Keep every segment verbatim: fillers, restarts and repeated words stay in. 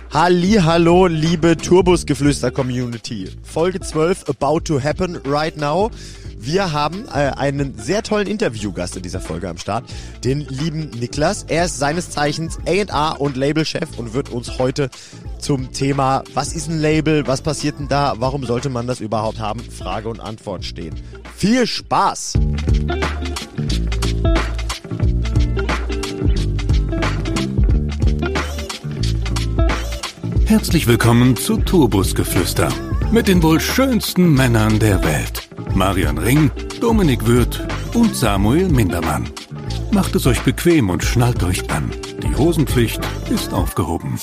Hallihallo, liebe Turbusgeflüster-Community. Folge zwölf, about to happen right now. Wir haben äh, einen sehr tollen Interviewgast in dieser Folge am Start, den lieben Niklas. Er ist seines Zeichens A und R und Labelchef und wird uns heute zum Thema, was ist ein Label, was passiert denn da, warum sollte man das überhaupt haben, Frage und Antwort stehen. Viel Spaß! Herzlich willkommen zu Turbusgeflüster mit den wohl schönsten Männern der Welt. Marian Ring, Dominik Würth und Samuel Mindermann. Macht es euch bequem und schnallt euch an. Die Hosenpflicht ist aufgehoben.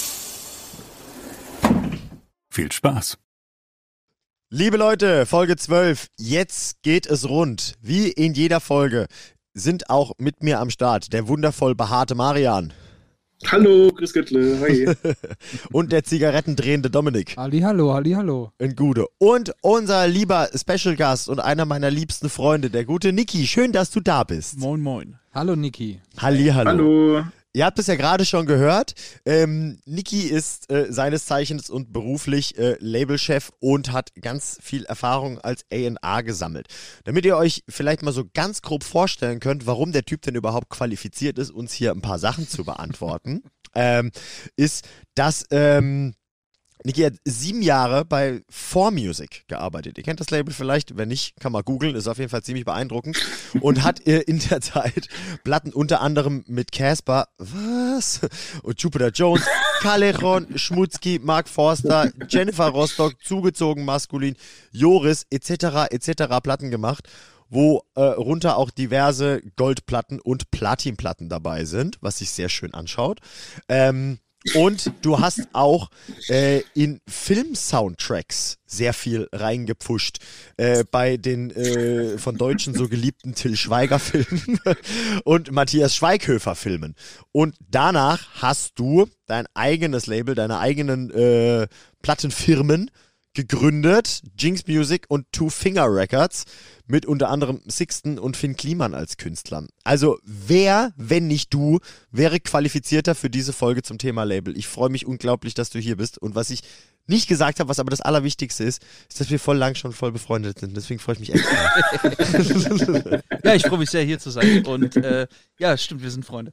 Viel Spaß. Liebe Leute, Folge zwölf, jetzt geht es rund. Wie in jeder Folge sind auch mit mir am Start der wundervoll behaarte Marian. Hallo, Chris Göttle, hi. Und der zigarettendrehende Dominik. Halli, hallo, halli, hallo. Ein Gude. Und unser lieber Special Gast und einer meiner liebsten Freunde, der gute Niki. Schön, dass du da bist. Moin, moin. Hallo, Niki. Halli, hallo. Hallo. Ihr habt es ja gerade schon gehört, ähm, Niki ist äh, seines Zeichens und beruflich äh, Labelchef und hat ganz viel Erfahrung als A und R gesammelt. Damit ihr euch vielleicht mal so ganz grob vorstellen könnt, warum der Typ denn überhaupt qualifiziert ist, uns hier ein paar Sachen zu beantworten, ähm, ist, dass ähm, Niki hat sieben Jahre bei four Music gearbeitet. Ihr kennt das Label vielleicht, wenn nicht, kann man googeln, ist auf jeden Fall ziemlich beeindruckend. Und hat äh, in der Zeit Platten unter anderem mit Casper, was? Und Jupiter Jones, Callejon, Schmutzki, Mark Forster, Jennifer Rostock, Zugezogen Maskulin, Joris et cetera et cetera Platten gemacht, wo äh, runter auch diverse Goldplatten und Platinplatten dabei sind, was sich sehr schön anschaut. Ähm, Und du hast auch äh, in Film-Soundtracks sehr viel reingepfuscht. Äh, bei den äh, von Deutschen so geliebten Till Schweiger-Filmen und Matthias Schweighöfer-Filmen. Und danach hast du dein eigenes Label, deine eigenen äh, Plattenfirmen gegründet, Jinx Music und Two Finger Records, mit unter anderem Sixten und Finn Kliman als Künstlern. Also wer, wenn nicht du, wäre qualifizierter für diese Folge zum Thema Label. Ich freue mich unglaublich, dass du hier bist. Und was ich nicht gesagt habe, was aber das Allerwichtigste ist, ist, dass wir voll lang schon voll befreundet sind. Deswegen freue ich mich extra. Ja, ich freue mich sehr, hier zu sein. Und äh, ja, stimmt, wir sind Freunde.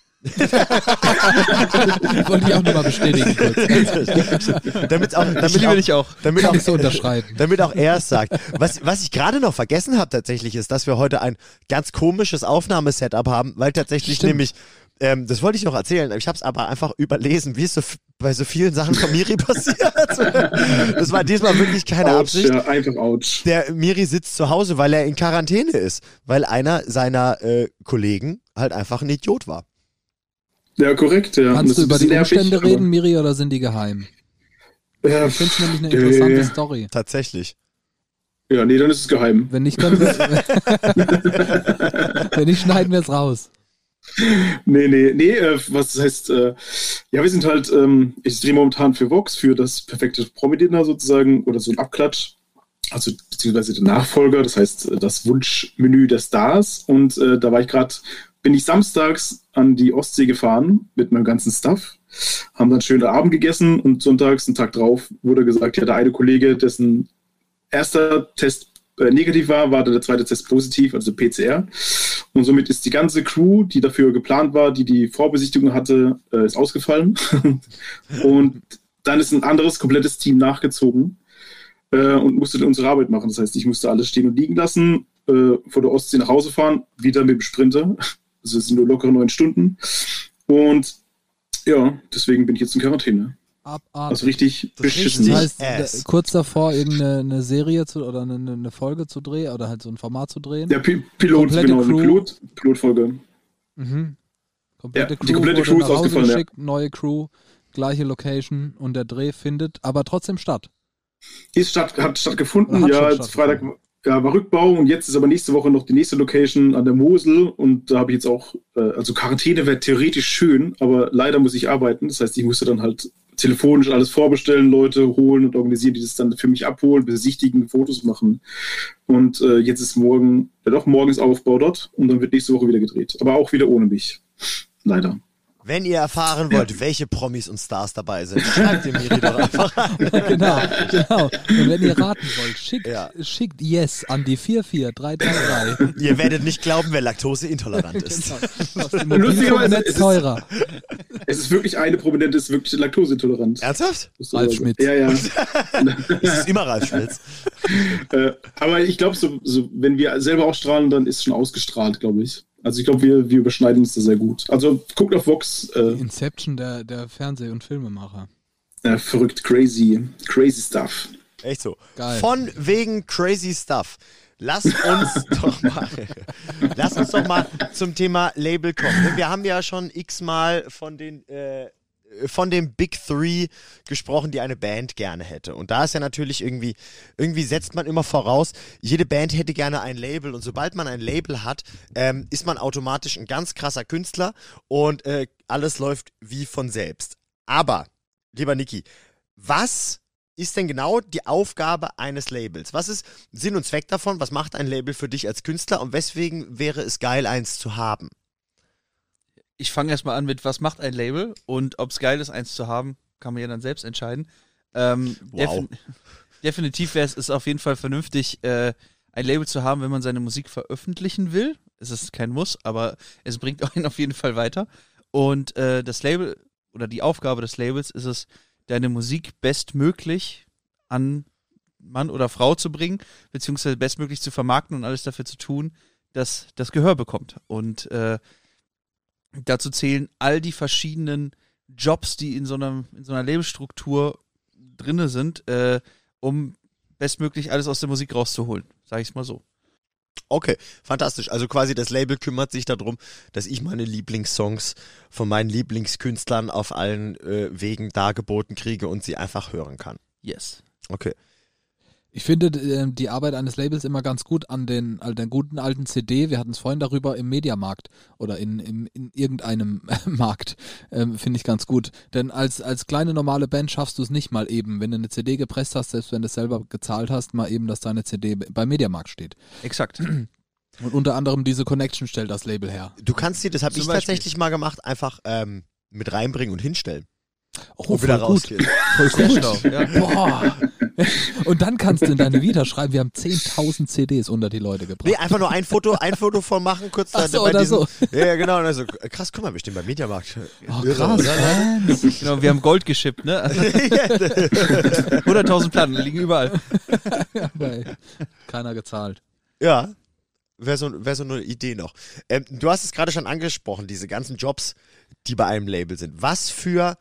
Wollte ich auch nochmal bestätigen kurz. damit auch, damit ich liebe auch, dich auch. Damit Kann auch, ich so unterschreiben. Damit auch er es sagt. Was, was ich gerade noch vergessen habe tatsächlich ist, dass wir heute ein ganz komisches Aufnahmesetup haben, weil tatsächlich Stimmt. nämlich, ähm, das wollte ich noch erzählen, ich habe es aber einfach überlesen, wie es so f- bei so vielen Sachen von Miri passiert. Das war diesmal wirklich keine Ouch, Absicht. ja, einfach ouch. Der Miri sitzt zu Hause, weil er in Quarantäne ist, weil einer seiner äh, Kollegen halt einfach ein Idiot war. Ja, korrekt, ja. Kannst Das du ist über ein die bisschen nervig, Umstände aber- reden, Miri, oder sind die geheim? Ja, Ich finde es nämlich eine äh, interessante Story. Tatsächlich. Ja, nee, dann ist es geheim. Wenn nicht, können wir Wenn nicht, schneiden wir es raus. Nee, nee, nee, äh, was das heißt, äh, ja, wir sind halt, ähm, ich drehe momentan für Vox, für das perfekte Promi-Dinner sozusagen, oder so ein Abklatsch, also beziehungsweise der Nachfolger, das heißt äh, das Wunschmenü der Stars. Und äh, da war ich gerade, bin ich samstags an die Ostsee gefahren mit meinem ganzen Stuff, haben dann schönen Abend gegessen und sonntags, einen Tag drauf, wurde gesagt, ja, der eine Kollege, dessen erster Test äh, negativ war, war der zweite Test positiv, also P C R. Und somit ist die ganze Crew, die dafür geplant war, die die Vorbesichtigung hatte, äh, ist ausgefallen. Und dann ist ein anderes, komplettes Team nachgezogen äh, und musste dann unsere Arbeit machen. Das heißt, ich musste alles stehen und liegen lassen, äh, vor der Ostsee nach Hause fahren, wieder mit dem Sprinter. Also es sind nur lockere neun Stunden. Und ja, deswegen bin ich jetzt in Quarantäne. Abartig. Also richtig Das beschissen. Das richtig- heißt, Ass. d- kurz davor irgendeine eine Serie zu, oder eine, eine Folge zu drehen oder halt so ein Format zu drehen. Der Pi- Pilot, Komplette genau, eine Crew. Pilot, Pilotfolge. Mhm. Komplette Ja, Crew die komplette wurde Crew nach ist Hause ausgefallen, ja. geschickt, neue Crew, gleiche Location und der Dreh findet aber trotzdem statt. Ist statt, hat stattgefunden, Oder hat ja, schon jetzt Freitag stattgefunden. ja, war Rückbau und jetzt ist aber nächste Woche noch die nächste Location an der Mosel und da habe ich jetzt auch, äh, also Quarantäne wäre theoretisch schön, aber leider muss ich arbeiten, das heißt, ich musste dann halt telefonisch alles vorbestellen, Leute holen und organisieren, die das dann für mich abholen, besichtigen, Fotos machen und äh, jetzt ist morgen, ja doch, morgen ist Aufbau dort und dann wird nächste Woche wieder gedreht, aber auch wieder ohne mich, leider. Wenn ihr erfahren wollt, welche Promis und Stars dabei sind, schreibt ihr Miri doch einfach an. Genau, genau. Und wenn ihr raten wollt, schickt, Ja. schickt Yes an die vier vier drei drei drei. Ihr werdet nicht glauben, wer laktoseintolerant ist. Genau. Lustigerweise Netz ist es- teurer. Es ist wirklich eine Prominente, ist wirklich laktoseintolerant. Ernsthaft? Ralf Schmitz. Ja, ja. Das ist immer Ralf Schmitz. äh, aber ich glaube, so, so, wenn wir selber ausstrahlen, dann ist es schon ausgestrahlt, glaube ich. Also ich glaube, wir, wir überschneiden uns da sehr gut. Also guckt auf Vox. Äh, Inception der, der Fernseh- und Filmemacher. äh, verrückt, crazy, crazy stuff. Echt so. Geil. Von wegen crazy stuff. Lass uns doch mal, lass uns doch mal zum Thema Label kommen. Wir haben ja schon x-mal von den, äh, von den Big Three gesprochen, die eine Band gerne hätte. Und da ist ja natürlich irgendwie, irgendwie setzt man immer voraus, jede Band hätte gerne ein Label. Und sobald man ein Label hat, ähm, ist man automatisch ein ganz krasser Künstler und äh, alles läuft wie von selbst. Aber, lieber Niki, was ist denn genau die Aufgabe eines Labels? Was ist Sinn und Zweck davon? Was macht ein Label für dich als Künstler und weswegen wäre es geil, eins zu haben? Ich fange erstmal an mit, was macht ein Label und ob es geil ist, eins zu haben, kann man ja dann selbst entscheiden. Ähm, Wow. defin definitiv wäre es ist auf jeden Fall vernünftig, äh, ein Label zu haben, wenn man seine Musik veröffentlichen will. Es ist kein Muss, aber es bringt einen auf jeden Fall weiter. Und äh, das Label oder die Aufgabe des Labels ist es, deine Musik bestmöglich an Mann oder Frau zu bringen, beziehungsweise bestmöglich zu vermarkten und alles dafür zu tun, dass das Gehör bekommt. Und äh, dazu zählen all die verschiedenen Jobs, die in so einer, in so einer Labelstruktur drinne sind, äh, um bestmöglich alles aus der Musik rauszuholen, sage ich es mal so. Okay, fantastisch. Also quasi das Label kümmert sich darum, dass ich meine Lieblingssongs von meinen Lieblingskünstlern auf allen äh, Wegen dargeboten kriege und sie einfach hören kann. Yes. Okay. Ich finde äh, die Arbeit eines Labels immer ganz gut an den, an den guten alten C D. Wir hatten es vorhin darüber im Mediamarkt oder in, in, in irgendeinem Markt. Ähm, finde ich ganz gut. Denn als, als kleine normale Band schaffst du es nicht mal eben, wenn du eine C D gepresst hast, selbst wenn du es selber gezahlt hast, mal eben, dass deine C D beim Mediamarkt steht. Exakt. Und unter anderem diese Connection stellt das Label her. Du kannst sie, das habe Zum ich Beispiel. tatsächlich mal gemacht, einfach ähm, mit reinbringen und hinstellen. Oh, Und wieder voll gut. rausgehen. Voll Sehr gut. schlau, ja. Boah. Und dann kannst du in deine Vita schreiben, wir haben zehntausend C Ds unter die Leute gebracht. Nee, einfach nur ein Foto, ein Foto von machen, kurz Ach da, so, bei oder diesem, so. Ja, ja, genau. Und also, krass, guck mal, wir stehen beim Mediamarkt. Oh, Irre, krass. oder? Fans. Genau, wir haben Gold geschippt, ne? Also hunderttausend Platten liegen überall. Aber keiner gezahlt. Ja, wäre so, wär so eine Idee noch. Ähm, du hast es gerade schon angesprochen, diese ganzen Jobs, die bei einem Label sind. Was für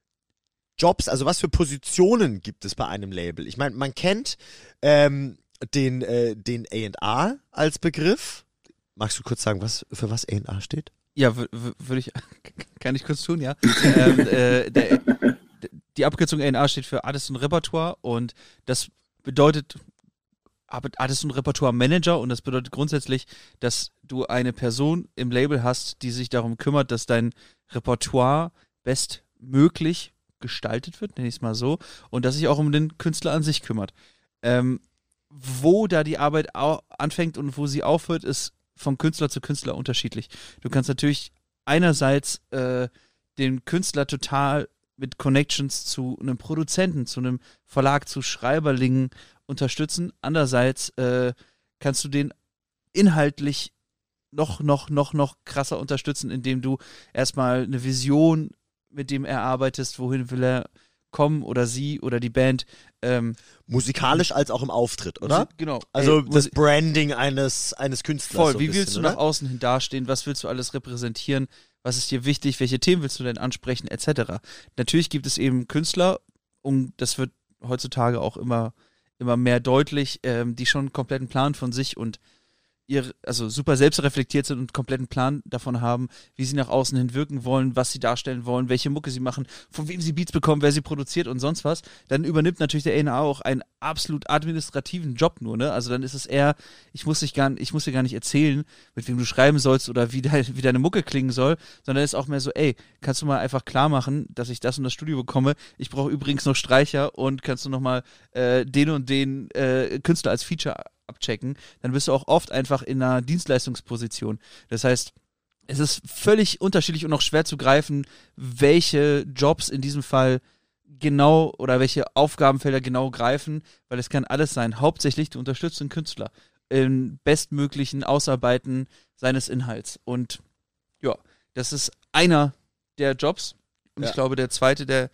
Jobs, also was für Positionen gibt es bei einem Label? Ich meine, man kennt ähm, den, äh, den A und R als Begriff. Magst du kurz sagen, was für was A und R steht? Ja, würde ich, kann ich kurz tun, ja. ähm, äh, der, die Abkürzung A und R steht für Artist und Repertoire und das bedeutet Artist und Repertoire Manager und das bedeutet grundsätzlich, dass du eine Person im Label hast, die sich darum kümmert, dass dein Repertoire bestmöglich gestaltet wird, nenne ich es mal so, und dass sich auch um den Künstler an sich kümmert. Ähm, wo da die Arbeit au- anfängt und wo sie aufhört, ist von Künstler zu Künstler unterschiedlich. Du kannst natürlich einerseits äh, den Künstler total mit Connections zu einem Produzenten, zu einem Verlag, zu Schreiberlingen unterstützen. Andererseits äh, kannst du den inhaltlich noch, noch, noch, noch krasser unterstützen, indem du erstmal eine Vision mit dem erarbeitest, wohin will er kommen oder sie oder die Band. Ähm, Musikalisch als auch im Auftritt, oder? Musik- Genau. Also Ey, das Musik- Branding eines, eines Künstlers. Voll, so ein wie bisschen, willst du oder? nach außen hin dastehen? Was willst du alles repräsentieren? Was ist dir wichtig? Welche Themen willst du denn ansprechen? Etc. Natürlich gibt es eben Künstler, und das wird heutzutage auch immer, immer mehr deutlich, ähm, die schon einen kompletten Plan von sich und ihr, also super selbstreflektiert sind und einen kompletten Plan davon haben, wie sie nach außen hin wirken wollen, was sie darstellen wollen, welche Mucke sie machen, von wem sie Beats bekommen, wer sie produziert und sonst was, dann übernimmt natürlich der A und R auch einen absolut administrativen Job nur, ne? Also dann ist es eher, ich muss dich gar, ich muss dir gar nicht erzählen, mit wem du schreiben sollst oder wie, de, wie deine Mucke klingen soll, sondern ist auch mehr so, ey, kannst du mal einfach klar machen, dass ich das und das Studio bekomme, ich brauche übrigens noch Streicher und kannst du nochmal äh, den und den äh, Künstler als Feature abchecken, dann bist du auch oft einfach in einer Dienstleistungsposition. Das heißt, es ist völlig unterschiedlich und auch schwer zu greifen, welche Jobs in diesem Fall genau oder welche Aufgabenfelder genau greifen, weil es kann alles sein. Hauptsächlich, du unterstützt den Künstler im bestmöglichen Ausarbeiten seines Inhalts. Und ja, das ist einer der Jobs. Und ja. ich glaube, der zweite, der...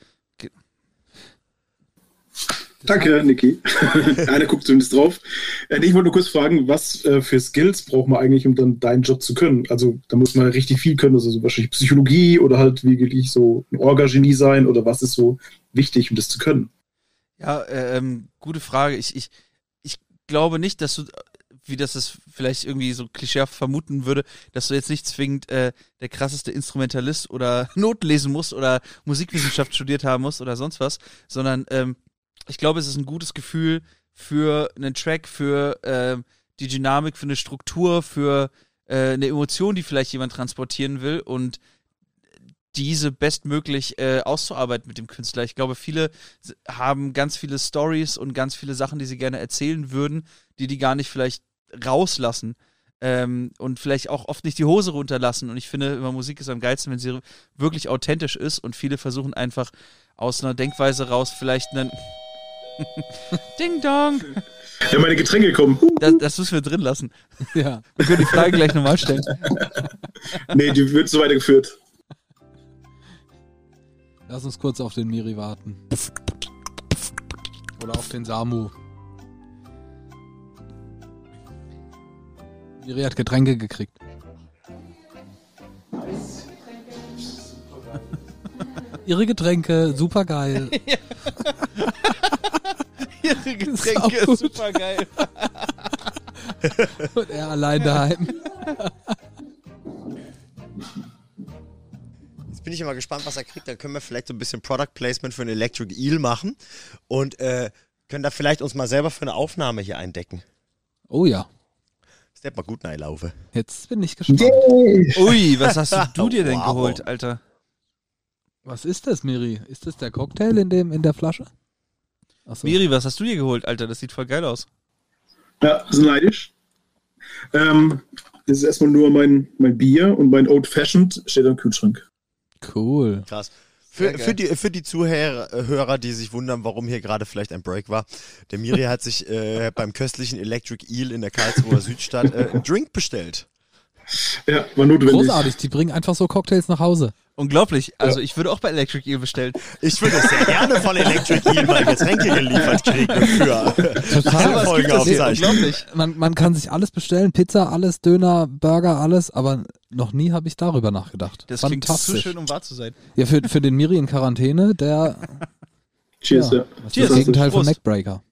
Danke, Niki. Einer guckt zumindest drauf. Äh, ich wollte nur kurz fragen, was äh, für Skills braucht man eigentlich, um dann deinen Job zu können? Also da muss man richtig viel können, also so wahrscheinlich Psychologie oder halt wirklich so ein Orga-Genie sein oder was ist so wichtig, um das zu können? Ja, ähm, gute Frage. Ich, ich, ich glaube nicht, dass du, wie das es vielleicht irgendwie so klischeehaft vermuten würde, dass du jetzt nicht zwingend äh, der krasseste Instrumentalist oder Noten lesen musst oder Musikwissenschaft studiert haben musst oder sonst was, sondern ähm, ich glaube, es ist ein gutes Gefühl für einen Track, für äh, die Dynamik, für eine Struktur, für äh, eine Emotion, die vielleicht jemand transportieren will und diese bestmöglich äh, auszuarbeiten mit dem Künstler. Ich glaube, viele haben ganz viele Stories und ganz viele Sachen, die sie gerne erzählen würden, die die gar nicht vielleicht rauslassen ähm, und vielleicht auch oft nicht die Hose runterlassen. Und ich finde, immer Musik ist am geilsten, wenn sie wirklich authentisch ist und viele versuchen einfach aus einer Denkweise raus vielleicht einen Ding Dong. Ja, meine Getränke kommen. Das, das müssen wir drin lassen. Ja. Wir können die Frage gleich nochmal stellen. Nee, die wird so weitergeführt. Lass uns kurz auf den Miri warten. Oder auf den Samu. Miri hat Getränke gekriegt. Ihre Getränke, super geil. Ihre Getränke, super geil. Und er allein daheim. Jetzt bin ich immer gespannt, was er kriegt. Dann können wir vielleicht so ein bisschen Product Placement für einen Electric Eel machen und äh, können da vielleicht uns mal selber für eine Aufnahme hier eindecken. Oh ja. Ist der mal gut reinlaufe. Jetzt bin ich gespannt. Ui, was hast du dir denn Wow. geholt, Alter? Was ist das, Miri? Ist das der Cocktail in dem in der Flasche? Achso. Miri, was hast du dir geholt, Alter? Das sieht voll geil aus. Ja, sind neidisch. Ähm, das ist erstmal nur mein, mein Bier und mein Old Fashioned steht am Kühlschrank. Cool. Krass. Sehr Für, geil. für, die, für die Zuhörer, äh, Hörer, die sich wundern, warum hier gerade vielleicht ein Break war, der Miri hat sich äh, beim köstlichen Electric Eel in der Karlsruher Südstadt äh, einen Drink bestellt. Ja, war notwendig. Großartig, die bringen einfach so Cocktails nach Hause. Unglaublich. Also ich würde auch bei Electric Eel bestellen. Ich würde sehr gerne von Electric Eel mal Getränke geliefert kriegen für Total. Folgenaufzeichnung. Unglaublich. Man, man kann sich alles bestellen, Pizza, alles, Döner, Burger, alles, aber noch nie habe ich darüber nachgedacht. Das klingt zu Fantastisch. schön, um wahr zu sein. Ja, für, für den Miri in Quarantäne, der Cheers, ja, ja. das ist Cheers. das Gegenteil von Prost. Neckbreaker.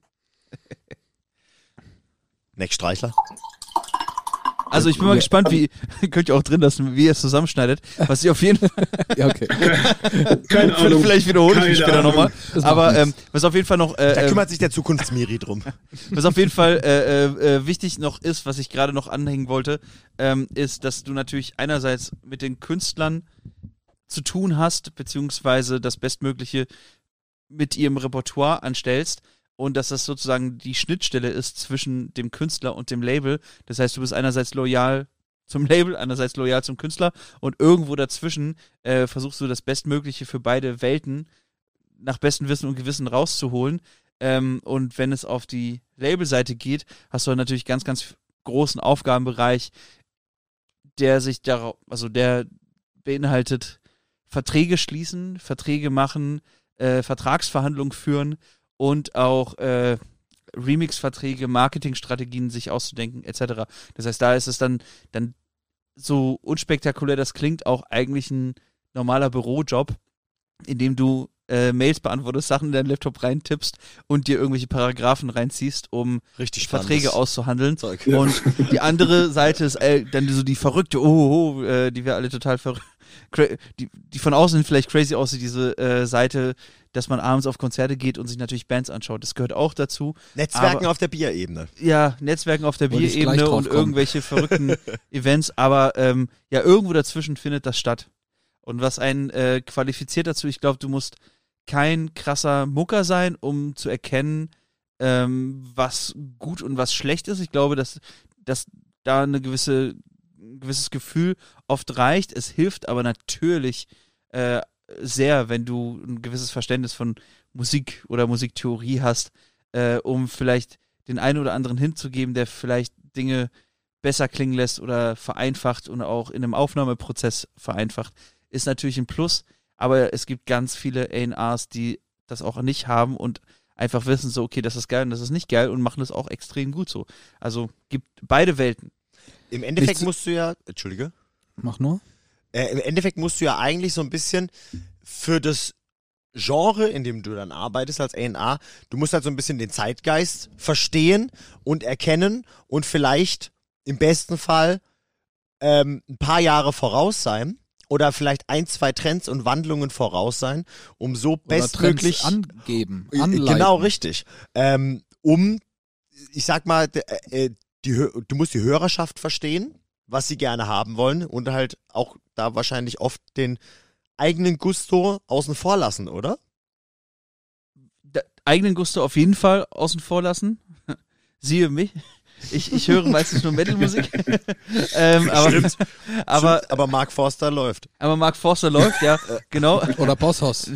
Neckstreichler. Also ich bin mal gespannt, wie, könnt ihr auch drin lassen, wie ihr es zusammenschneidet. Was ich auf jeden Fall, Ja, okay. Keine Ahnung. vielleicht wiederhole ich mich Keine später Ahnung. nochmal. Das macht Aber ähm, nichts. was auf jeden Fall noch, Da äh, äh, kümmert sich der Zukunftsmiri drum. was auf jeden Fall äh, äh, äh, wichtig noch ist, was ich gerade noch anhängen wollte, ähm, ist, dass du natürlich einerseits mit den Künstlern zu tun hast, beziehungsweise das Bestmögliche mit ihrem Repertoire anstellst und dass das sozusagen die Schnittstelle ist zwischen dem Künstler und dem Label. Das heißt, du bist einerseits loyal zum Label, andererseits loyal zum Künstler und irgendwo dazwischen äh, versuchst du das Bestmögliche für beide Welten nach bestem Wissen und Gewissen rauszuholen. Ähm, und wenn es auf die Labelseite geht, hast du natürlich ganz, ganz großen Aufgabenbereich, der sich darauf, also der beinhaltet Verträge schließen, Verträge machen, äh, Vertragsverhandlungen führen und auch äh, Remix-Verträge, Marketingstrategien sich auszudenken, et cetera. Das heißt, da ist es dann, dann so unspektakulär das klingt, auch eigentlich ein normaler Bürojob, in dem du äh, Mails beantwortest, Sachen in deinen Laptop reintippst und dir irgendwelche Paragraphen reinziehst, um Richtig Verträge spannendes auszuhandeln. Zeug. Und die andere Seite ist äh, dann so die verrückte, oh, oh, oh äh, die wir alle total verrückt, die, die von außen vielleicht crazy aussieht, diese äh, Seite, dass man abends auf Konzerte geht und sich natürlich Bands anschaut. Das gehört auch dazu. Netzwerken aber, auf der Bierebene. Ja, Netzwerken auf der Wollte ich gleich Bierebene drauf und kommen. irgendwelche verrückten Events, aber ähm, ja, irgendwo dazwischen findet das statt. Und was einen äh, qualifiziert dazu, ich glaube, du musst kein krasser Mucker sein, um zu erkennen, ähm, was gut und was schlecht ist. Ich glaube, dass, dass da eine gewisse ein gewisses Gefühl oft reicht. Es hilft aber natürlich äh, sehr, wenn du ein gewisses Verständnis von Musik oder Musiktheorie hast, äh, um vielleicht den einen oder anderen hinzugeben, der vielleicht Dinge besser klingen lässt oder vereinfacht und auch in einem Aufnahmeprozess vereinfacht, ist natürlich ein Plus, aber es gibt ganz viele A und Rs, die das auch nicht haben und einfach wissen so, okay, das ist geil und das ist nicht geil und machen das auch extrem gut so. Also gibt beide Welten. Im Endeffekt Nichts- musst du ja, Entschuldige, Mach nur. äh, im Endeffekt musst du ja eigentlich so ein bisschen für das Genre, in dem du dann arbeitest als A und R, du musst halt so ein bisschen den Zeitgeist verstehen und erkennen und vielleicht im besten Fall ähm, ein paar Jahre voraus sein oder vielleicht ein, zwei Trends und Wandlungen voraus sein, um so Oder bestmöglich Trends angeben, Äh, anleiten. Genau, richtig. Ähm, um, ich sag mal, d- äh, die, Hö- du musst die Hörerschaft verstehen, was sie gerne haben wollen und halt auch da wahrscheinlich oft den eigenen Gusto außen vor lassen, oder? Da, eigenen Gusto auf jeden Fall außen vor lassen. Siehe mich. Ich, ich höre meistens nur Metal-Musik. ähm, aber, Stimmt. aber, Stimmt, aber Mark Forster läuft. aber Mark Forster läuft, ja, genau. Oder Bosshaus.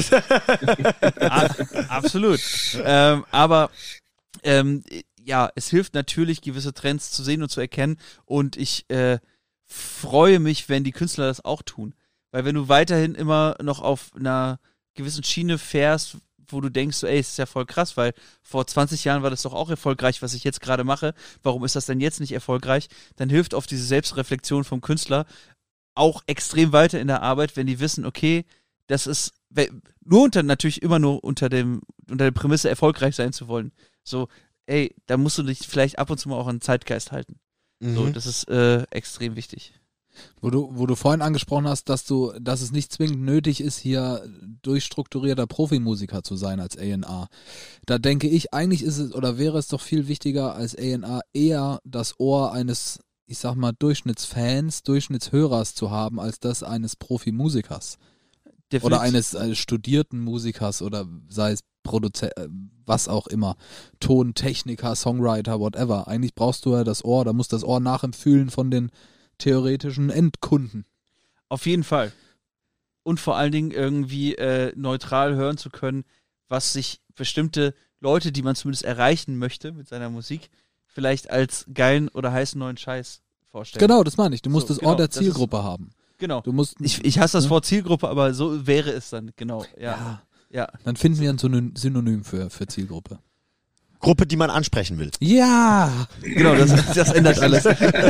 A- absolut. Ähm, aber ähm, ja, es hilft natürlich, gewisse Trends zu sehen und zu erkennen. Und ich äh, freue mich, wenn die Künstler das auch tun. Weil wenn du weiterhin immer noch auf einer gewissen Schiene fährst, wo du denkst, so, ey, es ist ja voll krass, weil vor zwanzig Jahren war das doch auch erfolgreich, was ich jetzt gerade mache. Warum ist das denn jetzt nicht erfolgreich? Dann hilft oft diese Selbstreflexion vom Künstler auch extrem weiter in der Arbeit, wenn die wissen, okay, das ist we- nur unter, natürlich immer nur unter dem, unter der Prämisse, erfolgreich sein zu wollen. So, ey, da musst du dich vielleicht ab und zu mal auch an den Zeitgeist halten. So, Mhm. das ist äh, extrem wichtig. Wo du, wo du vorhin angesprochen hast, dass du, dass es nicht zwingend nötig ist, hier durchstrukturierter Profimusiker zu sein als A und R. Da denke ich, eigentlich ist es oder wäre es doch viel wichtiger als A und R eher das Ohr eines, ich sag mal, Durchschnittsfans, Durchschnittshörers zu haben, als das eines Profimusikers. Definitiv. Oder eines, eines studierten Musikers oder sei es Produzent, was auch immer. Tontechniker, Songwriter, whatever. Eigentlich brauchst du ja das Ohr, da muss das Ohr nachempfühlen von den theoretischen Endkunden. Auf jeden Fall. Und vor allen Dingen irgendwie äh, neutral hören zu können, was sich bestimmte Leute, die man zumindest erreichen möchte mit seiner Musik, vielleicht als geilen oder heißen neuen Scheiß vorstellen. Genau, das meine ich. Du musst So, das Ohr genau, der das Zielgruppe haben. Genau. Du musst, Ich, ich hasse das ne? Wort Zielgruppe, aber so wäre es dann, genau. Ja. Ja. Ja. Dann finden wir ein Synonym Synonym für, für Zielgruppe. Gruppe, die man ansprechen will. Ja! Genau, das, das ändert alles.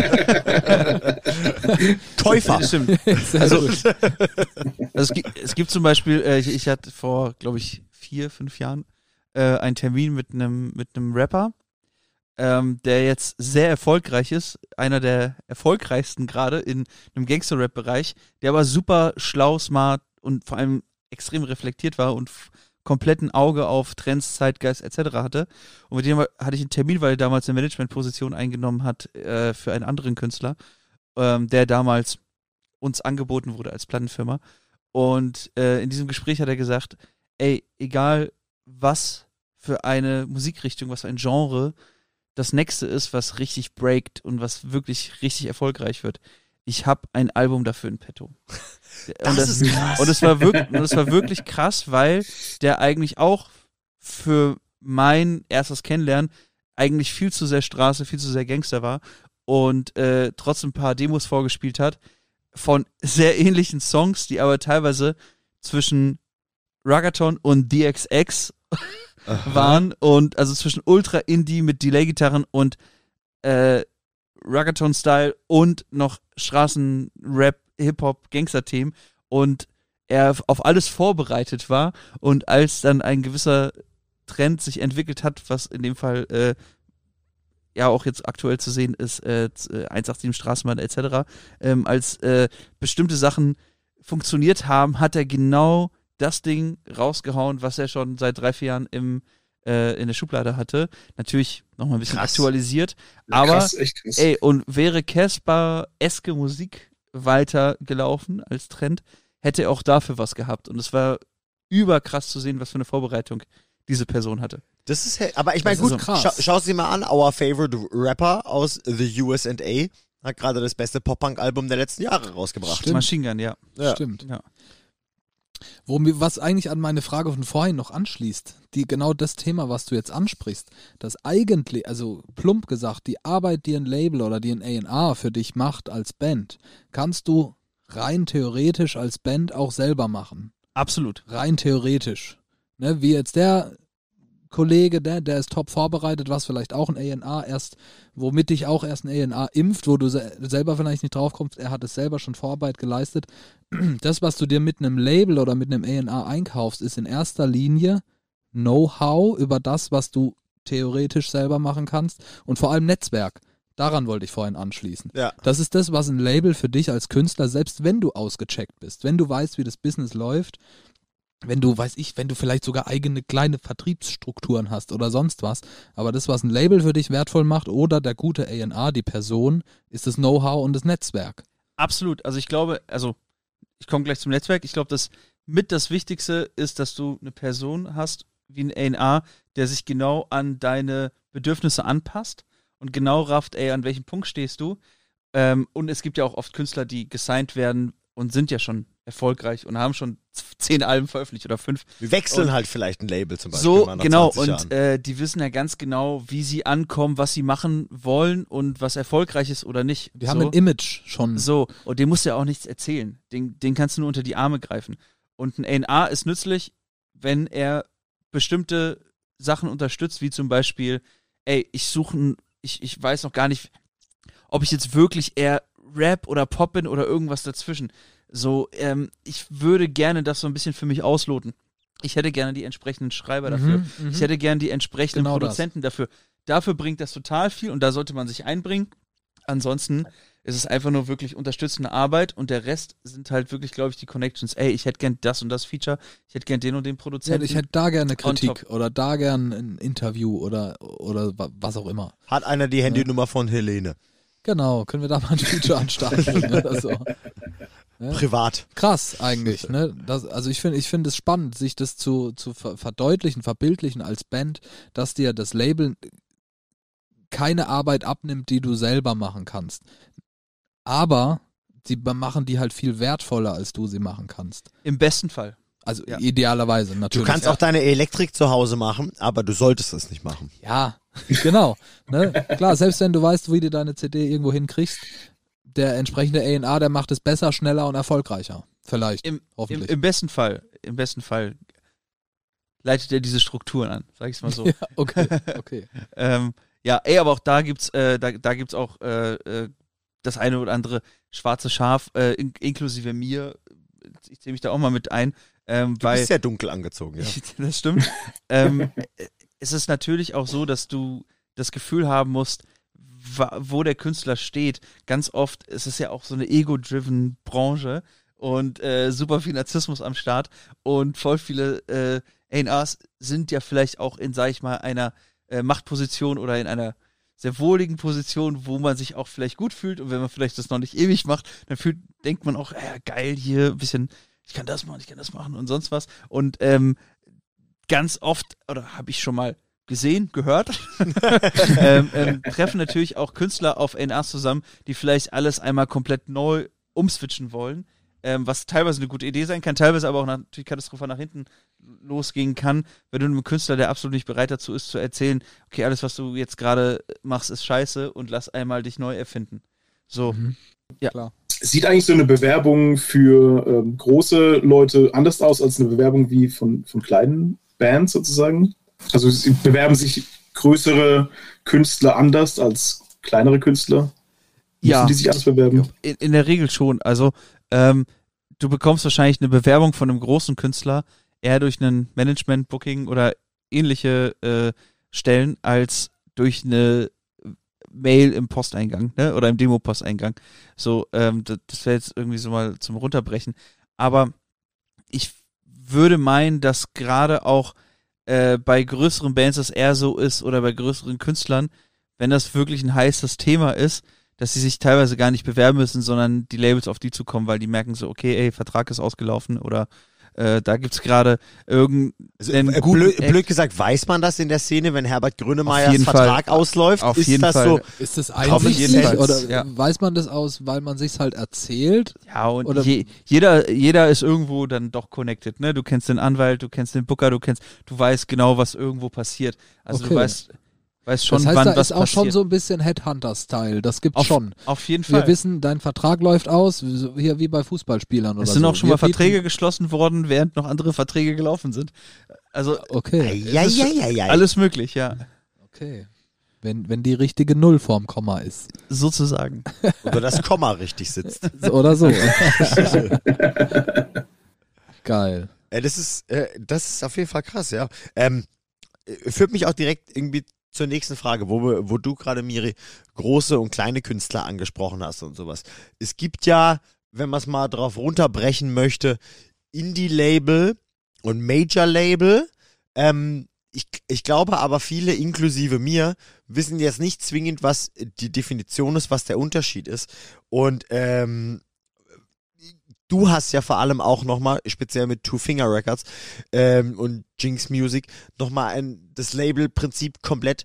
Käufer. Stimmt. Sehr Also, gut. Also es, gibt, es gibt zum Beispiel, äh, ich, ich hatte vor, glaube ich, vier, fünf Jahren äh, einen Termin mit einem mit einem Rapper, ähm, der jetzt sehr erfolgreich ist, einer der erfolgreichsten gerade in einem Gangster-Rap-Bereich, der aber super schlau, smart und vor allem extrem reflektiert war und f- komplett ein Auge auf Trends, Zeitgeist et cetera hatte. Und mit dem hatte ich einen Termin, weil er damals eine Managementposition eingenommen hat äh, für einen anderen Künstler, ähm, der damals uns angeboten wurde als Plattenfirma. Und äh, in diesem Gespräch hat er gesagt, ey, egal was für eine Musikrichtung, was für ein Genre das nächste ist, was richtig breakt und was wirklich richtig erfolgreich wird, ich habe ein Album dafür in petto. Das und ist krass. Und es war wirklich, und es war wirklich krass, weil der eigentlich auch für mein erstes Kennenlernen eigentlich viel zu sehr Straße, viel zu sehr Gangster war und äh, trotzdem ein paar Demos vorgespielt hat von sehr ähnlichen Songs, die aber teilweise zwischen Ragaton und D X X waren und also zwischen Ultra Indie mit Delay-Gitarren und äh, Ragaton-Style und noch Straßenrap, Hip-Hop, Gangster-Themen und er auf alles vorbereitet war und als dann ein gewisser Trend sich entwickelt hat, was in dem Fall äh, ja auch jetzt aktuell zu sehen ist, äh, eins acht sieben Straßenbahn et cetera, ähm, als äh, bestimmte Sachen funktioniert haben, hat er genau das Ding rausgehauen, was er schon seit drei, vier Jahren im, äh, in der Schublade hatte. Natürlich nochmal ein bisschen Krass. aktualisiert, Ja, aber krass, echt krass. ey, und wäre Casper-eske Musik weitergelaufen als Trend, hätte er auch dafür was gehabt. Und es war überkrass zu sehen, was für eine Vorbereitung diese Person hatte. Das ist, he- aber ich meine, Das ist gut, so krass. scha schau sie mal an, our favorite rapper aus the U S A. hat gerade das beste Pop-Punk-Album der letzten Jahre rausgebracht. Stimmt. Machine Gun, ja. Ja. Stimmt. Ja. Wo mir, was eigentlich an meine Frage von vorhin noch anschließt, die genau das Thema, was du jetzt ansprichst, dass eigentlich, also plump gesagt, die Arbeit, die ein Label oder die ein A and R für dich macht als Band, kannst du rein theoretisch als Band auch selber machen. Absolut. Rein theoretisch. Ne, wie jetzt der Kollege, der, der ist top vorbereitet, was vielleicht auch ein A and R erst, womit dich auch erst ein A and R impft, wo du se- selber vielleicht nicht drauf kommst, er hat es selber schon Vorarbeit geleistet. Das, was du dir mit einem Label oder mit einem A and R einkaufst, ist in erster Linie Know-how über das, was du theoretisch selber machen kannst und vor allem Netzwerk. Daran wollte ich vorhin anschließen. Ja. Das ist das, was ein Label für dich als Künstler, selbst wenn du ausgecheckt bist, wenn du weißt, wie das Business läuft, wenn du, weiß ich, wenn du vielleicht sogar eigene kleine Vertriebsstrukturen hast oder sonst was, aber das, was ein Label für dich wertvoll macht oder der gute A and R, die Person, ist das Know-how und das Netzwerk. Absolut. Also ich glaube, also ich komme gleich zum Netzwerk. Ich glaube, das mit das Wichtigste ist, dass du eine Person hast, wie ein A and R, der sich genau an deine Bedürfnisse anpasst und genau rafft, ey, an welchem Punkt stehst du. Ähm, und es gibt ja auch oft Künstler, die gesigned werden und sind ja schon erfolgreich und haben schon zehn Alben veröffentlicht oder fünf. Wir wechseln Und halt vielleicht ein Label zum Beispiel. So, mal nach genau. zwanzig Und Jahren. äh, die wissen ja ganz genau, wie sie ankommen, was sie machen wollen und was erfolgreich ist oder nicht. Die so. haben ein Image schon. So, und dem musst du ja auch nichts erzählen. Den, den kannst du nur unter die Arme greifen. Und ein A and R ist nützlich, wenn er bestimmte Sachen unterstützt, wie zum Beispiel, ey, ich suche ein, ich, ich weiß noch gar nicht, ob ich jetzt wirklich eher Rap oder Pop bin oder irgendwas dazwischen. So, ähm, ich würde gerne das so ein bisschen für mich ausloten. Ich hätte gerne die entsprechenden Schreiber dafür. Mhm, mhm. Ich hätte gerne die entsprechenden Genau Produzenten dafür. Dafür bringt das total viel und da sollte man sich einbringen. Ansonsten ist es einfach nur wirklich unterstützende Arbeit und der Rest sind halt wirklich, glaube ich, die Connections. Ey, ich hätte gern das und das Feature, ich hätte gern den und den Ja, Produzenten. ich hätte da gerne On Kritik oder da gerne ein Interview oder, oder wa- was auch immer. Hat einer die Handynummer von Helene? Genau, können wir da mal ein Feature anstarten oder so. Ja. Privat. Krass eigentlich, ne? Das, also ich finde ich finde es spannend, sich das zu, zu ver- verdeutlichen, verbildlichen als Band, dass dir das Label keine Arbeit abnimmt, die du selber machen kannst. Aber sie be- machen die halt viel wertvoller, als du sie machen kannst. Im besten Fall. Also Ja. idealerweise Du natürlich. kannst auch deine Elektrik zu Hause machen, aber du solltest es nicht machen. Ja, genau. Ne? Klar, selbst wenn du weißt, wie du deine C D irgendwo hinkriegst, der entsprechende A and R, der macht es besser, schneller und erfolgreicher. Vielleicht, Im, im, hoffentlich. Im besten Fall, im besten Fall leitet er diese Strukturen an, sag ich es mal so. Ja, okay, okay. ähm, ja, ey, aber auch da gibt's, äh, da, da gibt's auch äh, äh, das eine oder andere schwarze Schaf, äh, in, inklusive mir. Ich zähle mich da auch mal mit ein. Ähm, Du weil bist sehr dunkel angezogen, ja. das stimmt. ähm, es ist natürlich auch so, dass du das Gefühl haben musst, wa- wo der Künstler steht. Ganz oft ist es ja auch so eine ego-driven Branche und äh, super viel Narzissmus am Start und voll viele äh, A and Rs sind ja vielleicht auch in, sag ich mal, einer äh, Machtposition oder in einer sehr wohligen Position, wo man sich auch vielleicht gut fühlt und wenn man vielleicht das noch nicht ewig macht, dann fühlt, denkt man auch, ja, geil, hier ein bisschen, ich kann das machen, ich kann das machen und sonst was und ähm, ganz oft, oder habe ich schon mal gesehen, gehört, ähm, ähm, treffen natürlich auch Künstler auf A and Rs zusammen, die vielleicht alles einmal komplett neu umswitchen wollen, ähm, was teilweise eine gute Idee sein kann, teilweise aber auch natürlich katastrophal nach hinten losgehen kann, wenn du einem Künstler, der absolut nicht bereit dazu ist, zu erzählen, okay, alles, was du jetzt gerade machst, ist scheiße und lass einmal dich neu erfinden. So, Mhm. Ja. Klar. Sieht eigentlich so eine Bewerbung für ähm, große Leute anders aus als eine Bewerbung wie von, von kleinen Bands sozusagen? Also sie bewerben sich größere Künstler anders als kleinere Künstler? Ja. Müssen die sich anders bewerben? in, in der Regel schon. Also, ähm, du bekommst wahrscheinlich eine Bewerbung von einem großen Künstler eher durch einen Management-Booking oder ähnliche äh, Stellen als durch eine Mail im Posteingang, ne? Oder im Demo-Posteingang. So, ähm, das, das wäre jetzt irgendwie so mal zum Runterbrechen. Aber ich würde meinen, dass gerade auch äh, bei größeren Bands das eher so ist oder bei größeren Künstlern, wenn das wirklich ein heißes Thema ist, dass sie sich teilweise gar nicht bewerben müssen, sondern die Labels auf die zukommen, weil die merken so, okay, ey, Vertrag ist ausgelaufen oder Äh, da gibt es gerade irgendeinen also, äh, guten blöd, Act. blöd gesagt, weiß man das in der Szene, wenn Herbert Grönemeyers jeden Vertrag Fall. ausläuft? Auf ist jeden das Fall. so? Ist das Auf jeden einsichtig Fall. oder Ja. weiß man das aus, weil man sich's halt erzählt? Ja, und Oder- je, jeder, jeder ist irgendwo dann doch connected, ne? Du kennst den Anwalt, du kennst den Booker, du kennst, du weißt genau, was irgendwo passiert. Also Okay. du weißt, weißt schon, Das heißt, wann da was ist auch passiert. schon so ein bisschen Headhunter-Style. Das gibt's auf, schon. auf jeden Fall. Wir wissen, dein Vertrag läuft aus, so hier wie bei Fußballspielern oder es sind so. auch schon Wir mal Verträge bieten- geschlossen worden, während noch andere Verträge gelaufen sind. Also Okay, Ja, es ist ja, ja, ja. alles möglich, ja. okay. Wenn, wenn die richtige Null vorm Komma ist. Sozusagen. Oder das Komma richtig sitzt. So oder so. Geil. Äh, das ist, äh, das ist auf jeden Fall krass, ja. Ähm, äh, führt mich auch direkt irgendwie zur nächsten Frage, wo, wir, wo du gerade, Miri, große und kleine Künstler angesprochen hast und sowas. Es gibt ja, wenn man es mal drauf runterbrechen möchte, Indie-Label und Major-Label. Ähm, ich, ich glaube aber viele, inklusive mir, wissen jetzt nicht zwingend, was die Definition ist, was der Unterschied ist. Und ähm, du hast ja vor allem auch nochmal, speziell mit Two Finger Records ähm, und Jinx Music, nochmal ein, das Label-Prinzip komplett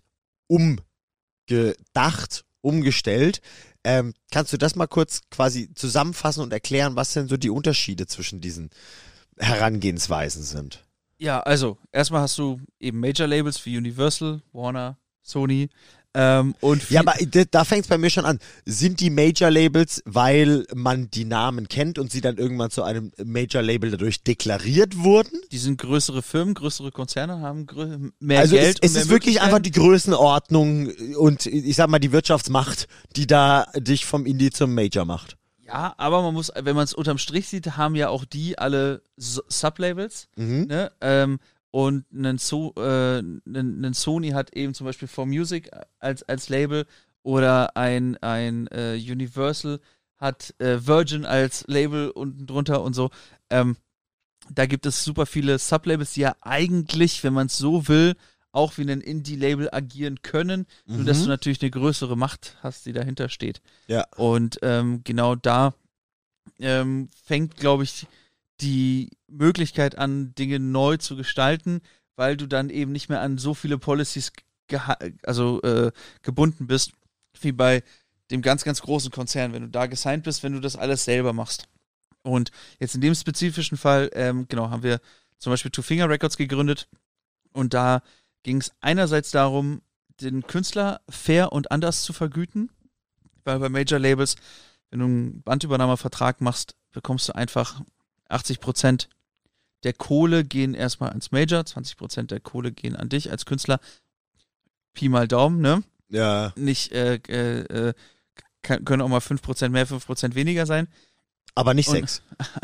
umgedacht, umgestellt. Ähm, kannst du das mal kurz quasi zusammenfassen und erklären, was denn so die Unterschiede zwischen diesen Herangehensweisen sind? Ja, also erstmal hast du eben Major-Labels wie Universal, Warner, Sony ähm, und viel Ja, aber da, da fängt es bei mir schon an. Sind die Major-Labels, weil man die Namen kennt und sie dann irgendwann zu einem Major-Label dadurch deklariert wurden? die sind größere Firmen, größere Konzerne, haben grö mehr Also Geld. ist, ist und mehr es wirklich einfach die Möglichkeiten. Größenordnung und ich sag mal die Wirtschaftsmacht, die da dich vom Indie zum Major macht? Ja, aber man muss, wenn man es unterm Strich sieht, haben ja auch die alle S- Sublabels. Mhm. Ne? Ähm, und ein, so äh, ein Sony hat eben zum Beispiel For Music als, als Label oder ein, ein äh, Universal hat äh, Virgin als Label unten drunter und so. Ähm, da gibt es super viele Sublabels, die ja eigentlich, wenn man es so will, auch wie ein Indie-Label agieren können, nur dass Mhm. du natürlich eine größere Macht hast, die dahinter steht. Ja. Und ähm, genau da ähm, fängt, glaube ich, die Möglichkeit an, Dinge neu zu gestalten, weil du dann eben nicht mehr an so viele Policies geha- also äh, gebunden bist, wie bei dem ganz, ganz großen Konzern, wenn du da gesigned bist, wenn du das alles selber machst. Und jetzt in dem spezifischen Fall, ähm, genau, haben wir zum Beispiel Two Finger Records gegründet und da ging es einerseits darum, den Künstler fair und anders zu vergüten, weil bei Major Labels, wenn du einen Bandübernahmevertrag machst, bekommst du einfach achtzig Prozent der Kohle gehen erstmal ans Major, zwanzig Prozent der Kohle gehen an dich als Künstler. Pi mal Daumen, ne? Ja. Nicht, äh, äh, kann, können auch mal fünf Prozent mehr, fünf Prozent weniger sein. Aber nicht Und- Sex.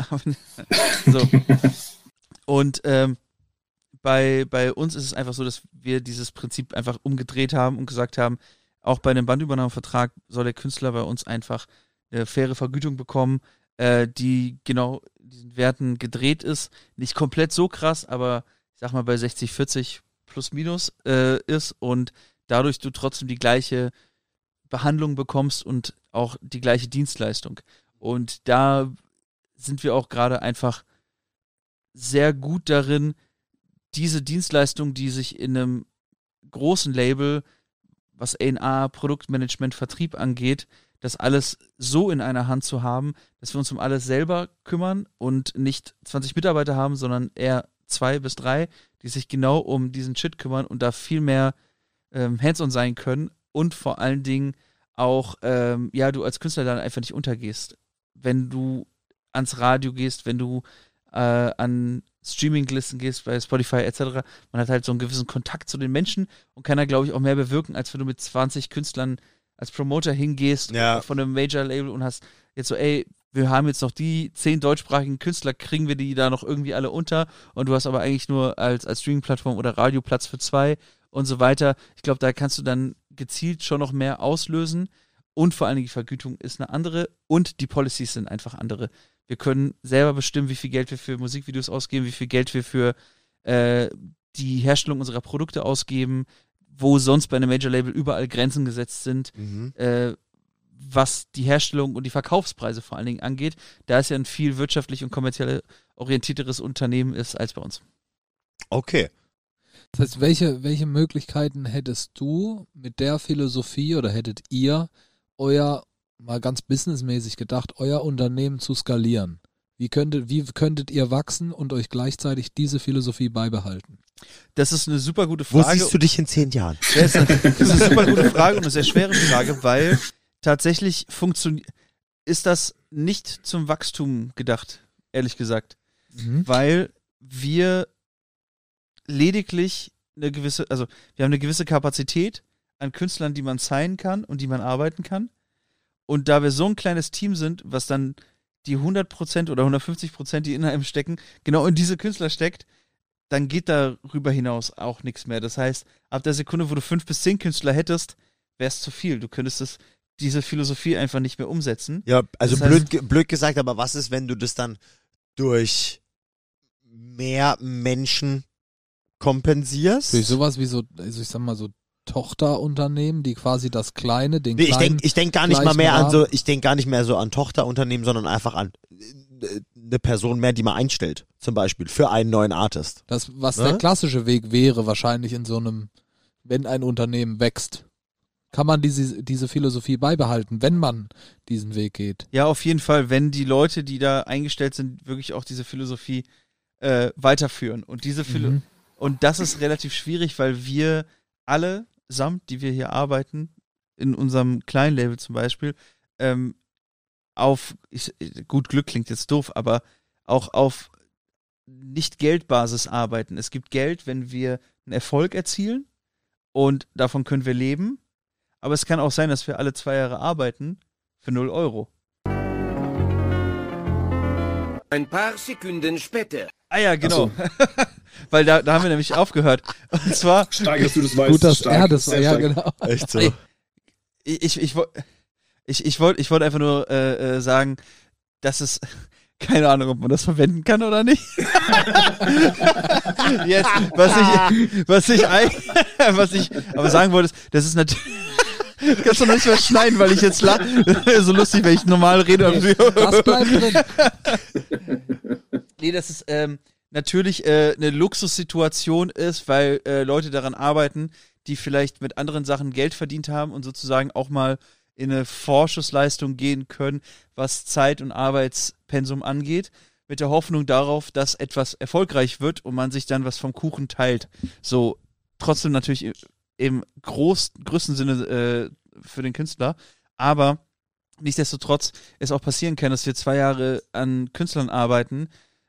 so. Und ähm, bei, bei uns ist es einfach so, dass wir dieses Prinzip einfach umgedreht haben und gesagt haben, auch bei einem Bandübernahmevertrag soll der Künstler bei uns einfach eine faire Vergütung bekommen, äh, die genau diesen Werten gedreht ist. Nicht komplett so krass, aber ich sag mal bei sechzig, vierzig plus minus äh, ist und dadurch du trotzdem die gleiche Behandlung bekommst und auch die gleiche Dienstleistung. Und da sind wir auch gerade einfach sehr gut darin, diese Dienstleistung, die sich in einem großen Label, was A und R, Produktmanagement, Vertrieb angeht, das alles so in einer Hand zu haben, dass wir uns um alles selber kümmern und nicht zwanzig Mitarbeiter haben, sondern eher zwei bis drei, die sich genau um diesen Shit kümmern und da viel mehr ähm, hands-on sein können und vor allen Dingen auch, ähm, ja, du als Künstler dann einfach nicht untergehst. Wenn du ans Radio gehst, wenn du äh, an Streaming-Listen gehst, bei Spotify et cetera, man hat halt so einen gewissen Kontakt zu den Menschen und kann da, glaube ich, auch mehr bewirken, als wenn du mit zwanzig Künstlern als Promoter hingehst Ja. von einem Major-Label und hast jetzt so, ey, wir haben jetzt noch die zehn deutschsprachigen Künstler, kriegen wir die da noch irgendwie alle unter und du hast aber eigentlich nur als, als Streaming-Plattform oder Radio Platz für zwei und so weiter. Ich glaube, da kannst du dann gezielt schon noch mehr auslösen und vor allen Dingen die Vergütung ist eine andere und die Policies sind einfach andere. Wir können selber bestimmen, wie viel Geld wir für Musikvideos ausgeben, wie viel Geld wir für äh, die Herstellung unserer Produkte ausgeben, wo sonst bei einem Major-Label überall Grenzen gesetzt sind, Mhm. äh, was die Herstellung und die Verkaufspreise vor allen Dingen angeht. Da ist ja ein viel wirtschaftlich und kommerzielle orientierteres Unternehmen ist als bei uns. Okay. Das heißt, welche, welche Möglichkeiten hättest du mit der Philosophie oder hättet ihr euer, mal ganz businessmäßig gedacht, euer Unternehmen zu skalieren? Wie könntet, wie könntet ihr wachsen und euch gleichzeitig diese Philosophie beibehalten? Das ist eine super gute Wo Frage. siehst du dich in zehn Jahren? Das ist eine, das ist eine super gute Frage und eine sehr schwere Frage, weil tatsächlich funktioniert, ist das nicht zum Wachstum gedacht, ehrlich gesagt. Mhm. Weil wir lediglich eine gewisse, also wir haben eine gewisse Kapazität an Künstlern, die man signen kann und die man arbeiten kann. Und da wir so ein kleines Team sind, was dann die hundert Prozent oder hundertfünfzig Prozent, die in einem stecken, genau in diese Künstler steckt, dann geht darüber hinaus auch nichts mehr. Das heißt, ab der Sekunde, wo du fünf bis zehn Künstler hättest, wäre es zu viel. Du könntest es, diese Philosophie einfach nicht mehr umsetzen. Ja, also Das blöd, heißt- ge- blöd gesagt, aber was ist, wenn du das dann durch mehr Menschen kompensierst? Durch sowas wie so, also ich sag mal so Tochterunternehmen, die quasi das Kleine, den Nee, ich kleinen... denke ich denk gar nicht mal gleichen mehr an so, Rahmen. ich denke gar nicht mehr so an Tochterunternehmen, sondern einfach an äh, eine Person mehr, die man einstellt, zum Beispiel, für einen neuen Artist. Das, was Ne? der klassische Weg wäre, wahrscheinlich in so einem, wenn ein Unternehmen wächst, kann man diese, diese Philosophie beibehalten, wenn man diesen Weg geht. Ja, auf jeden Fall, wenn die Leute, die da eingestellt sind, wirklich auch diese Philosophie äh, weiterführen. Und diese Philo- Mhm. und das ist relativ schwierig, weil wir alle samt, die wir hier arbeiten, in unserem kleinen Label zum Beispiel, ähm, auf, ich, gut, Glück klingt jetzt doof, aber auch auf nicht Geldbasis arbeiten. Es gibt Geld, wenn wir einen Erfolg erzielen und davon können wir leben. Aber es kann auch sein, dass wir alle zwei Jahre arbeiten für null Euro. Ein paar Sekunden später. Ah ja, genau. Weil da, da haben wir nämlich aufgehört. Und zwar, Stark, dass du das weißt. Gut, dass Stark, er das sehr war, ja stark. genau. Echt so. ich, ich, ich, woll- ich, ich wollte ich wollt einfach nur äh, äh, sagen, dass es, keine Ahnung, ob man das verwenden kann oder nicht. Jetzt, was ich, was ich, eigentlich- was ich aber sagen wollte, ist, das ist natürlich, kannst du noch nicht mehr schneiden, weil ich jetzt lache. Das wäre so lustig, wenn ich normal rede. Und Das bleibt drin. Nee, das ist ähm, natürlich äh, eine Luxussituation ist, weil äh, Leute daran arbeiten, die vielleicht mit anderen Sachen Geld verdient haben und sozusagen auch mal in eine Vorschussleistung gehen können, was Zeit- und Arbeitspensum angeht, mit der Hoffnung darauf, dass etwas erfolgreich wird und man sich dann was vom Kuchen teilt. So, trotzdem natürlich im groß, größten Sinne äh, für den Künstler, aber nichtsdestotrotz es auch passieren kann, dass wir zwei Jahre an Künstlern arbeiten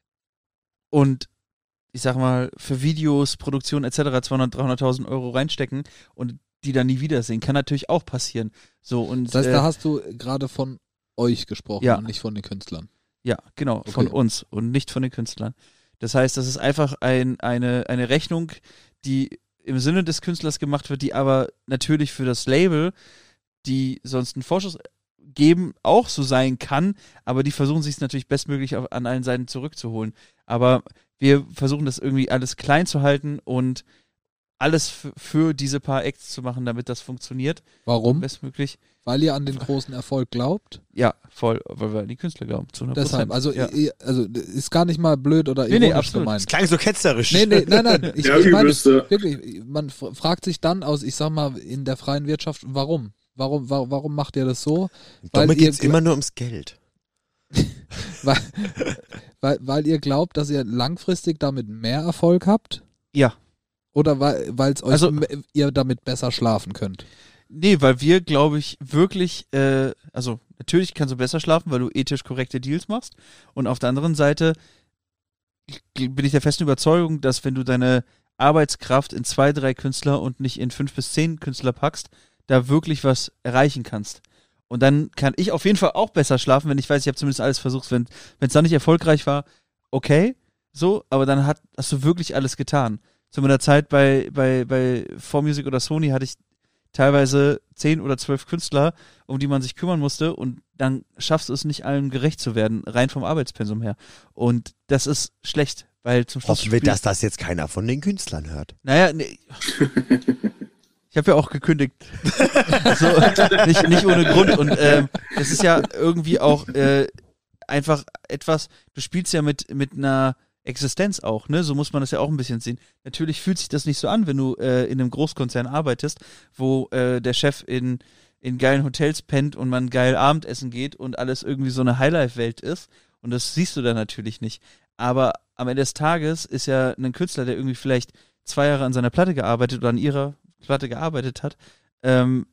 und ich sag mal, für Videos, Produktion et cetera zweihundert, dreihunderttausend Euro reinstecken und die dann nie wiedersehen. Kann natürlich auch passieren. So, und, Das heißt, äh, da hast du gerade von euch gesprochen Ja. und nicht von den Künstlern. ja, genau, von Okay. uns und nicht von den Künstlern. Das heißt, das ist einfach ein, eine, eine Rechnung, die im Sinne des Künstlers gemacht wird, die aber natürlich für das Label, die sonst einen Vorschuss geben, auch so sein kann, aber die versuchen sich es natürlich bestmöglich auf, an allen Seiten zurückzuholen. Aber wir versuchen das irgendwie alles klein zu halten und alles f- für diese paar Acts zu machen, damit das funktioniert. Warum? Bestmöglich. Weil ihr an den großen Erfolg glaubt? Ja, voll, weil wir an die Künstler glauben. Zu hundert Prozent. Deshalb, also, ja. ihr, also ist gar nicht mal blöd oder Nee, nee, ironisch absolut. Das gemeint. klang so ketzerisch. Nee, nee, nein, nein. Ich, Ja, ich meine, übelste. wirklich, man f- fragt sich dann aus, ich sag mal, in der freien Wirtschaft, warum? Warum, warum, warum macht ihr das so? Damit Weil geht es ihr- immer nur ums Geld. Weil, weil, weil ihr glaubt, dass ihr langfristig damit mehr Erfolg habt? Ja. Oder weil weil es euch Also- m- ihr damit besser schlafen könnt? Nee, weil wir, glaube ich, wirklich, äh, also natürlich kannst du besser schlafen, weil du ethisch korrekte Deals machst. Und auf der anderen Seite g- bin ich der festen Überzeugung, dass wenn du deine Arbeitskraft in zwei, drei Künstler und nicht in fünf bis zehn Künstler packst, da wirklich was erreichen kannst. Und dann kann ich auf jeden Fall auch besser schlafen, wenn ich weiß, ich habe zumindest alles versucht. Wenn es dann nicht erfolgreich war, okay, so, aber dann hat, hast du wirklich alles getan. Zu meiner Zeit bei, bei, bei four Music oder Sony hatte ich teilweise zehn oder zwölf Künstler, um die man sich kümmern musste, und dann schaffst du es nicht, allen gerecht zu werden, rein vom Arbeitspensum her. Und das ist schlecht, weil zum Schluss... Hoffen wir, spielt- dass das jetzt keiner von den Künstlern hört. Naja, nee. Ich habe ja auch gekündigt. so, nicht, nicht ohne Grund. Und ähm, das ist ja irgendwie auch äh, einfach etwas, du spielst ja mit, mit einer Existenz auch, ne? So muss man das ja auch ein bisschen sehen. Natürlich fühlt sich das nicht so an, wenn du äh, in einem Großkonzern arbeitest, wo äh, der Chef in, in geilen Hotels pennt und man geil Abendessen geht und alles irgendwie so eine Highlife-Welt ist. Und das siehst du dann natürlich nicht. Aber am Ende des Tages ist ja ein Künstler, der irgendwie vielleicht zwei Jahre an seiner Platte gearbeitet oder an ihrer Platte gearbeitet hat, ähm,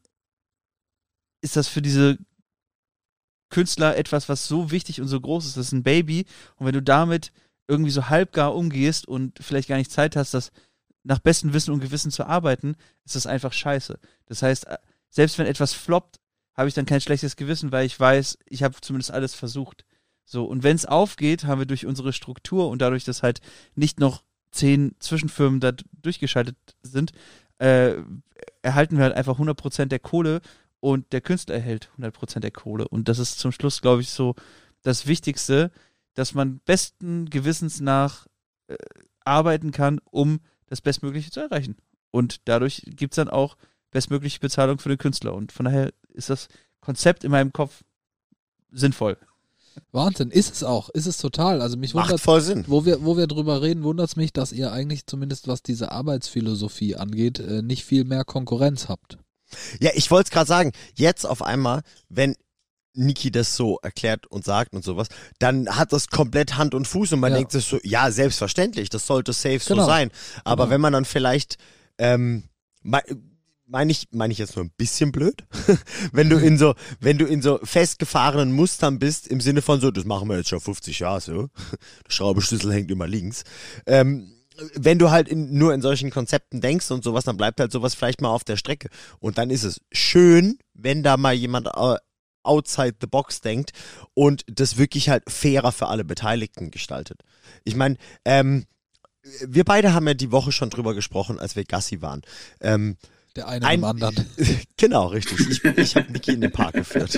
ist das für diese Künstler etwas, was so wichtig und so groß ist. Das ist ein Baby. Und wenn du damit irgendwie so halbgar umgehst und vielleicht gar nicht Zeit hast, das nach bestem Wissen und Gewissen zu arbeiten, ist das einfach scheiße. Das heißt, selbst wenn etwas floppt, habe ich dann kein schlechtes Gewissen, weil ich weiß, ich habe zumindest alles versucht. So, und wenn es aufgeht, haben wir durch unsere Struktur und dadurch, dass halt nicht noch zehn Zwischenfirmen da durchgeschaltet sind, äh, erhalten wir halt einfach hundert Prozent der Kohle und der Künstler erhält hundert Prozent der Kohle. Und das ist zum Schluss, glaube ich, so das Wichtigste, dass man besten Gewissens nach äh, arbeiten kann, um das Bestmögliche zu erreichen. Und dadurch gibt es dann auch bestmögliche Bezahlung für den Künstler. Und von daher ist das Konzept in meinem Kopf sinnvoll. Wahnsinn, ist es auch, ist es total. Also mich Macht wundert, voll Sinn. wo wir, wo wir drüber reden, wundert es mich, dass ihr eigentlich zumindest, was diese Arbeitsphilosophie angeht, äh, nicht viel mehr Konkurrenz habt. Ja, ich wollte es gerade sagen, jetzt auf einmal, wenn Niki das so erklärt und sagt und sowas, dann hat das komplett Hand und Fuß und man Ja. denkt sich so, ja, selbstverständlich, das sollte safe Genau. so sein. Aber Genau. wenn man dann vielleicht, ähm, me- meine ich, meine ich jetzt nur ein bisschen blöd, wenn du in so, wenn du in so festgefahrenen Mustern bist, im Sinne von so, das machen wir jetzt schon fünfzig Jahre so, der Schraubenschlüssel hängt immer links, ähm, wenn du halt in, nur in solchen Konzepten denkst und sowas, dann bleibt halt sowas vielleicht mal auf der Strecke. Und dann ist es schön, wenn da mal jemand äh, outside the box denkt und das wirklich halt fairer für alle Beteiligten gestaltet. Ich meine, ähm, wir beide haben ja die Woche schon drüber gesprochen, als wir Gassi waren. Ähm, Der eine ein, dem anderen. Genau, richtig. Ich, ich habe Niki in den Park geführt.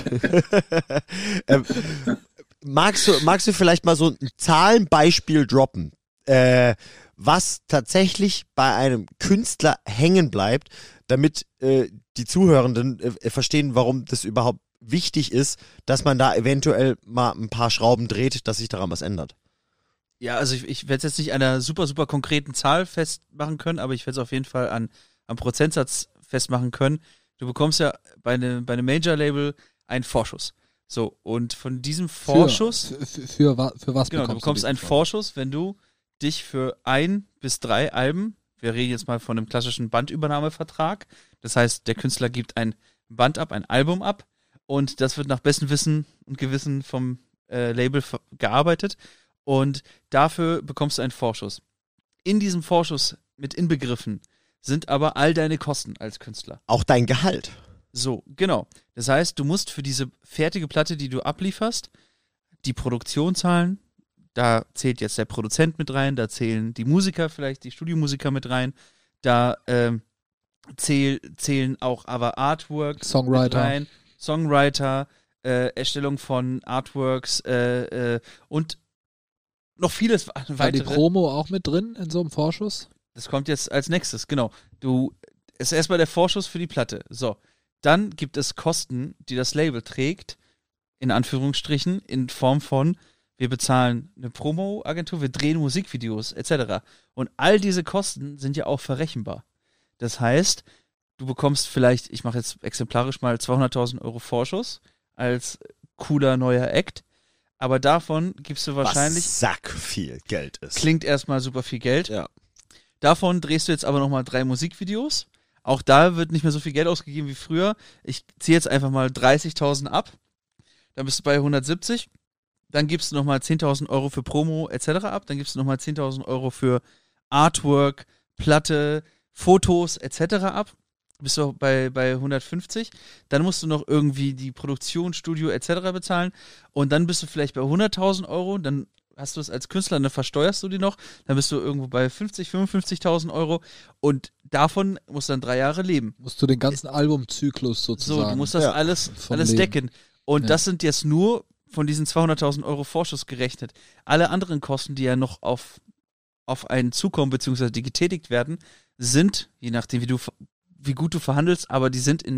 ähm, magst, du, magst du vielleicht mal so ein Zahlenbeispiel droppen, äh, was tatsächlich bei einem Künstler hängen bleibt, damit äh, die Zuhörenden äh, verstehen, warum das überhaupt wichtig ist, dass man da eventuell mal ein paar Schrauben dreht, dass sich daran was ändert? Ja, also ich, ich werde es jetzt nicht an einer super, super konkreten Zahl festmachen können, aber ich werde es auf jeden Fall an am Prozentsatz festmachen können. Du bekommst ja bei einem bei einem Major-Label einen Vorschuss. So, und von diesem Vorschuss, Für, für, für, wa- für was genau, du bekommst bekommst diesen einen Vorschuss, wenn du dich für ein bis drei Alben, wir reden jetzt mal von einem klassischen Bandübernahmevertrag, das heißt, der Künstler gibt ein Band ab, ein Album ab und das wird nach bestem Wissen und Gewissen vom äh, Label ver- gearbeitet und dafür bekommst du einen Vorschuss. In diesem Vorschuss mit inbegriffen sind aber all deine Kosten als Künstler. Auch dein Gehalt. So, genau. Das heißt, du musst für diese fertige Platte, die du ablieferst, die Produktion zahlen. Da zählt jetzt der Produzent mit rein, da zählen die Musiker vielleicht, die Studiomusiker mit rein. Da ähm, zähl, zählen auch aber Artworks Songwriter. mit rein, Songwriter, äh, Erstellung von Artworks äh, äh, und noch vieles War die weitere. Promo auch mit drin in so einem Vorschuss? Das kommt jetzt als nächstes, genau. Du, es ist erstmal der Vorschuss für die Platte. So, dann gibt es Kosten, die das Label trägt, in Anführungsstrichen, in Form von, wir bezahlen eine Promo-Agentur, wir drehen Musikvideos, et cetera. Und all diese Kosten sind ja auch verrechenbar. Das heißt, du bekommst vielleicht, ich mache jetzt exemplarisch mal zweihunderttausend Euro Vorschuss als cooler neuer Act, aber davon gibst du wahrscheinlich, Was sack viel Geld ist. klingt erstmal super viel Geld, Ja. davon drehst du jetzt aber nochmal drei Musikvideos. Auch da wird nicht mehr so viel Geld ausgegeben wie früher. Ich ziehe jetzt einfach mal dreißigtausend ab. Dann bist du bei hundertsiebzig. Dann gibst du nochmal zehntausend Euro für Promo et cetera ab. Dann gibst du nochmal zehntausend Euro für Artwork, Platte, Fotos et cetera ab. Bist du bei, bei hundertfünfzig. Dann musst du noch irgendwie die Produktion, Studio et cetera bezahlen. Und dann bist du vielleicht bei hunderttausend Euro. Dann hast du es als Künstler, dann versteuerst du die noch, dann bist du irgendwo bei fünfzig, fünfundfünfzigtausend Euro und davon musst du dann drei Jahre leben. Musst du den ganzen Albumzyklus sozusagen. So, du musst das Ja. alles, Vom alles Leben. decken. Und Ja. das sind jetzt nur von diesen zweihunderttausend Euro Vorschuss gerechnet. Alle anderen Kosten, die ja noch auf, auf einen zukommen, beziehungsweise die getätigt werden, sind, je nachdem wie du wie gut du verhandelst, aber die sind in,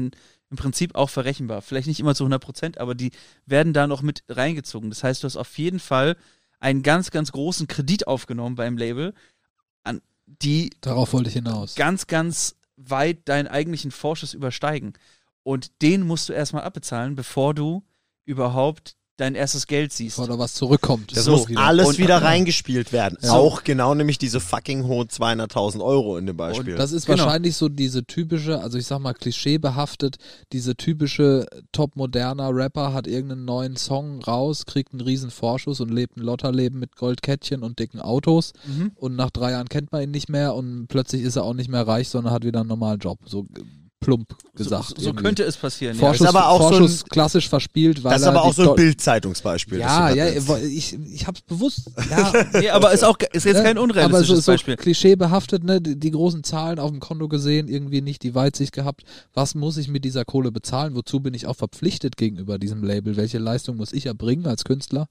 im Prinzip auch verrechenbar. Vielleicht nicht immer zu hundert Prozent, aber die werden da noch mit reingezogen. Das heißt, du hast auf jeden Fall einen ganz, ganz großen Kredit aufgenommen beim Label, an die Darauf wollte ich hinaus. ganz, ganz weit deinen eigentlichen Vorschuss übersteigen. Und den musst du erstmal abbezahlen, bevor du überhaupt dein erstes Geld siehst. Bevor da was zurückkommt. Das So. muss alles Und- wieder reingespielt werden. Ja. Auch genau nämlich diese fucking hohen zweihunderttausend Euro in dem Beispiel. Das ist Genau. wahrscheinlich so diese typische, also ich sag mal klischeebehaftet, diese typische top-moderner Rapper hat irgendeinen neuen Song raus, kriegt einen riesen Vorschuss und lebt ein Lotterleben mit Goldkettchen und dicken Autos Mhm. und nach drei Jahren kennt man ihn nicht mehr und plötzlich ist er auch nicht mehr reich, sondern hat wieder einen normalen Job. So äh, plump gesagt. So, so irgendwie. könnte es passieren. Ja. Vorschuss, Das ist aber auch so ein- Vorschuss klassisch verspielt, weil das ist er aber auch die so ein Deu- Bild-Zeitungsbeispiel. Ja, das du ja, grad nennst. ich, ich hab's bewusst. Ja, Nee, aber ist auch ist jetzt Ja, kein aber unrealistisches so, so Beispiel. klischeebehaftet, ne? Die, die großen Zahlen auf dem Konto gesehen, irgendwie nicht die Weitsicht gehabt. Was muss ich mit dieser Kohle bezahlen? Wozu bin ich auch verpflichtet gegenüber diesem Label? Welche Leistung muss ich erbringen als Künstler?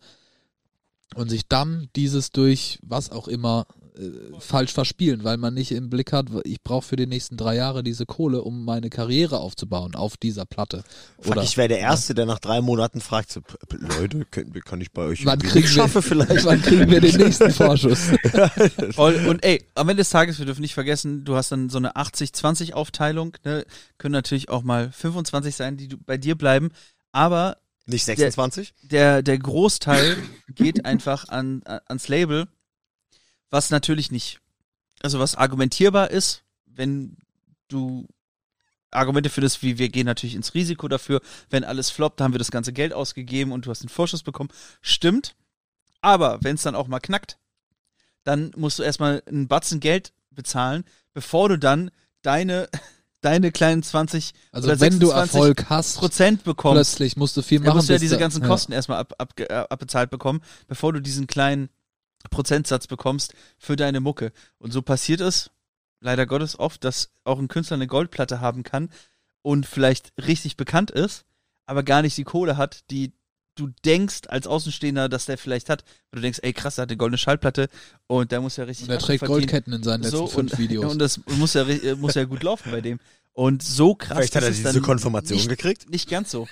Und sich dann dieses durch was auch immer äh, falsch verspielen, weil man nicht im Blick hat, ich brauche für die nächsten drei Jahre diese Kohle, um meine Karriere aufzubauen auf dieser Platte. Fuck, Oder ich wäre der Erste, der nach drei Monaten fragt, so, "P- p- Leute, kann, kann ich bei euch wann irgendwie kriegen, wir, schaffe vielleicht? wann kriegen wir den nächsten Vorschuss? Voll. Und ey, am Ende des Tages, wir dürfen nicht vergessen, du hast dann so eine achtzig zwanzig Aufteilung, ne? Können natürlich auch mal fünfundzwanzig sein, die du, bei dir bleiben, aber Nicht sechsundzwanzig? der, der Großteil geht einfach an, an, ans Label, was natürlich nicht, also was argumentierbar ist, wenn du Argumente findest, wie wir gehen natürlich ins Risiko dafür, wenn alles floppt, haben wir das ganze Geld ausgegeben und du hast den Vorschuss bekommen, stimmt, aber wenn es dann auch mal knackt, dann musst du erstmal einen Batzen Geld bezahlen, bevor du dann deine, deine kleinen zwanzig Also oder wenn du sechsundzwanzig Erfolg hast, Prozent bekommst. plötzlich musst du viel Du machen. musst ja bis diese da- ganzen ja. Kosten erstmal ab, ab, äh, abbezahlt bekommen, bevor du diesen kleinen Prozentsatz bekommst für deine Mucke. Und so passiert es leider Gottes oft, dass auch ein Künstler eine Goldplatte haben kann und vielleicht richtig bekannt ist, aber gar nicht die Kohle hat, die du denkst als Außenstehender, dass der vielleicht hat. Du denkst, ey krass, der hat eine goldene Schallplatte und der muss ja richtig Und er trägt verdienen. Goldketten in seinen letzten So, fünf und, Videos. Und das muss ja, ri- muss ja gut laufen bei dem. Und so krass Vielleicht hat er ist es diese dann Konfirmation nicht, gekriegt. nicht ganz so.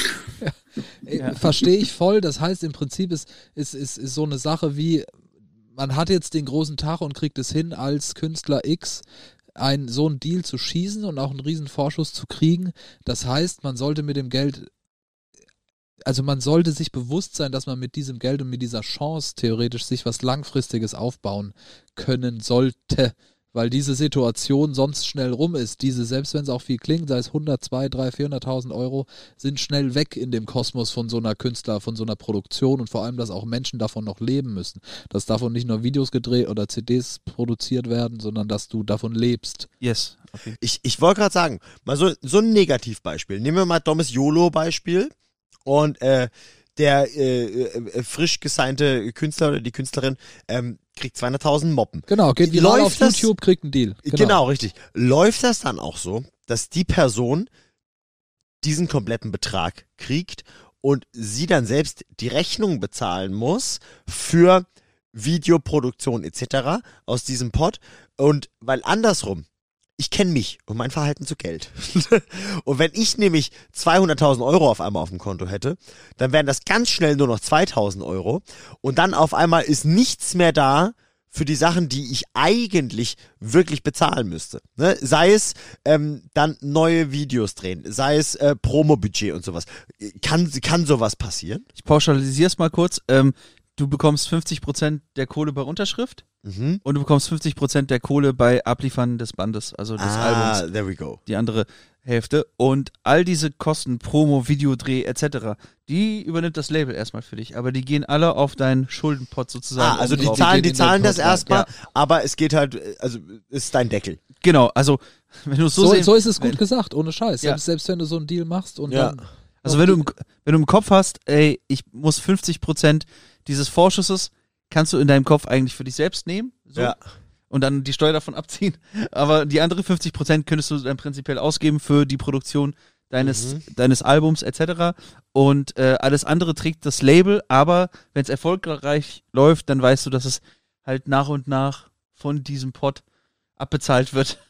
Äh, Ja. Verstehe ich voll. Das heißt, im Prinzip ist, ist, ist, ist so eine Sache wie, man hat jetzt den großen Tag und kriegt es hin, als Künstler X ein, so einen Deal zu schießen und auch einen riesen Vorschuss zu kriegen. Das heißt, man sollte mit dem Geld, also man sollte sich bewusst sein, dass man mit diesem Geld und mit dieser Chance theoretisch sich was Langfristiges aufbauen können sollte, weil diese Situation sonst schnell rum ist. Diese, selbst wenn es auch viel klingt, sei es hundert, zweihundert, dreihundert, vierhunderttausend Euro, sind schnell weg in dem Kosmos von so einer Künstler, von so einer Produktion und vor allem, dass auch Menschen davon noch leben müssen. Dass davon nicht nur Videos gedreht oder C Ds produziert werden, sondern dass du davon lebst. Yes. Okay. Ich, ich wollte gerade sagen, mal so, so ein Negativbeispiel. Nehmen wir mal Dommes YOLO-Beispiel und äh, der äh, äh, frisch gesignte Künstler oder die Künstlerin ähm, kriegt zweihunderttausend Moppen. Genau, geht viral Läuft auf das- YouTube, kriegt einen Deal. Genau. richtig. Läuft das dann auch so, dass die Person diesen kompletten Betrag kriegt und sie dann selbst die Rechnung bezahlen muss für Videoproduktion et cetera aus diesem Pot? Und weil andersrum, ich kenne mich und mein Verhalten zu Geld. Und wenn ich nämlich zweihunderttausend Euro auf einmal auf dem Konto hätte, dann wären das ganz schnell nur noch zweitausend Euro und dann auf einmal ist nichts mehr da für die Sachen, die ich eigentlich wirklich bezahlen müsste. Ne? Sei es ähm, dann neue Videos drehen, sei es äh, Promo-Budget und sowas. Kann, kann sowas passieren? Ich pauschalisiere es mal kurz. Ähm, du bekommst fünfzig Prozent der Kohle bei Unterschrift Mhm. und du bekommst fünfzig Prozent der Kohle bei Abliefern des Bandes, also des Ah, Albums, there we go. die andere Hälfte. Und all diese Kosten, Promo, Videodreh et cetera, die übernimmt das Label erstmal für dich, aber die gehen alle auf deinen Schuldenpot sozusagen. Ah, also die obendrauf. zahlen, geht die in den zahlen das Pot rein, erstmal, ja. aber es geht halt, äh, also ist dein Deckel. Genau, also wenn du es so, So, sehen, so ist es gut wenn, gesagt, ohne Scheiß. Ja. Selbst, selbst wenn du so einen Deal machst und Ja. dann. Also wenn du, im, wenn du im Kopf hast, ey, ich muss fünfzig Prozent dieses Vorschusses, kannst du in deinem Kopf eigentlich für dich selbst nehmen. So. Ja. Und dann die Steuer davon abziehen. Aber die andere fünfzig Prozent könntest du dann prinzipiell ausgeben für die Produktion deines, Mhm. deines Albums et cetera. Und äh, alles andere trägt das Label, aber wenn es erfolgreich läuft, dann weißt du, dass es halt nach und nach von diesem Pot abbezahlt wird.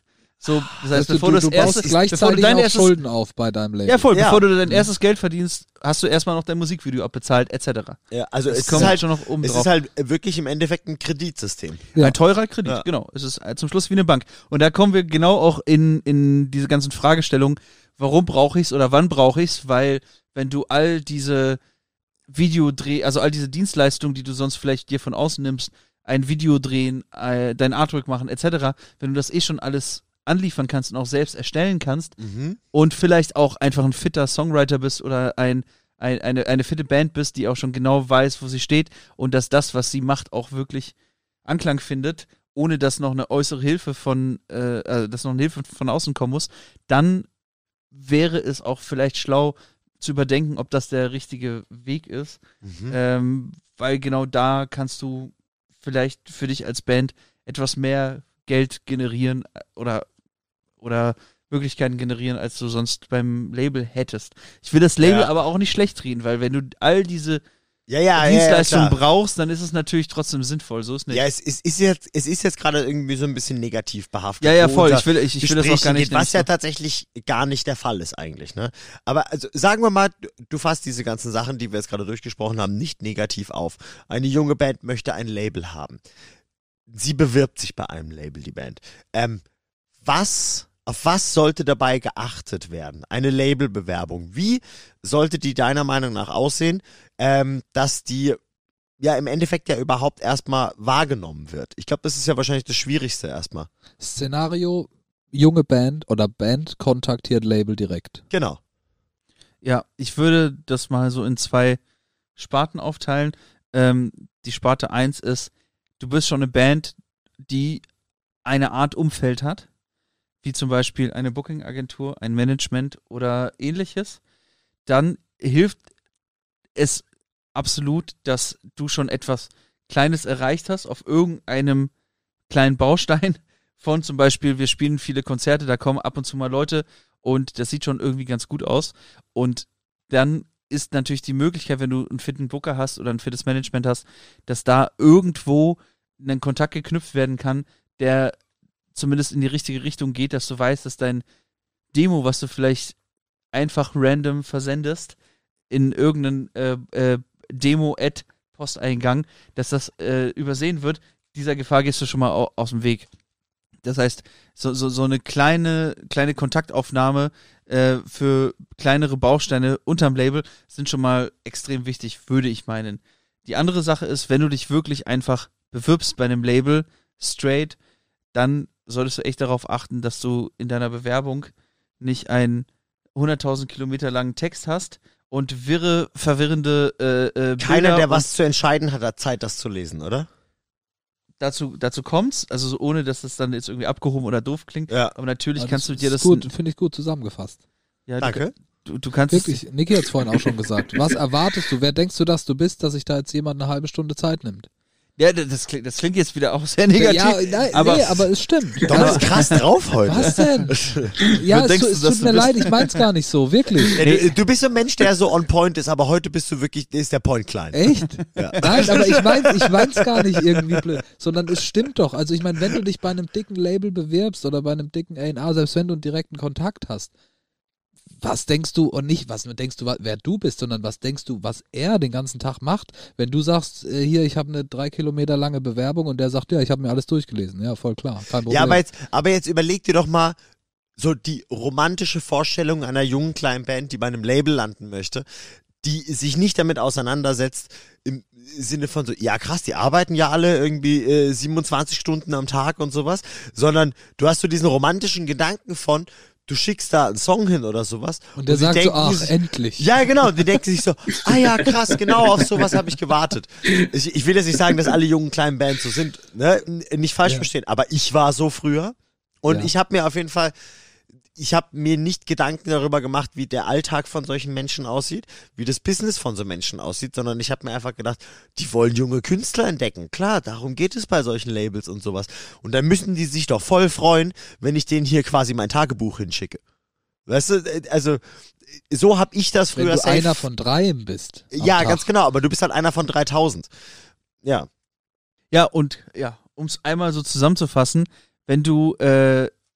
So, das heißt, Weißt du, bevor du, du, du das erste, baust bevor du gleichzeitig dein auch erstes, Schulden auf bei deinem Label. ja voll, Ja. bevor du dein erstes Geld verdienst, hast du erstmal noch dein Musikvideo abbezahlt, et cetera. Ja, also Das es kommt ist halt schon noch oben es drauf. ist halt wirklich im Endeffekt ein Kreditsystem. Ja. Ein teurer Kredit, Ja. genau. Es ist äh, zum Schluss wie eine Bank. Und da kommen wir genau auch in, in diese ganzen Fragestellungen, warum brauche ich es oder wann brauche ich es, weil wenn du all diese Videodreh, also all diese Dienstleistungen, die du sonst vielleicht dir von außen nimmst, ein Video drehen, äh, dein Artwork machen, et cetera, wenn du das eh schon alles anliefern kannst und auch selbst erstellen kannst Mhm. und vielleicht auch einfach ein fitter Songwriter bist oder ein, ein, eine, eine fitte Band bist, die auch schon genau weiß, wo sie steht und dass das, was sie macht, auch wirklich Anklang findet, ohne dass noch eine äußere Hilfe von, äh, also dass noch eine Hilfe von außen kommen muss, dann wäre es auch vielleicht schlau zu überdenken, ob das der richtige Weg ist, Mhm. ähm, weil genau da kannst du vielleicht für dich als Band etwas mehr Geld generieren äh, oder, oder Möglichkeiten generieren, als du sonst beim Label hättest. Ich will das Label Ja. aber auch nicht schlecht reden, weil wenn du all diese Ja, ja, Dienstleistungen ja, ja, klar. brauchst, dann ist es natürlich trotzdem sinnvoll. So ist nicht. Ja, es ist, ist jetzt, es ist jetzt gerade irgendwie so ein bisschen negativ behaftet. Ja, ja, wo voll. unser Ich will, ich, ich will das auch Gespräch gar nicht. geht, was ja nennen. tatsächlich gar nicht der Fall ist eigentlich, ne? Aber also sagen wir mal, du, du fasst diese ganzen Sachen, die wir jetzt gerade durchgesprochen haben, nicht negativ auf. Eine junge Band möchte ein Label haben. Sie bewirbt sich bei einem Label, die Band. Ähm, was, auf was sollte dabei geachtet werden? Eine Labelbewerbung. Wie sollte die deiner Meinung nach aussehen, ähm, dass die ja im Endeffekt ja überhaupt erstmal wahrgenommen wird? Ich glaube, das ist ja wahrscheinlich das Schwierigste erstmal. Szenario, junge Band oder Band kontaktiert Label direkt. Genau. Ja, ich würde das mal so in zwei Sparten aufteilen. Ähm, die Sparte eins ist, du bist schon eine Band, die eine Art Umfeld hat, wie zum Beispiel eine Booking-Agentur, ein Management oder ähnliches. Dann hilft es absolut, dass du schon etwas Kleines erreicht hast auf irgendeinem kleinen Baustein von zum Beispiel, wir spielen viele Konzerte, da kommen ab und zu mal Leute und das sieht schon irgendwie ganz gut aus. Und dann ist natürlich die Möglichkeit, wenn du einen fitten Booker hast oder ein fittes Management hast, dass da irgendwo ein Kontakt geknüpft werden kann, der zumindest in die richtige Richtung geht, dass du weißt, dass dein Demo, was du vielleicht einfach random versendest, in irgendeinen äh, äh, Demo-Ad-Posteingang, dass das äh, übersehen wird. Dieser Gefahr gehst du schon mal au- aus dem Weg. Das heißt, so, so, so eine kleine, kleine Kontaktaufnahme äh, für kleinere Bausteine unterm Label sind schon mal extrem wichtig, würde ich meinen. Die andere Sache ist, wenn du dich wirklich einfach bewirbst bei einem Label, straight, dann solltest du echt darauf achten, dass du in deiner Bewerbung nicht einen hunderttausend Kilometer langen Text hast und wirre, verwirrende äh, äh, Keiner, Bilder der und was zu entscheiden hat, hat Zeit, das zu lesen, oder? dazu, dazu kommt's, also so ohne, dass das dann jetzt irgendwie abgehoben oder doof klingt, Ja. aber natürlich Ja, kannst du das dir ist das... gut, finde ich gut zusammengefasst. Ja, Danke. Du, du kannst es- Wirklich, Niki hat es vorhin auch schon gesagt. Was erwartest du? Wer denkst du, dass du bist, dass sich da jetzt jemand eine halbe Stunde Zeit nimmt? Ja, das klingt, das klingt jetzt wieder auch sehr negativ. Ja, nein, aber, nee, aber es stimmt. Du bist krass drauf heute. Was denn? Ja, es, denkst tu- du, es dass tut du mir bist? leid, ich mein's gar nicht so, wirklich. Ja, du, du bist so ein Mensch, der so on point ist, aber heute bist du wirklich, ist der Point klein. Echt? Ja. Nein, aber ich mein, ich mein's gar nicht irgendwie blöd, sondern es stimmt doch. Also ich meine, wenn du dich bei einem dicken Label bewirbst oder bei einem dicken A und R, selbst wenn du einen direkten Kontakt hast, was denkst du, und nicht, was denkst du, wer du bist, sondern was denkst du, was er den ganzen Tag macht, wenn du sagst, äh, hier, ich habe eine drei Kilometer lange Bewerbung und der sagt, ja, ich habe mir alles durchgelesen. Ja, voll klar, kein Problem. Ja, aber jetzt, aber jetzt überleg dir doch mal so die romantische Vorstellung einer jungen kleinen Band, die bei einem Label landen möchte, die sich nicht damit auseinandersetzt im Sinne von so, ja krass, die arbeiten ja alle irgendwie äh, siebenundzwanzig Stunden am Tag und sowas, sondern du hast so diesen romantischen Gedanken von, du schickst da einen Song hin oder sowas. und der sie sagt so, denken ach, sich- endlich. Ja, genau. Die denken sich so, ah ja, krass, genau, auf sowas habe ich gewartet. Ich, ich will jetzt nicht sagen, dass alle jungen kleinen Bands so sind, ne? N- Nicht falsch Ja. verstehen, aber ich war so früher und Ja. ich habe mir auf jeden Fall, ich habe mir nicht Gedanken darüber gemacht, wie der Alltag von solchen Menschen aussieht, wie das Business von so Menschen aussieht, sondern ich habe mir einfach gedacht, die wollen junge Künstler entdecken. Klar, darum geht es bei solchen Labels und sowas. Und dann müssen die sich doch voll freuen, wenn ich denen hier quasi mein Tagebuch hinschicke. Weißt du, äh, also so habe ich das Wenn früher du safe. einer von dreien bist. am Ja, Tag. ganz genau, aber du bist halt einer von dreitausend. Ja. Ja, und ja, um es einmal so zusammenzufassen, wenn du äh,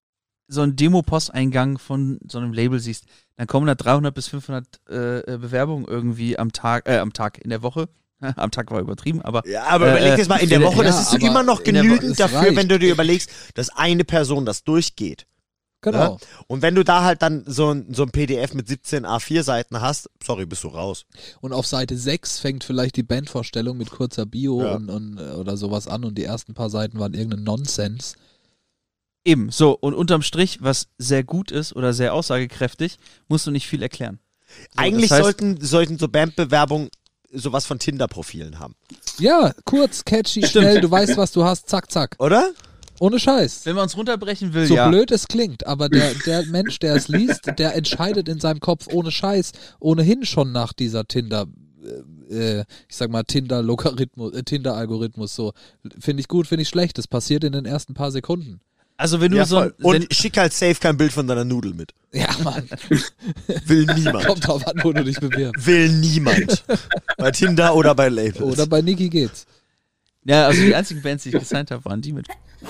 so einen Demo-Posteingang von so einem Label siehst, dann kommen da dreihundert bis fünfhundert äh, Bewerbungen irgendwie am Tag, äh, am Tag in der Woche. Am Tag war übertrieben, aber... Ja, aber äh, überleg das mal, in der Woche, ja, das ist aber immer noch in der Wo- genügend es dafür, reicht. wenn du dir überlegst, dass eine Person das durchgeht. Genau. Ja? Und wenn du da halt dann so ein, so ein P D F mit siebzehn A vier Seiten hast, sorry, bist du raus. Und auf Seite sechs fängt vielleicht die Bandvorstellung mit kurzer Bio Ja. und, und äh, oder sowas an und die ersten paar Seiten waren irgendein Nonsens. Eben, so, und unterm Strich, was sehr gut ist oder sehr aussagekräftig, musst du nicht viel erklären. So, Eigentlich das heißt, sollten, sollten so Bandbewerbungen sowas von Tinder-Profilen haben. Ja, kurz, catchy, schnell, du weißt, was du hast, zack, zack. Oder? Ohne Scheiß. wenn man es runterbrechen will, So ja. blöd es klingt, aber der, der Mensch, der es liest, der entscheidet in seinem Kopf ohne Scheiß ohnehin schon nach dieser Tinder, äh, ich sag mal Tinder-Logarithmus, äh, Tinder-Algorithmus so. Finde ich gut, finde ich schlecht. Das passiert in den ersten paar Sekunden. Also wenn du Ja, so voll. ein, Und wenn, schick halt safe kein Bild von deiner Nudel mit. Ja, Mann. Will niemand. Kommt drauf an, wo du dich bewirbst. Will niemand. Bei Tinder oder bei Labels. Oder bei Niki geht's. ja, also die einzigen Bands, die ich gesigned habe, waren die mit.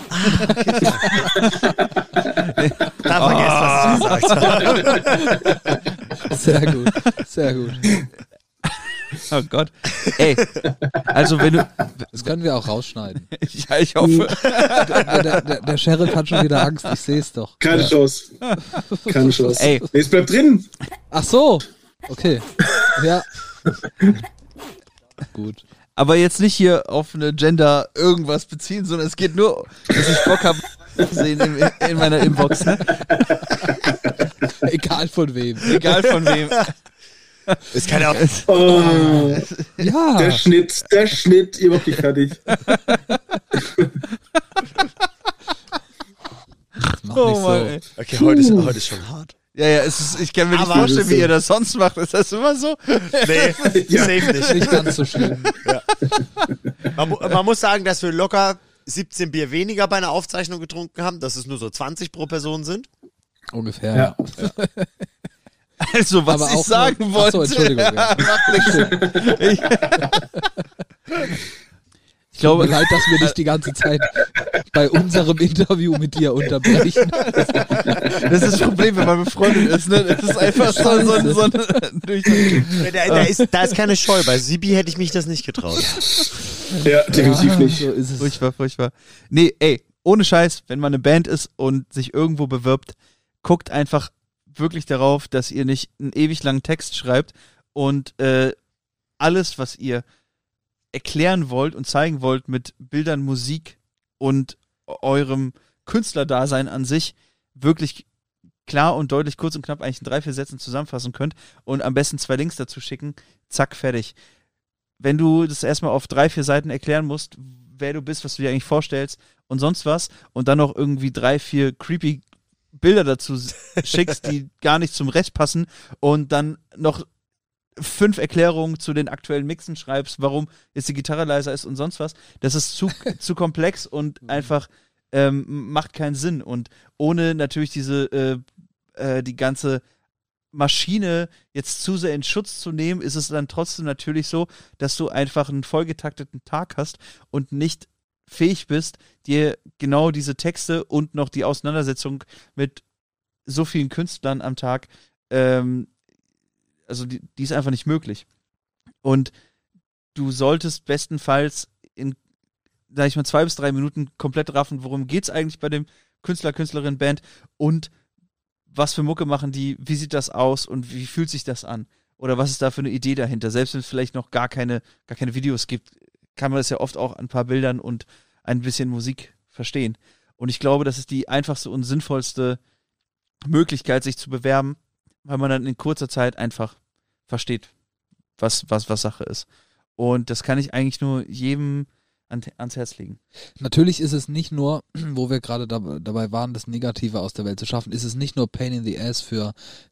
Da vergesst, was ich gesagt habe. Sehr gut, sehr gut. Oh Gott. Ey, also wenn du, Das können wir auch rausschneiden. ja, ich hoffe, Der, der, der, der Sheriff hat schon wieder Angst, ich sehe es doch. Keine Chance. Keine Chance. Ey. Nee, es bleibt drin. Ach so, okay. Ja. Gut. aber jetzt nicht hier auf eine Gender irgendwas beziehen, sondern es geht nur, dass ich Bock habe zu sehen in, in meiner Inbox, ne? Egal von wem. Egal von wem. Es kann ja auch. Oh, Ja. der Schnitt, der Schnitt, ihr macht mich fertig. Mach Oh nicht so. Mann, ey. Okay, heute ist, heute ist schon hart. Ja, ja, es ist, ich kann mir nicht Aber- vorstellen, wie ihr das sonst macht. Ist das immer so? Nee, safe nicht. Nicht ganz so schlimm. Man, mu- man muss sagen, dass wir locker siebzehn Bier weniger bei einer Aufzeichnung getrunken haben, dass es nur so zwanzig pro Person sind. Ungefähr. Ja. Also, was Aber ich auch sagen nur- Ach so, wollte. Entschuldigung, ja. Macht nichts. Ich Tut mir glaube, leid, dass wir dich die ganze Zeit bei unserem Interview mit dir unterbrechen. das ist das Problem, wenn man befreundet ist, ne? Das ist einfach so, so, so, so durch. Da, da, ist, da ist keine Scheu. Bei Sibi hätte ich mich das nicht getraut. Ja, definitiv nicht. So ist es. Furchtbar, furchtbar. Nee, ey, ohne Scheiß, wenn man eine Band ist und sich irgendwo bewirbt, guckt einfach wirklich darauf, dass ihr nicht einen ewig langen Text schreibt und äh, alles, was ihr erklären wollt und zeigen wollt mit Bildern, Musik und eurem Künstlerdasein an sich wirklich klar und deutlich, kurz und knapp eigentlich in drei, vier Sätzen zusammenfassen könnt und am besten zwei Links dazu schicken, zack, fertig. Wenn du das erstmal auf drei, vier Seiten erklären musst, wer du bist, was du dir eigentlich vorstellst und sonst was und dann noch irgendwie drei, vier creepy Bilder dazu s- schickst, die gar nicht zum Rest passen und dann noch fünf Erklärungen zu den aktuellen Mixen schreibst, warum jetzt die Gitarre leiser ist und sonst was, das ist zu, zu komplex und einfach ähm, macht keinen Sinn. Und ohne natürlich diese, äh, äh, die ganze Maschine jetzt zu sehr in Schutz zu nehmen, ist es dann trotzdem natürlich so, dass du einfach einen vollgetakteten Tag hast und nicht fähig bist, dir genau diese Texte und noch die Auseinandersetzung mit so vielen Künstlern am Tag ähm, also die, die ist einfach nicht möglich. Und du solltest bestenfalls in, sag ich mal, zwei bis drei Minuten komplett raffen, worum geht's eigentlich bei dem Künstler, Künstlerin, Band und was für Mucke machen die, wie sieht das aus und wie fühlt sich das an? Oder was ist da für eine Idee dahinter? Selbst wenn es vielleicht noch gar keine, gar keine Videos gibt, kann man das ja oft auch an ein paar Bildern und ein bisschen Musik verstehen. Und ich glaube, das ist die einfachste und sinnvollste Möglichkeit, sich zu bewerben, weil man dann in kurzer Zeit einfach versteht, was, was, was Sache ist. Und das kann ich eigentlich nur jedem an, ans Herz legen. Natürlich ist es nicht nur, wo wir gerade dab- dabei waren, das Negative aus der Welt zu schaffen, ist es nicht nur Pain in the Ass für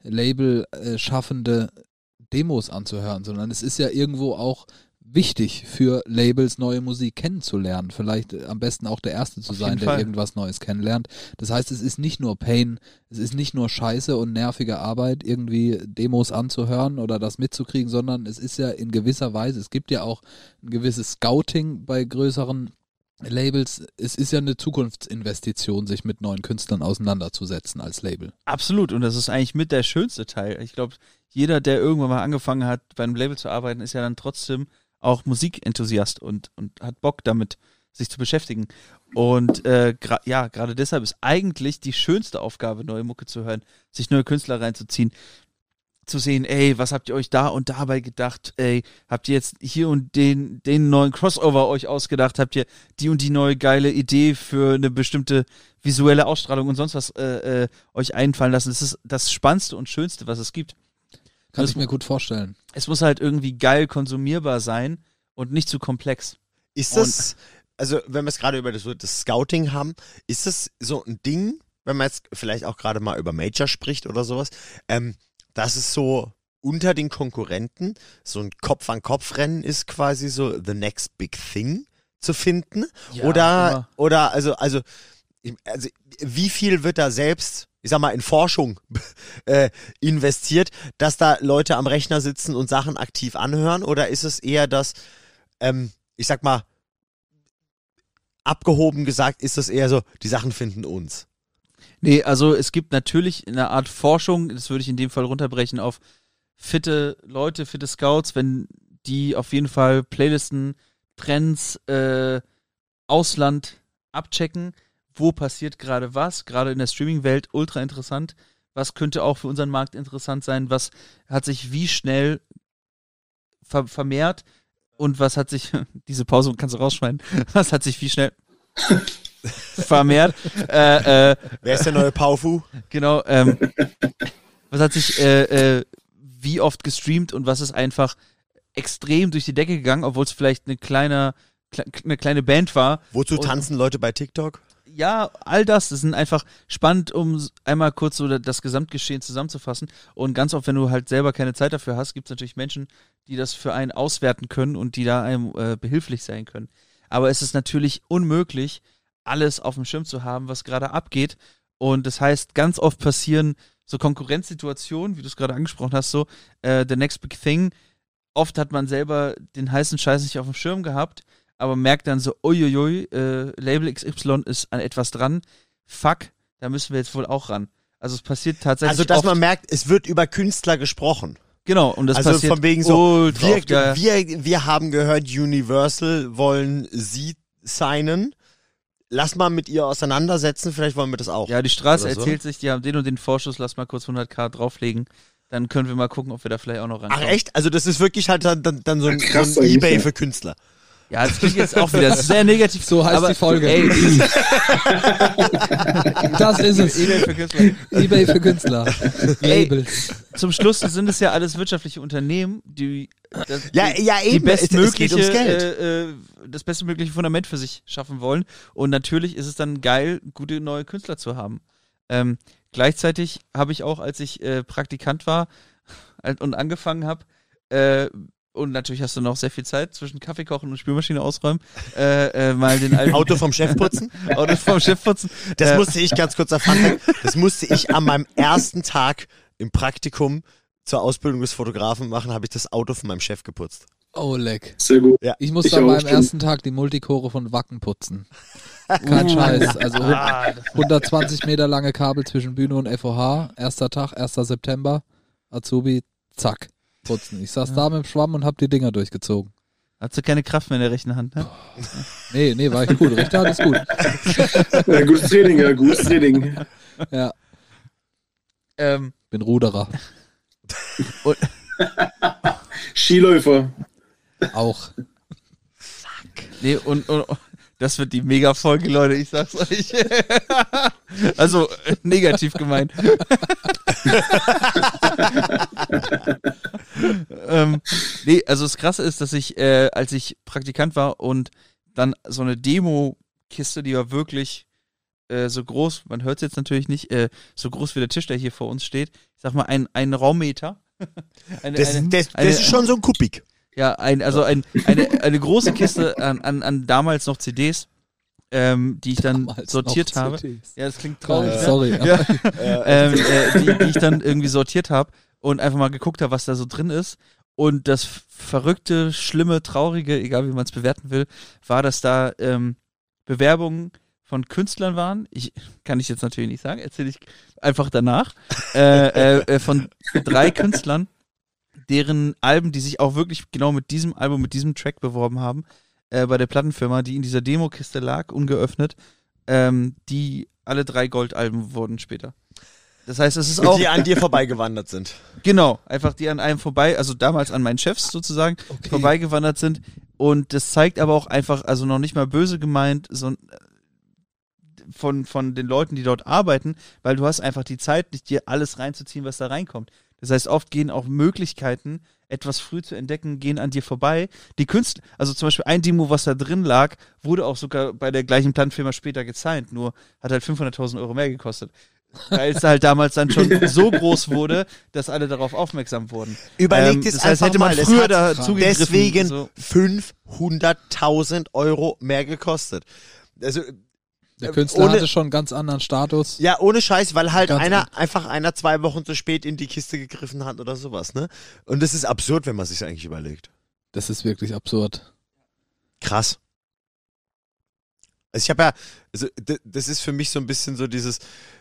Label-schaffende Demos anzuhören, sondern es ist ja irgendwo auch wichtig für Labels, neue Musik kennenzulernen. Vielleicht äh, am besten auch der Erste zu Auf sein, jeden der Fall. irgendwas Neues kennenlernt. Das heißt, es ist nicht nur Pain, es ist nicht nur Scheiße und nervige Arbeit, irgendwie Demos anzuhören oder das mitzukriegen, sondern es ist ja in gewisser Weise, es gibt ja auch ein gewisses Scouting bei größeren Labels, es ist ja eine Zukunftsinvestition, sich mit neuen Künstlern auseinanderzusetzen als Label. Absolut, und das ist eigentlich mit der schönste Teil. Ich glaube, jeder, der irgendwann mal angefangen hat, bei einem Label zu arbeiten, ist ja dann trotzdem auch Musikenthusiast und, und hat Bock damit, sich zu beschäftigen. Und äh, gra- ja, gerade deshalb ist eigentlich die schönste Aufgabe, neue Mucke zu hören, sich neue Künstler reinzuziehen, zu sehen, ey, was habt ihr euch da und dabei gedacht, ey, habt ihr jetzt hier und den, den neuen Crossover euch ausgedacht, habt ihr die und die neue geile Idee für eine bestimmte visuelle Ausstrahlung und sonst was äh, äh, euch einfallen lassen. Das ist das Spannendste und Schönste, was es gibt. Kann Das- ich mir gut vorstellen. Es muss halt irgendwie geil konsumierbar sein und nicht zu komplex. Ist das, also wenn wir es gerade über das, das Scouting haben, ist das so ein Ding, wenn man jetzt vielleicht auch gerade mal über Major spricht oder sowas, ähm, dass es so unter den Konkurrenten so ein Kopf-an-Kopf-Rennen ist, quasi so the next big thing zu finden? Ja, oder, immer. oder also, also, also, wie viel wird da selbst, ich sag mal, in Forschung äh, investiert, dass da Leute am Rechner sitzen und Sachen aktiv anhören? Oder ist es eher das, ähm, ich sag mal, abgehoben gesagt, ist es eher so, die Sachen finden uns? Nee, also es gibt natürlich eine Art Forschung, das würde ich in dem Fall runterbrechen auf fitte Leute, fitte Scouts, wenn die auf jeden Fall Playlisten, Trends, äh, Ausland abchecken, wo passiert gerade was, gerade in der Streaming-Welt ultra interessant, was könnte auch für unseren Markt interessant sein, was hat sich wie schnell ver- vermehrt und was hat sich, diese Pause kannst du rausschneiden, was hat sich wie schnell vermehrt. Äh, äh, Wer ist der neue Paufu? Genau, ähm, was hat sich äh, äh, wie oft gestreamt und was ist einfach extrem durch die Decke gegangen, obwohl es vielleicht eine kleine, kle eine kleine Band war. Wozu Und- tanzen Leute bei TikTok? Ja, all das, das sind einfach spannend, um s- einmal kurz so da- das Gesamtgeschehen zusammenzufassen. Und ganz oft, wenn du halt selber keine Zeit dafür hast, gibt es natürlich Menschen, die das für einen auswerten können und die da einem äh, behilflich sein können. Aber es ist natürlich unmöglich, alles auf dem Schirm zu haben, was gerade abgeht. Und das heißt, ganz oft passieren so Konkurrenzsituationen, wie du es gerade angesprochen hast, so äh, the next big thing. Oft hat man selber den heißen Scheiß nicht auf dem Schirm gehabt, aber merkt dann so, uiuiui, äh, Label X Y ist an etwas dran. Fuck, da müssen wir jetzt wohl auch ran. Also es passiert tatsächlich Also, dass oft, man merkt, es wird über Künstler gesprochen. genau, und das also passiert von wegen so, ultra wir, oft, ja, ja. wir, wir haben gehört, Universal wollen sie signen. Lass mal mit ihr auseinandersetzen, vielleicht wollen wir das auch. Ja, die Straße Oder so. erzählt sich, die haben den und den Vorschuss, lass mal kurz hunderttausend drauflegen. Dann können wir mal gucken, ob wir da vielleicht auch noch Ach rankommen. echt? Also das ist wirklich halt dann, dann, dann so ein, Krass so ein eigentlich, Ebay ja. für Künstler. Ja, das klingt jetzt auch wieder sehr negativ. So heißt aber, die Folge. Ey, Das ist es. Ebay für Künstler. eBay für Künstler. Ey. Labels. Zum Schluss sind es ja alles wirtschaftliche Unternehmen, die das, Ja, die, ja die eben, es, es geht bestmögliche, ums Geld. äh, äh, das bestmögliche Fundament für sich schaffen wollen. Und natürlich ist es dann geil, gute neue Künstler zu haben. Ähm, gleichzeitig habe ich auch, als ich äh, Praktikant war und angefangen habe, äh, und natürlich hast du noch sehr viel Zeit zwischen Kaffee kochen und Spülmaschine ausräumen, äh, äh, mal den alten Auto vom Chef putzen. Auto vom Chef putzen. Das Äh, musste ich, ganz kurz erfahren, das musste ich an meinem ersten Tag im Praktikum zur Ausbildung des Fotografen machen, habe ich das Auto von meinem Chef geputzt. Oh, leck. Sehr gut. Ich musste Ich an auch, meinem stimmt. ersten Tag die Multicore von Wacken putzen. Kein Scheiß. Also ah, das- hundertzwanzig Meter lange Kabel zwischen Bühne und F O H. Erster Tag, erster September. Azubi, zack, putzen. Ich saß da mit dem Schwamm und hab die Dinger durchgezogen. Hast du keine Kraft mehr in der rechten Hand, ne? Nee, nee, war ich gut. Richter alles gut. Ja, gutes Training, ja, gutes Training. Ja, Ähm, bin Ruderer. Skiläufer. Auch. nee, und, und das wird die Mega-Folge, Leute, ich sag's euch. Also, äh, negativ gemeint. ähm, nee, also das Krasse ist, dass ich, äh, als ich Praktikant war und dann so eine Demo-Kiste, die war wirklich äh, so groß, man hört es jetzt natürlich nicht, äh, so groß wie der Tisch, der hier vor uns steht. Ich sag mal, ein, ein Raummeter. eine, Das, eine, das, das eine- ist schon so ein Kubik. Ja, ein, also ein, eine, eine große Kiste an, an, an damals noch C Ds, ähm, die ich dann Damals sortiert noch habe. C Ds. Ja, das klingt traurig. Geil, ne? sorry. Ja. ähm, äh, die, die ich dann irgendwie sortiert habe und einfach mal geguckt habe, was da so drin ist. Und das verrückte, schlimme, traurige, egal wie man es bewerten will, war, dass da ähm, Bewerbungen von Künstlern waren, ich kann ich jetzt natürlich nicht sagen, erzähle ich einfach danach, äh, äh, von drei Künstlern, deren Alben, die sich auch wirklich genau mit diesem Album, mit diesem Track beworben haben, äh, bei der Plattenfirma, die in dieser Demokiste lag, ungeöffnet, ähm, die alle drei Goldalben wurden später. Das heißt, es ist auch... Die an dir vorbeigewandert sind. Genau, einfach die an einem vorbei, also damals an meinen Chefs sozusagen, Okay. vorbeigewandert sind. Und das zeigt aber auch einfach, also noch nicht mal böse gemeint, so von, von den Leuten, die dort arbeiten, weil du hast einfach die Zeit, nicht dir alles reinzuziehen, was da reinkommt. Das heißt, oft gehen auch Möglichkeiten, etwas früh zu entdecken, gehen an dir vorbei. Die Künstler, also zum Beispiel ein Demo, was da drin lag, wurde auch sogar bei der gleichen Plattenfirma später gezeigt, nur hat halt fünfhunderttausend Euro mehr gekostet. Weil es halt damals dann schon so groß wurde, dass alle darauf aufmerksam wurden. Überlegt Ähm, es das heißt, einfach hätte man mal, früher es hat da zugegriffen, deswegen so. fünfhunderttausend Euro mehr gekostet. Also Der Künstler ohne, hatte schon einen ganz anderen Status. ja, ohne Scheiß, weil halt Ganz einer gut. einfach einer zwei Wochen zu spät in die Kiste gegriffen hat oder sowas, ne? Und das ist absurd, wenn man sich eigentlich überlegt. Das ist wirklich absurd. Krass. Also ich habe ja, also d- das ist für mich so ein bisschen so dieses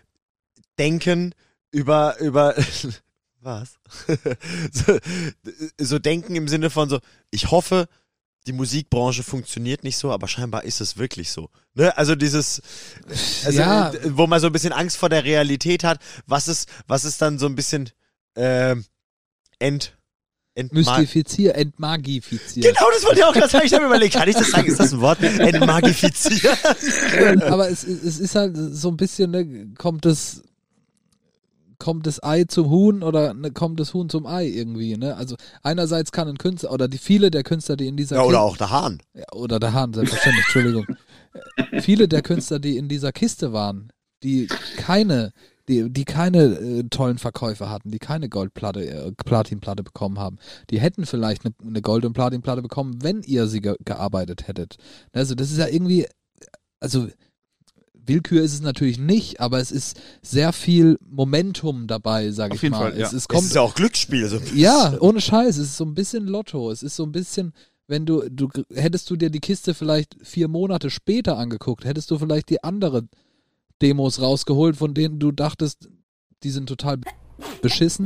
Denken über, über, was? so, so Denken im Sinne von so, ich hoffe, die Musikbranche funktioniert nicht so, aber scheinbar ist es wirklich so. Ne? Also dieses, also, Ja. äh, wo man so ein bisschen Angst vor der Realität hat, was ist, was ist dann so ein bisschen ähm, ent, entma- Mystifiziert, entmagifiziert. Genau, das wollte ich auch gerade sagen. Ich habe mir überlegt, kann ich das sagen? Ist das ein Wort? Entmagifizieren. Aber es, es ist halt so ein bisschen, ne, kommt das, kommt das Ei zum Huhn oder ne, kommt das Huhn zum Ei irgendwie, ne? Also einerseits kann ein Künstler, oder die viele der Künstler, die in dieser Ja, oder Kiste- auch der Hahn. Ja, oder der Hahn, selbstverständlich, Entschuldigung. Äh, Viele der Künstler, die in dieser Kiste waren, die keine, die, die keine äh, tollen Verkäufe hatten, die keine Goldplatte, äh, Platinplatte bekommen haben, die hätten vielleicht eine, eine Gold- und Platinplatte bekommen, wenn ihr sie ge gearbeitet hättet. Also das ist ja irgendwie, also Willkür ist es natürlich nicht, aber es ist sehr viel Momentum dabei, sage Auf ich jeden mal. Fall, ja. es, es Es kommt ist ja auch Glücksspiel. So. ja, ohne Scheiß. Es ist so ein bisschen Lotto. Es ist so ein bisschen, wenn du, du hättest du dir die Kiste vielleicht vier Monate später angeguckt, hättest du vielleicht die andere Demos rausgeholt, von denen du dachtest, die sind total beschissen.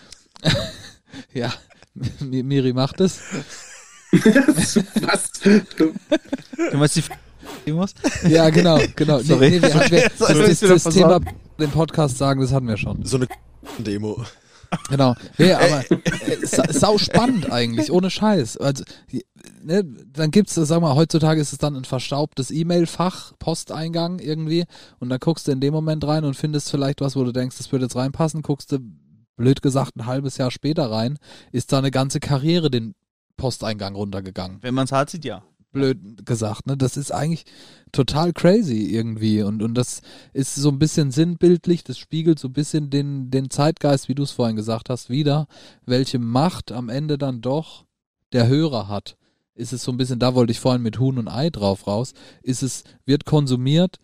Ja, Mi- Miri macht es. Was? Du meinst die F- Demos? Ja, genau, genau. Sorry. Nee, nee, wir, wir, das, Sorry, das, ist wieder das Thema versaut. den Podcast sagen, das hatten wir schon. So eine Demo. Genau. Nee, aber äh, sa sau spannend eigentlich, ohne Scheiß. Also, ne, dann gibt's, sag mal, heutzutage ist es dann ein verstaubtes E-Mail-Fach, Posteingang irgendwie, und dann guckst du in dem Moment rein und findest vielleicht was, wo du denkst, das würde jetzt reinpassen, guckst du, blöd gesagt, ein halbes Jahr später rein, ist da eine ganze Karriere den Posteingang runtergegangen. Wenn man es hart sieht, ja. Blöd gesagt, ne? Das ist eigentlich total crazy irgendwie und, und das ist so ein bisschen sinnbildlich, das spiegelt so ein bisschen den, den Zeitgeist, wie du es vorhin gesagt hast, wieder, welche Macht am Ende dann doch der Hörer hat. Ist es so ein bisschen, da wollte ich vorhin mit Huhn und Ei drauf raus, ist es, wird konsumiert,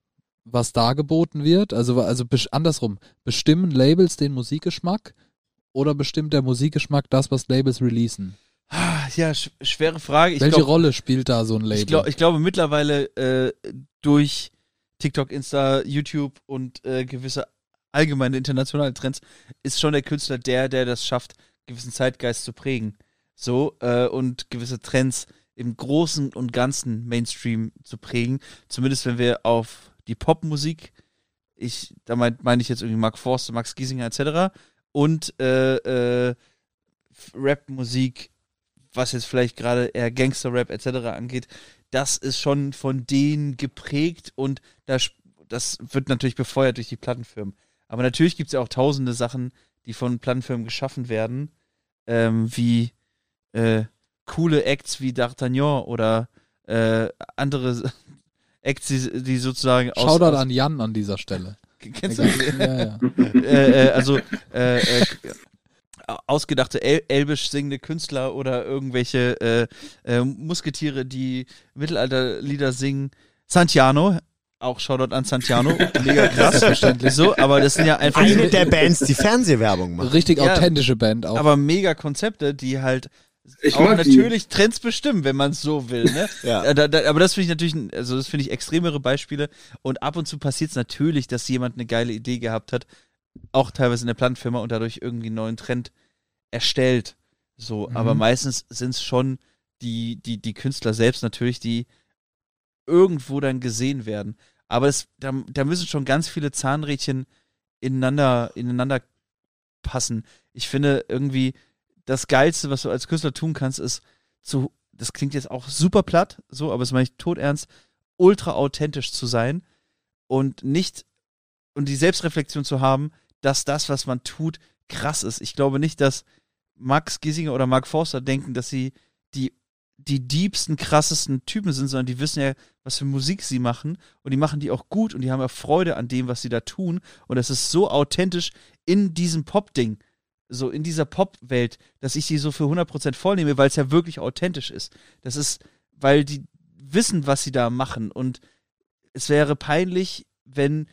was dargeboten wird, also, also besch- andersrum, bestimmen Labels den Musikgeschmack oder bestimmt der Musikgeschmack das, was Labels releasen? Ja, sch schwere Frage. Ich Welche glaub, Rolle spielt da so ein Label? Ich, glaub, ich glaube mittlerweile äh, durch TikTok, Insta, YouTube und äh, gewisse allgemeine internationale Trends ist schon der Künstler der, der das schafft, gewissen Zeitgeist zu prägen. So, äh, und gewisse Trends im Großen und Ganzen Mainstream zu prägen. Zumindest wenn wir auf die Popmusik, ich, da meine mein ich jetzt irgendwie Mark Forster, Max Giesinger et cetera und äh, äh, Rap-Musik, was jetzt vielleicht gerade eher Gangster-Rap et cetera angeht, das ist schon von denen geprägt und das, das wird natürlich befeuert durch die Plattenfirmen. Aber natürlich gibt es ja auch tausende Sachen, die von Plattenfirmen geschaffen werden, ähm, wie äh, coole Acts wie D'Artagnan oder äh, andere Acts, die, die sozusagen aus... Shoutout aus an Jan an dieser Stelle. Kennst du Egal. die? Ja, ja. äh, äh, also äh, äh, ausgedachte El elbisch singende Künstler oder irgendwelche äh, äh, Musketiere, die Mittelalterlieder singen. Santiano, auch Shoutout an Santiano, mega krass. Selbstverständlich. So, aber das sind ja einfach Eine der Bands, die Fernsehwerbung macht. Richtig Ja, authentische Band auch. aber mega Konzepte, die halt Ich auch mag natürlich die. Trends bestimmen, wenn man es so will. Ne? Ja. da, da, aber das finde ich natürlich, also das finde ich extremere Beispiele. Und ab und zu passiert es natürlich, dass jemand eine geile Idee gehabt hat, auch teilweise in der Plattenfirma und dadurch irgendwie einen neuen Trend erstellt. So, mhm. Aber meistens sind es schon die, die, die Künstler selbst natürlich, die irgendwo dann gesehen werden. Aber das, da, da müssen schon ganz viele Zahnrädchen ineinander, ineinander passen. Ich finde irgendwie, das Geilste, was du als Künstler tun kannst, ist zu, das klingt jetzt auch super platt, so, aber das meine ich todernst, ultra authentisch zu sein und nicht, und die Selbstreflexion zu haben, dass das, was man tut, krass ist. Ich glaube nicht, dass Max Giesinger oder Mark Forster denken, dass sie die, die diebsten, krassesten Typen sind, sondern die wissen ja, was für Musik sie machen und die machen die auch gut und die haben ja Freude an dem, was sie da tun und das ist so authentisch in diesem Pop-Ding, so in dieser Pop-Welt, dass ich sie so für hundert Prozent vollnehme, weil es ja wirklich authentisch ist. Das ist, weil die wissen, was sie da machen und es wäre peinlich, wenn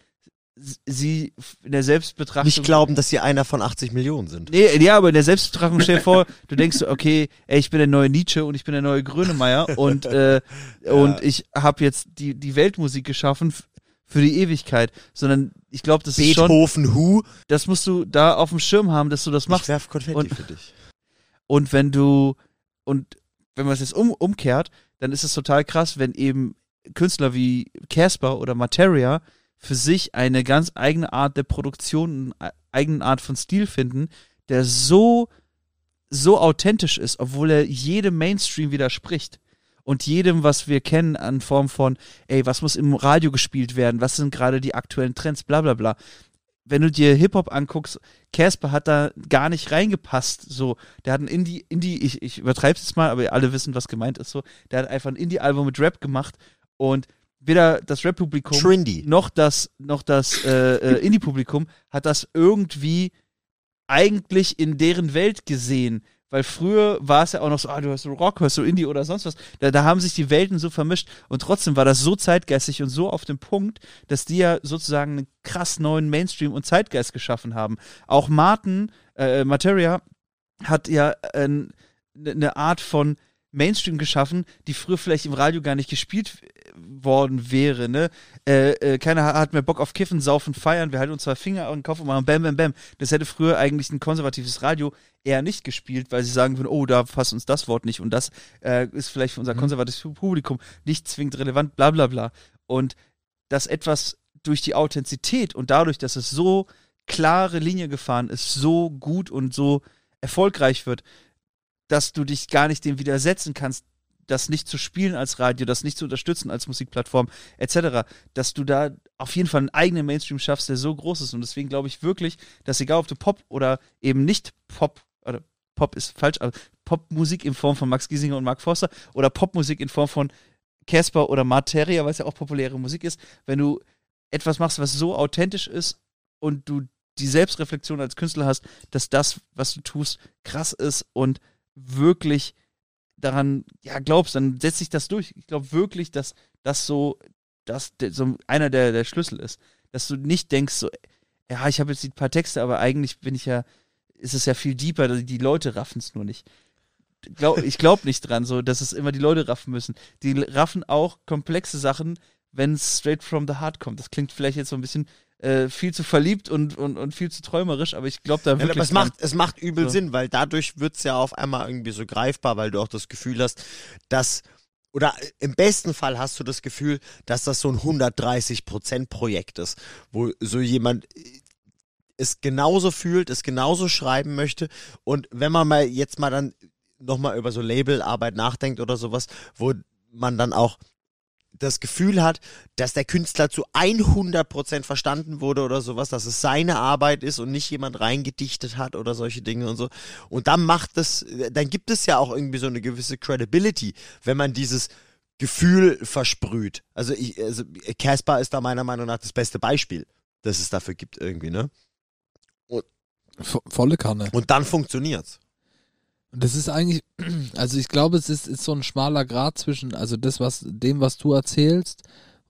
sie in der Selbstbetrachtung... Nicht glauben, dass sie einer von achtzig Millionen sind. Nee, ja, aber in der Selbstbetrachtung stell dir vor, du denkst, okay, ey, ich bin der neue Nietzsche und ich bin der neue Grönemeyer und, äh, ja. und ich habe jetzt die, die Weltmusik geschaffen f- für die Ewigkeit, sondern ich glaube, das ist schon... Beethoven, Who. Das musst du da auf dem Schirm haben, dass du das machst. Ich werf Konfetti und, für dich. Und wenn du, und wenn man es jetzt um, umkehrt, dann ist es total krass, wenn eben Künstler wie Casper oder Materia für sich eine ganz eigene Art der Produktion, eine eigene Art von Stil finden, der so, so authentisch ist, obwohl er jedem Mainstream widerspricht. Und jedem, was wir kennen, an Form von, ey, was muss im Radio gespielt werden, was sind gerade die aktuellen Trends, bla bla bla. Wenn du dir Hip-Hop anguckst, Casper hat da gar nicht reingepasst, so. Der hat ein Indie, Indie, ich, ich übertreibe es jetzt mal, aber alle wissen, was gemeint ist, so. Der hat einfach ein Indie-Album mit Rap gemacht und weder das Rap-Publikum Trendy. noch das, noch das äh, äh, Indie-Publikum hat das irgendwie eigentlich in deren Welt gesehen. Weil früher war es ja auch noch so, ah, du hörst so Rock, hörst du Indie oder sonst was. Da, da haben sich die Welten so vermischt und trotzdem war das so zeitgeistig und so auf dem Punkt, dass die ja sozusagen einen krass neuen Mainstream und Zeitgeist geschaffen haben. Auch Martin, äh, Materia hat ja eine äh, ne Art von Mainstream geschaffen, die früher vielleicht im Radio gar nicht gespielt worden wäre, ne? Äh, äh, keiner hat mehr Bock auf Kiffen, Saufen, Feiern, wir halten uns zwei Finger auf den Kopf und machen Bam, Bam, Bam. Das hätte früher eigentlich ein konservatives Radio eher nicht gespielt, weil sie sagen würden, oh, da passt uns das Wort nicht und das äh, ist vielleicht für unser konservatives Publikum nicht zwingend relevant, bla bla bla. Und dass etwas durch die Authentizität und dadurch, dass es so klare Linie gefahren ist, so gut und so erfolgreich wird, dass du dich gar nicht dem widersetzen kannst, das nicht zu spielen als Radio, das nicht zu unterstützen als Musikplattform, et cetera, dass du da auf jeden Fall einen eigenen Mainstream schaffst, der so groß ist. Und deswegen glaube ich wirklich, dass egal ob du Pop oder eben nicht Pop, oder Pop ist falsch, aber Popmusik in Form von Max Giesinger und Mark Forster oder Popmusik in Form von Casper oder Materia, weil es ja auch populäre Musik ist, wenn du etwas machst, was so authentisch ist und du die Selbstreflexion als Künstler hast, dass das, was du tust, krass ist und wirklich daran ja glaubst, dann setzt sich das durch. Ich glaube wirklich, dass das so, dass de, so einer der, der Schlüssel ist. Dass du nicht denkst, so, ja, ich habe jetzt ein paar Texte, aber eigentlich bin ich ja, ist es ja viel deeper, die Leute raffen es nur nicht. Glaub, ich glaube nicht dran, so, dass es immer die Leute raffen müssen. Die raffen auch komplexe Sachen, wenn es straight from the heart kommt. Das klingt vielleicht jetzt so ein bisschen äh, viel zu verliebt und, und, und viel zu träumerisch, aber ich glaube da wirklich. Ja, aber es macht, es macht übel so. Sinn, weil dadurch wird es ja auf einmal irgendwie so greifbar, weil du auch das Gefühl hast, dass, oder im besten Fall hast du das Gefühl, dass das so ein hundertdreißig Prozent Projekt ist, wo so jemand es genauso fühlt, es genauso schreiben möchte und wenn man mal jetzt mal dann nochmal über so Labelarbeit nachdenkt oder sowas, wo man dann auch das Gefühl hat, dass der Künstler zu hundert Prozent verstanden wurde oder sowas, dass es seine Arbeit ist und nicht jemand reingedichtet hat oder solche Dinge und so. Und dann macht es, dann gibt es ja auch irgendwie so eine gewisse Credibility, wenn man dieses Gefühl versprüht. Also ich, also Casper ist da meiner Meinung nach das beste Beispiel, das es dafür gibt irgendwie, ne? Und, volle Kanne. Und dann funktioniert's. Und das ist eigentlich, also ich glaube, es ist, ist so ein schmaler Grat zwischen, also das, was, dem, was du erzählst,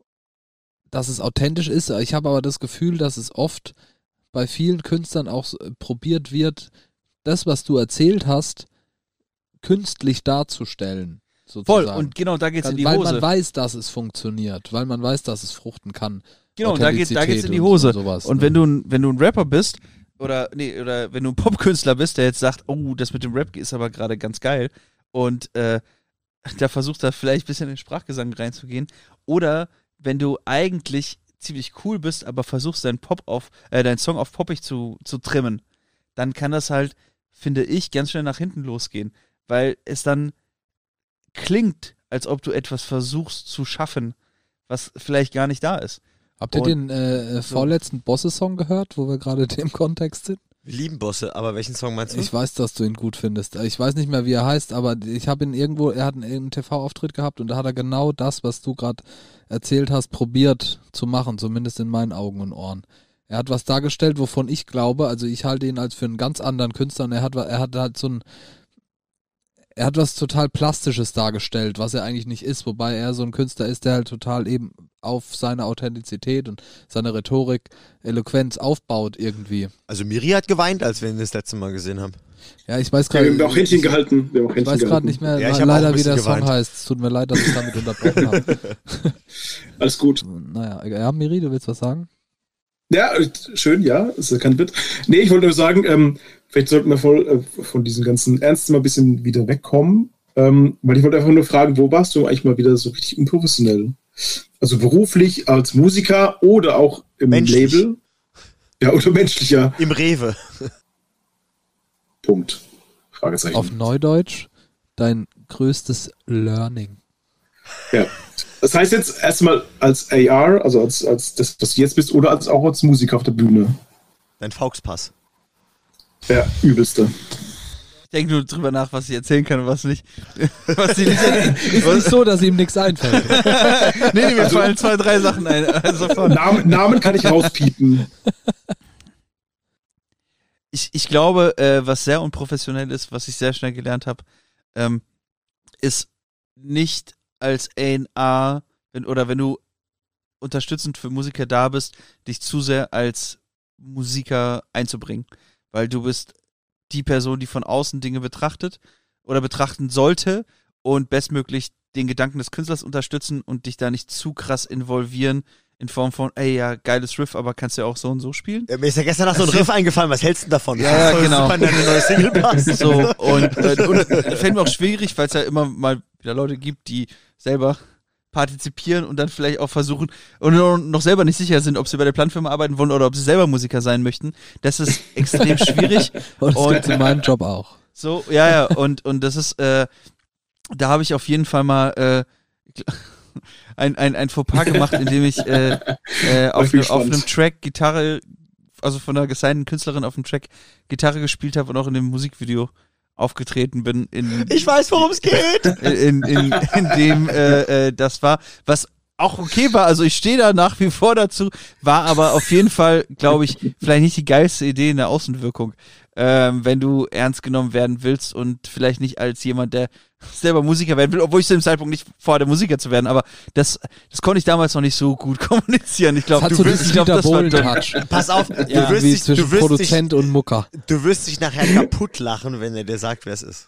dass es authentisch ist. Ich habe aber das Gefühl, dass es oft bei vielen Künstlern auch so, probiert wird, das, was du erzählt hast, künstlich darzustellen. Voll, Sozusagen. und genau da geht's Kann, in die weil Hose. man weiß, dass es funktioniert, weil man weiß, dass es fruchten kann. Genau, da geht da geht's in die und- Hose. Und, sowas, Und ne? wenn du ein, wenn du ein Rapper bist oder nee, oder wenn du ein Popkünstler bist, der jetzt sagt, oh, das mit dem Rap ist aber gerade ganz geil und äh, da versucht er vielleicht ein bisschen in den Sprachgesang reinzugehen, oder wenn du eigentlich ziemlich cool bist, aber versuchst deinen Pop auf äh, deinen Song auf poppig zu zu trimmen, dann kann das halt, finde ich, ganz schnell nach hinten losgehen, weil es dann klingt, als ob du etwas versuchst zu schaffen, was vielleicht gar nicht da ist. Habt ihr und- den äh, vorletzten Bosse-Song gehört, wo wir gerade in dem Kontext sind? Wir lieben Bosse, aber welchen Song meinst du? Ich weiß, dass du ihn gut findest. Ich weiß nicht mehr, wie er heißt, aber ich habe ihn irgendwo, er hat einen, einen T V-Auftritt gehabt und da hat er genau das, was du gerade erzählt hast, probiert zu machen, zumindest in meinen Augen und Ohren. Er hat was dargestellt, wovon ich glaube, also ich halte ihn als für einen ganz anderen Künstler und er hat, er hat halt so ein, er hat was total Plastisches dargestellt, was er eigentlich nicht ist, wobei er so ein Künstler ist, der halt total eben auf seine Authentizität und seine Rhetorik, Eloquenz aufbaut irgendwie. Also Miri hat geweint, als wir ihn das letzte Mal gesehen haben. Ja, ich weiß Ja, wir gerade. haben auch Händchen ich, gehalten. Wir haben auch ich Händchen weiß gerade gehalten. nicht mehr Ja, ich le- hab auch ein leider, wie der bisschen Song geweint. heißt. Es tut mir leid, dass ich damit unterbrochen habe. Alles gut. Naja, ja, Miri, du willst was sagen? Ja, schön, ja, ist ja kein Witz. Nee, ich wollte nur sagen, ähm, vielleicht sollten wir voll äh, von diesem ganzen Ernst mal ein bisschen wieder wegkommen. Ähm, weil ich wollte einfach nur fragen, wo warst du eigentlich mal wieder so richtig unprofessionell? Also beruflich als Musiker oder auch im Menschlich. Label? Ja, oder menschlicher. Im Rewe. Punkt. Fragezeichen. Auf Neudeutsch, dein größtes Learning. Ja. Das heißt jetzt erstmal als A R, also als, als das, was du jetzt bist, oder als, auch als Musiker auf der Bühne. Dein Fauxpass. Der übelste. Ich denke nur drüber nach, was ich erzählen kann und was nicht. Was ich nicht Ist nicht so, dass ihm nichts einfällt. nee, nee, mir fallen zwei, drei Sachen ein. Also von, Namen, Namen kann ich rauspiepen. ich, ich glaube, äh, was sehr unprofessionell ist, was ich sehr schnell gelernt habe, ähm, ist nicht als A und R, wenn, oder wenn du unterstützend für Musiker da bist, dich zu sehr als Musiker einzubringen. Weil du bist die Person, die von außen Dinge betrachtet oder betrachten sollte und bestmöglich den Gedanken des Künstlers unterstützen und dich da nicht zu krass involvieren in Form von, ey, ja, geiles Riff, aber kannst du ja auch so und so spielen. Ja, mir ist ja gestern noch so ein Riff eingefallen. Was hältst du denn davon? Ja, ja, genau. Wenn eine neue Single passt. So, und, äh, und fällt mir auch schwierig, weil es ja immer mal wieder Leute gibt, die selber partizipieren und dann vielleicht auch versuchen und noch selber nicht sicher sind, ob sie bei der Plattenfirma arbeiten wollen oder ob sie selber Musiker sein möchten. Das ist extrem schwierig. Und das Und- gibt's in meinem Job auch. So, ja, ja, und, und das ist, äh, da habe ich auf jeden Fall mal äh, ein, ein, ein Fauxpas gemacht, indem ich äh, äh, auf, bin ne, auf gespannt. einem Track Gitarre, also von einer gesignten Künstlerin auf dem Track Gitarre gespielt habe und auch in dem Musikvideo aufgetreten bin. In, Ich weiß, worum es geht. in, in, in dem äh, äh, das war, was auch okay war, also ich stehe da nach wie vor dazu, war aber auf jeden Fall, glaube ich, vielleicht nicht die geilste Idee in der Außenwirkung, ähm, wenn du ernst genommen werden willst und vielleicht nicht als jemand, der selber Musiker werden will, obwohl ich zu dem Zeitpunkt nicht vorhatte, Musiker zu werden, aber das, das konnte ich damals noch nicht so gut kommunizieren. Ich glaube, Hat du so willst, diesen ich glaube, Dieter das war dumm. Bohlen-Touch. Pass auf, du, Ja, wirst Wie dich, zwischen du, wirst dich, Produzent und Mucker. du wirst dich nachher kaputt lachen, wenn er dir sagt, wer es ist.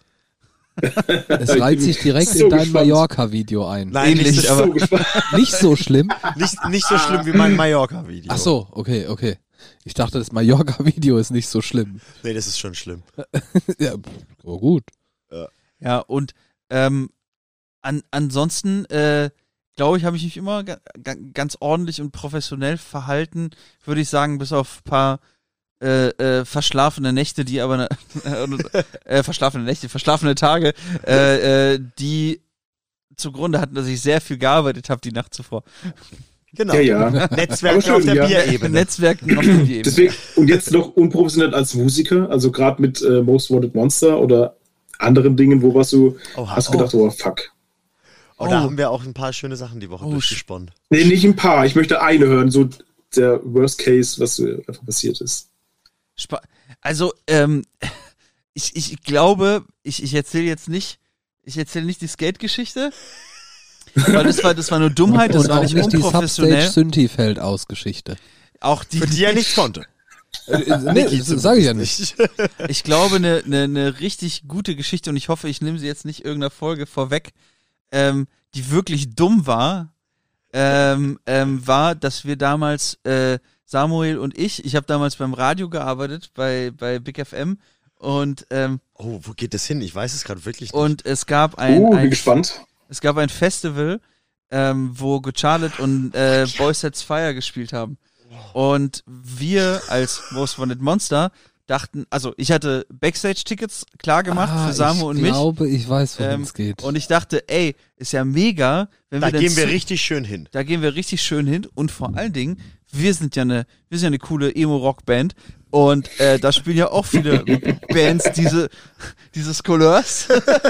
Es reiht sich direkt So in dein gespannt. Mallorca-Video ein. Nein, Ähnlich, nicht, Ich so, bin aber- so gespannt. Nicht so schlimm. nicht, nicht so schlimm wie mein Mallorca-Video. Ach so, okay, okay. Ich dachte, das Mallorca-Video ist nicht so schlimm. Nee, das ist schon schlimm. Ja, pff, oh gut. Ja, und ähm, an, ansonsten, äh, glaube ich, habe ich mich immer ga, ga, ganz ordentlich und professionell verhalten, würde ich sagen, bis auf ein paar äh, äh, verschlafene Nächte, die aber, ne, äh, verschlafene Nächte, verschlafene Tage, äh, äh, die zugrunde hatten, dass ich sehr viel gearbeitet habe die Nacht zuvor. Genau. Ja, ja. Netzwerken Aber schön, auf der ja. Bierebene. Netzwerken auf dem Ebene. Deswegen, und jetzt noch unprofessionell als Musiker, also gerade mit äh, Most Wanted Monster oder anderen Dingen, wo warst du, Oha. hast gedacht, oh fuck. Oh, da Oh. haben wir auch ein paar schöne Sachen die Woche Oh, durchgesponnen. Nee, nicht ein paar, ich möchte eine hören, so der Worst Case, was so einfach passiert ist. Spa also, ähm, ich, ich glaube, ich, ich erzähle jetzt nicht, ich erzähle nicht die Skate-Geschichte, weil das war, das war nur Dummheit, das Und war auch nicht nicht die unprofessionell. Substage-Synthi-Feld-Aus-Geschichte. Auch die, Für die er nichts konnte. nee, das sage ich ja nicht. Ich glaube, eine ne, ne richtig gute Geschichte, und ich hoffe, ich nehme sie jetzt nicht irgendeiner Folge vorweg, ähm, die wirklich dumm war, ähm, ähm, war, dass wir damals, äh, Samuel und ich, ich habe damals beim Radio gearbeitet, bei, bei Big F M, und ähm, oh, wo geht das hin? Ich weiß es gerade wirklich nicht. Und es gab ein, Oh, ein bin gespannt. es gab ein Festival, ähm, wo Good Charlotte und äh, Boys Sets Fire gespielt haben. Und wir als Most Wanted Monster dachten, also ich hatte Backstage-Tickets klar gemacht ah, für Samu und mich. Ich glaube, ich weiß, worum Ähm, es geht. Und ich dachte, ey, ist ja mega, wenn da wir dann gehen wir zu- richtig schön hin. Da gehen wir richtig schön hin, und vor allen Dingen, wir sind ja eine, wir sind ja eine coole Emo-Rock-Band, und äh, da spielen ja auch viele Bands diese, dieses Couleurs.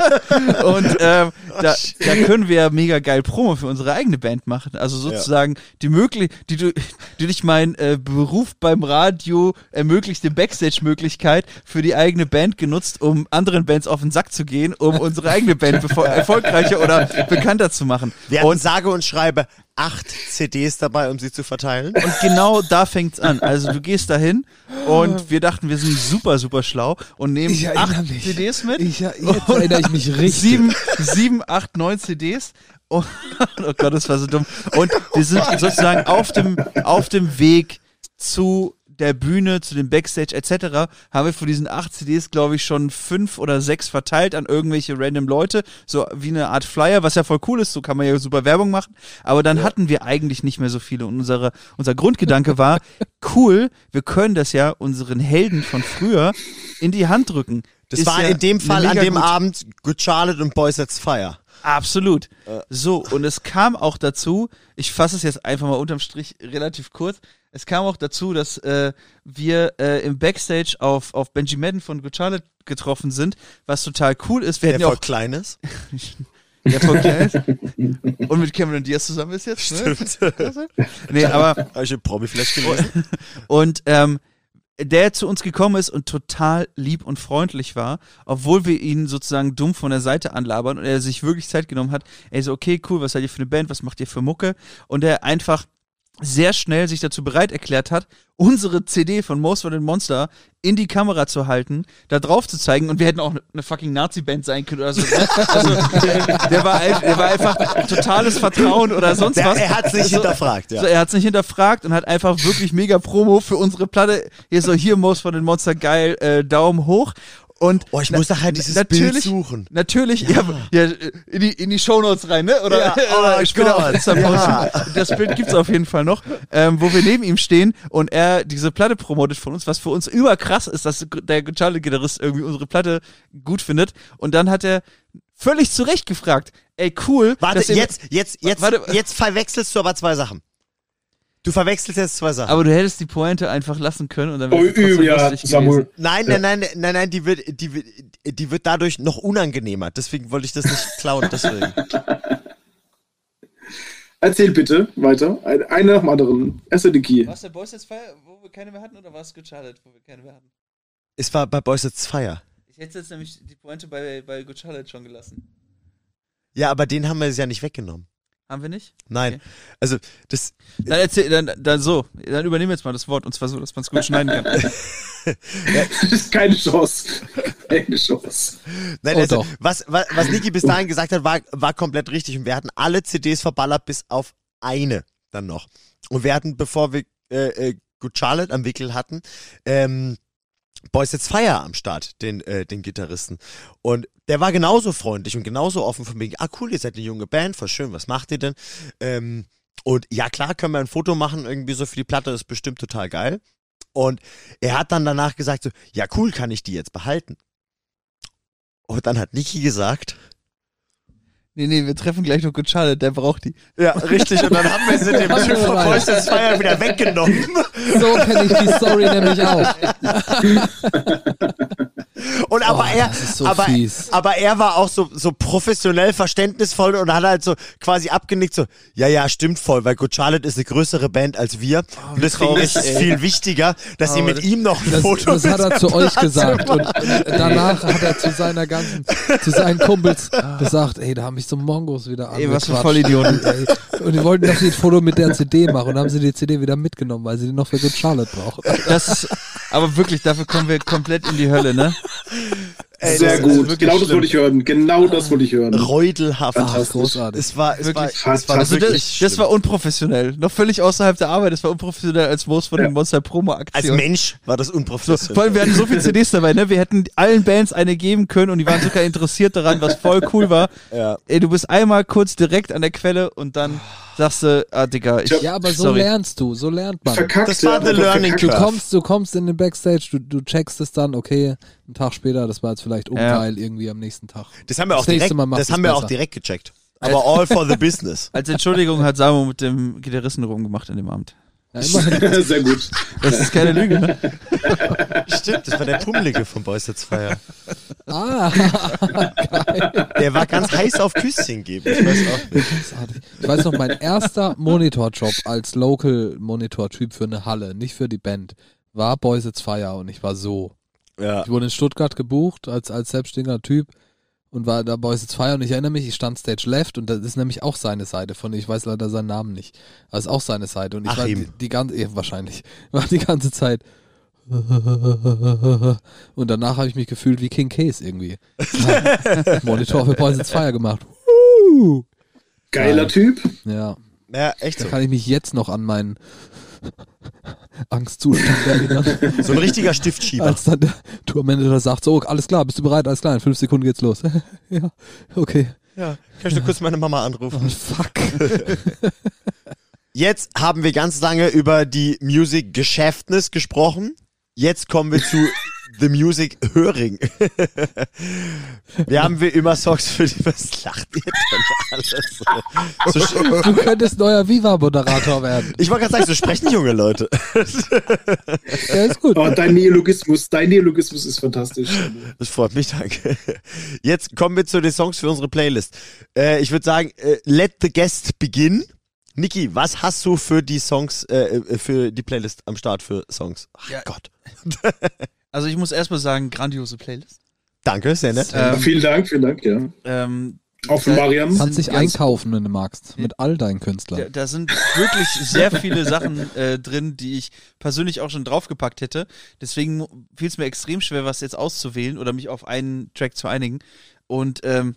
Und ähm, da, da können wir ja mega geil Promo für unsere eigene Band machen. Also sozusagen die möglich, die, du- die durch meinen äh, Beruf beim Radio ermöglichte Backstage-Möglichkeit für die eigene Band genutzt, um anderen Bands auf den Sack zu gehen, um unsere eigene Band bevor, erfolgreicher oder bekannter zu machen. Wir hatten Und sage und schreibe acht C Ds dabei, um sie zu verteilen. Und genau da fängt's an. Also du gehst dahin, und wir dachten, wir sind super, super schlau und nehmen Ich erinnere acht mich. C Ds mit. Ich, jetzt erinnere ich mich richtig. Sieben, sieben, acht, neun C Ds. Und, oh Gott, das war so dumm. Und wir sind sozusagen auf dem, auf dem Weg zu der Bühne, zu dem Backstage et cetera, haben wir von diesen acht C Ds, glaube ich, schon fünf oder sechs verteilt an irgendwelche random Leute, so wie eine Art Flyer, was ja voll cool ist, so kann man ja super Werbung machen, aber dann hatten wir eigentlich nicht mehr so viele, und unsere, unser Grundgedanke war, cool, wir können das ja unseren Helden von früher in die Hand drücken. Das Ist war ja in dem eine Fall an mega dem gut- Abend Good Charlotte und Boys Sets Fire. Absolut. So, und es kam auch dazu, ich fasse es jetzt einfach mal unterm Strich relativ kurz, es kam auch dazu, dass äh, wir äh, im Backstage auf, auf Benji Madden von Good Charlotte getroffen sind, was total cool ist. Wir Der hätten ja voll auch klein ist. der voll klein ist. Und mit Cameron Diaz zusammen ist jetzt. Ne? Stimmt. Nee, aber Habe ich im Promi-Flash gelesen. und ähm, der zu uns gekommen ist und total lieb und freundlich war, obwohl wir ihn sozusagen dumm von der Seite anlabern, und er sich wirklich Zeit genommen hat. Er so, okay, cool, was seid ihr für eine Band, was macht ihr für Mucke? Und er einfach sehr schnell sich dazu bereit erklärt hat, unsere C D von Most Wanted Monster in die Kamera zu halten, da drauf zu zeigen, und wir hätten auch eine fucking Nazi-Band sein können oder so. Ne? Also der, der, war ein, der war einfach totales Vertrauen oder sonst Der, was. er hat es nicht so, hinterfragt, ja. So, er hat es nicht hinterfragt und hat einfach wirklich mega Promo für unsere Platte. Hier so, hier Most Wanted Monster, geil, äh, Daumen hoch. Und Oh, ich muss nachher dieses natürlich, Bild suchen. Natürlich, ja, ja, in die, in die Shownotes rein, ne? Oder, Ja, oh oder später Gott, auf Insta ja. posten. Das Bild gibt's auf jeden Fall noch, ähm, wo wir neben ihm stehen und er diese Platte promotet von uns, was für uns überkrass ist, dass der Charlie-Gitarrist irgendwie unsere Platte gut findet. Und dann hat er völlig zu Recht gefragt, ey, cool. Warte, dass ihr- jetzt, jetzt, jetzt, Warte. jetzt verwechselst du aber zwei Sachen. Du verwechselst jetzt zwei Sachen. Aber du hättest die Pointe einfach lassen können und dann Oh, wäre es trotzdem ja, lustig Samuel. gewesen. Nein, nein, nein, nein, nein, die wird, die, wird- die wird dadurch noch unangenehmer. Deswegen wollte ich das nicht klauen, deswegen. Erzähl bitte weiter. Ein- Einer nach dem anderen. Erster Dicky. War es der Boys Sets Fire, wo wir keine mehr hatten, oder war es Good Charlotte, wo wir keine mehr hatten? Es war bei Boys It's Fire. Ich hätte jetzt nämlich die Pointe bei, bei Good Charlotte schon gelassen. Ja, aber den haben wir es ja nicht weggenommen. Haben wir nicht? Nein. Okay. Also, das, Dann erzähl, dann, dann so, dann übernehmen wir jetzt mal das Wort, und zwar so, dass man es gut schneiden kann. Das ist keine Chance. Keine Chance. nein, Oh, also, doch. was, was, was Niki bis dahin gesagt hat, war, war komplett richtig. Und wir hatten alle C Ds verballert, bis auf eine dann noch. Und wir hatten, bevor wir äh, äh, Good Charlotte am Wickel hatten, ähm, Boys It's Fire am Start, den, äh, den Gitarristen. Und der war genauso freundlich und genauso offen von mir. Ah, cool, ihr seid eine junge Band, voll schön, was macht ihr denn? Ähm, und ja, klar, können wir ein Foto machen, irgendwie so für die Platte, das ist bestimmt total geil. Und er hat dann danach gesagt so, ja cool, kann ich die jetzt behalten? Und dann hat Niki gesagt, Nee, nee, wir treffen gleich noch Good Charlotte, der braucht die. ja, richtig, und dann haben wir sie dem Typ von Boys It's Fire wieder weggenommen. So kenne ich die Story nämlich auch. Und aber Oh, er, das ist so aber, fies. aber er war auch so, so professionell verständnisvoll und hat halt so quasi abgenickt, so, ja, ja, stimmt voll, weil Good Charlotte ist eine größere Band als wir. Oh, und deswegen traurig, ist es ey. viel wichtiger, dass Oh, sie mit das- ihm noch ein Das, Foto das hat er mit zu der euch Platte gesagt und, macht. und danach hat er zu seiner ganzen, zu seinen Kumpels gesagt, ey, da haben mich so Mongos wieder Ey, was für angequatscht. Vollidioten. Ey, und die wollten, dass sie ein Foto mit der C D machen und haben sie die C D wieder mitgenommen, weil sie die noch für Good Charlotte brauchen. Das ist, aber wirklich, dafür kommen wir komplett in die Hölle, ne? Ey, Sehr das ist gut. wirklich Genau das schlimm. wollte ich hören. Genau das wollte ich hören. Räudelhaft. Ach, Fantastisch. großartig. Es war, es war, Wirklich es war Also wirklich das, das war unprofessionell. Noch völlig außerhalb der Arbeit. Das war unprofessionell als Most von Ja. den Monster als Promo-Aktionen. Mensch war das So, unprofessionell. vor allem, wir hatten so viele C Ds dabei, ne? Wir hätten allen Bands eine geben können und die waren sogar interessiert daran, was voll cool war. Ja. Ey, du bist einmal kurz direkt an der Quelle und dann sagst du, ah, Digga, ich, Ja, aber so sorry. lernst du, so lernt man. Verkackt. Das war ja, the einfach learning verkackt. Du curve. kommst, du kommst in den Backstage, du, du checkst es dann, okay, einen Tag später, das war jetzt vielleicht ungeil irgendwie am nächsten Tag. Das haben wir auch Das nächste direkt, Mal macht das es haben wir auch besser. direkt gecheckt. Aber all for the business. Als Entschuldigung hat Samu mit dem Gitarristen rumgemacht in dem Abend. Ja, immerhin. Sehr gut. Das ist keine Lüge, ne? Stimmt, das war der Pummelige von Boys It's Fire. Ah, Der war ganz heiß auf Küsschen geben. Ich weiß auch nicht. großartig. Ich weiß noch, mein erster Monitorjob als Local-Monitor-Typ für eine Halle, nicht für die Band, war Boys It's Fire und ich war so. Ja. Ich wurde in Stuttgart gebucht als, als selbstständiger Typ und war da Boys It's Fire und ich erinnere mich, ich stand Stage Left und das ist nämlich auch seine Seite von, ich weiß leider seinen Namen nicht, aber es ist auch seine Seite und ich war Achim. die, die ganze, ja, wahrscheinlich, war die ganze Zeit und danach habe ich mich gefühlt wie King Case irgendwie. Ja, Monitor für Boys It's Fire gemacht. Woo! Geiler Ja. Typ. Ja, Ja, echt da so. kann ich mich jetzt noch an meinen Angstzustand erinnern. So ein richtiger Stiftschieber. Als dann der Tourmanager sagt, so, alles klar, bist du bereit? Alles klar, in fünf Sekunden geht's los. Ja, okay. Ja, kannst du kurz meine Mama Oh, anrufen? fuck. Jetzt haben wir ganz lange über die Music Geschäftnis gesprochen. Jetzt kommen wir zu The Music Höring. Wir haben wir immer Songs für die, was lacht ihr denn alles? So, so, sch- Du könntest neuer Viva-Moderator werden. ich wollte gerade sagen, so sprechen junge Leute. Ja, ist gut. Oh, dein Neologismus, dein Neologismus ist fantastisch. Das freut mich, danke. Jetzt kommen wir zu den Songs für unsere Playlist. Äh, ich würde sagen, äh, let the guest begin. Niki, was hast du für die Songs, äh, für die Playlist am Start für Songs? Ach Ja. Gott. Also ich muss erstmal sagen, grandiose Playlist. Danke, sehr nett. Ähm, Vielen Dank, vielen Dank, ja. Ähm, Auch von da- Marian. Du kannst dich ganz- einkaufen, wenn du magst. Mit all deinen Da, Künstlern. da sind wirklich sehr viele Sachen äh, drin, die ich persönlich auch schon draufgepackt hätte. Deswegen fiel es mir extrem schwer, was jetzt auszuwählen oder mich auf einen Track zu einigen. Und ähm,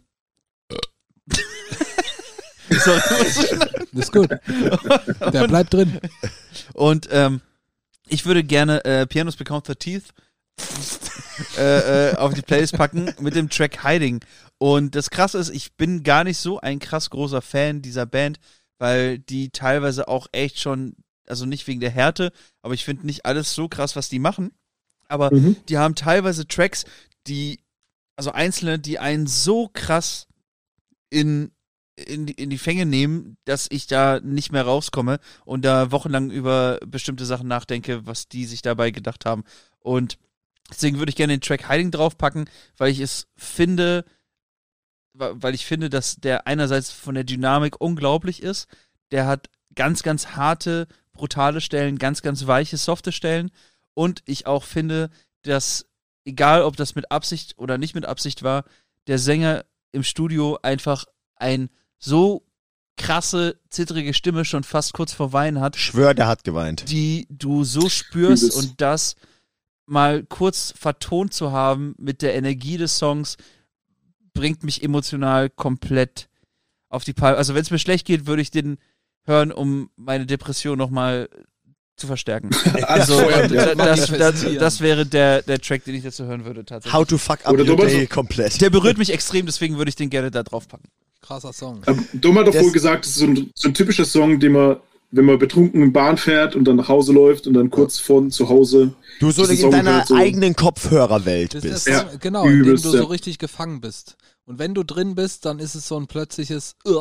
Sorry, muss ich schneiden. Ist gut. Der bleibt drin. Und ähm, ich würde gerne äh, Pianos Become the Teeth äh, äh, auf die Playlist packen mit dem Track Hiding. Und das Krasse ist, ich bin gar nicht so ein krass großer Fan dieser Band, weil die teilweise auch echt schon, also nicht wegen der Härte, aber ich finde nicht alles so krass, was die machen. Aber Mhm. die haben teilweise Tracks, die, also einzelne, die einen so krass in, in, die, in die Fänge nehmen, dass ich da nicht mehr rauskomme und da wochenlang über bestimmte Sachen nachdenke, was die sich dabei gedacht haben. Und deswegen würde ich gerne den Track Hiding draufpacken, weil ich es finde, wa- weil ich finde, dass der einerseits von der Dynamik unglaublich ist. Der hat ganz, ganz harte, brutale Stellen, ganz, ganz weiche, softe Stellen. Und ich auch finde, dass, egal ob das mit Absicht oder nicht mit Absicht war, der Sänger im Studio einfach ein so krasse, zittrige Stimme schon fast kurz vor Weinen hat, Schwör, der hat geweint. die du so spürst Übelst. und das mal kurz vertont zu haben mit der Energie des Songs, bringt mich emotional komplett auf die Palme. Also wenn es mir schlecht geht, würde ich den hören, um meine Depression nochmal zu verstärken. Also Anfeuern, da- ja. das, das, Manifestieren. das wäre der, der Track, den ich dazu hören würde tatsächlich. How to fuck up Oder your Thomas- day komplett. Der berührt mich extrem, deswegen würde ich den gerne da drauf packen. Krasser Song. Ähm, Dom hat doch Das- wohl gesagt, das ist so ein, so ein typischer Song, den man, wenn man betrunken in Bahn fährt und dann nach Hause läuft und dann kurz von zu Hause. Du so Diesen in Song deiner halt so- eigenen Kopfhörerwelt Das ist bist. der Ja, Song, genau, in dem übelst, du ja. so richtig gefangen bist. Und wenn du drin bist, dann ist es so ein plötzliches Ugh.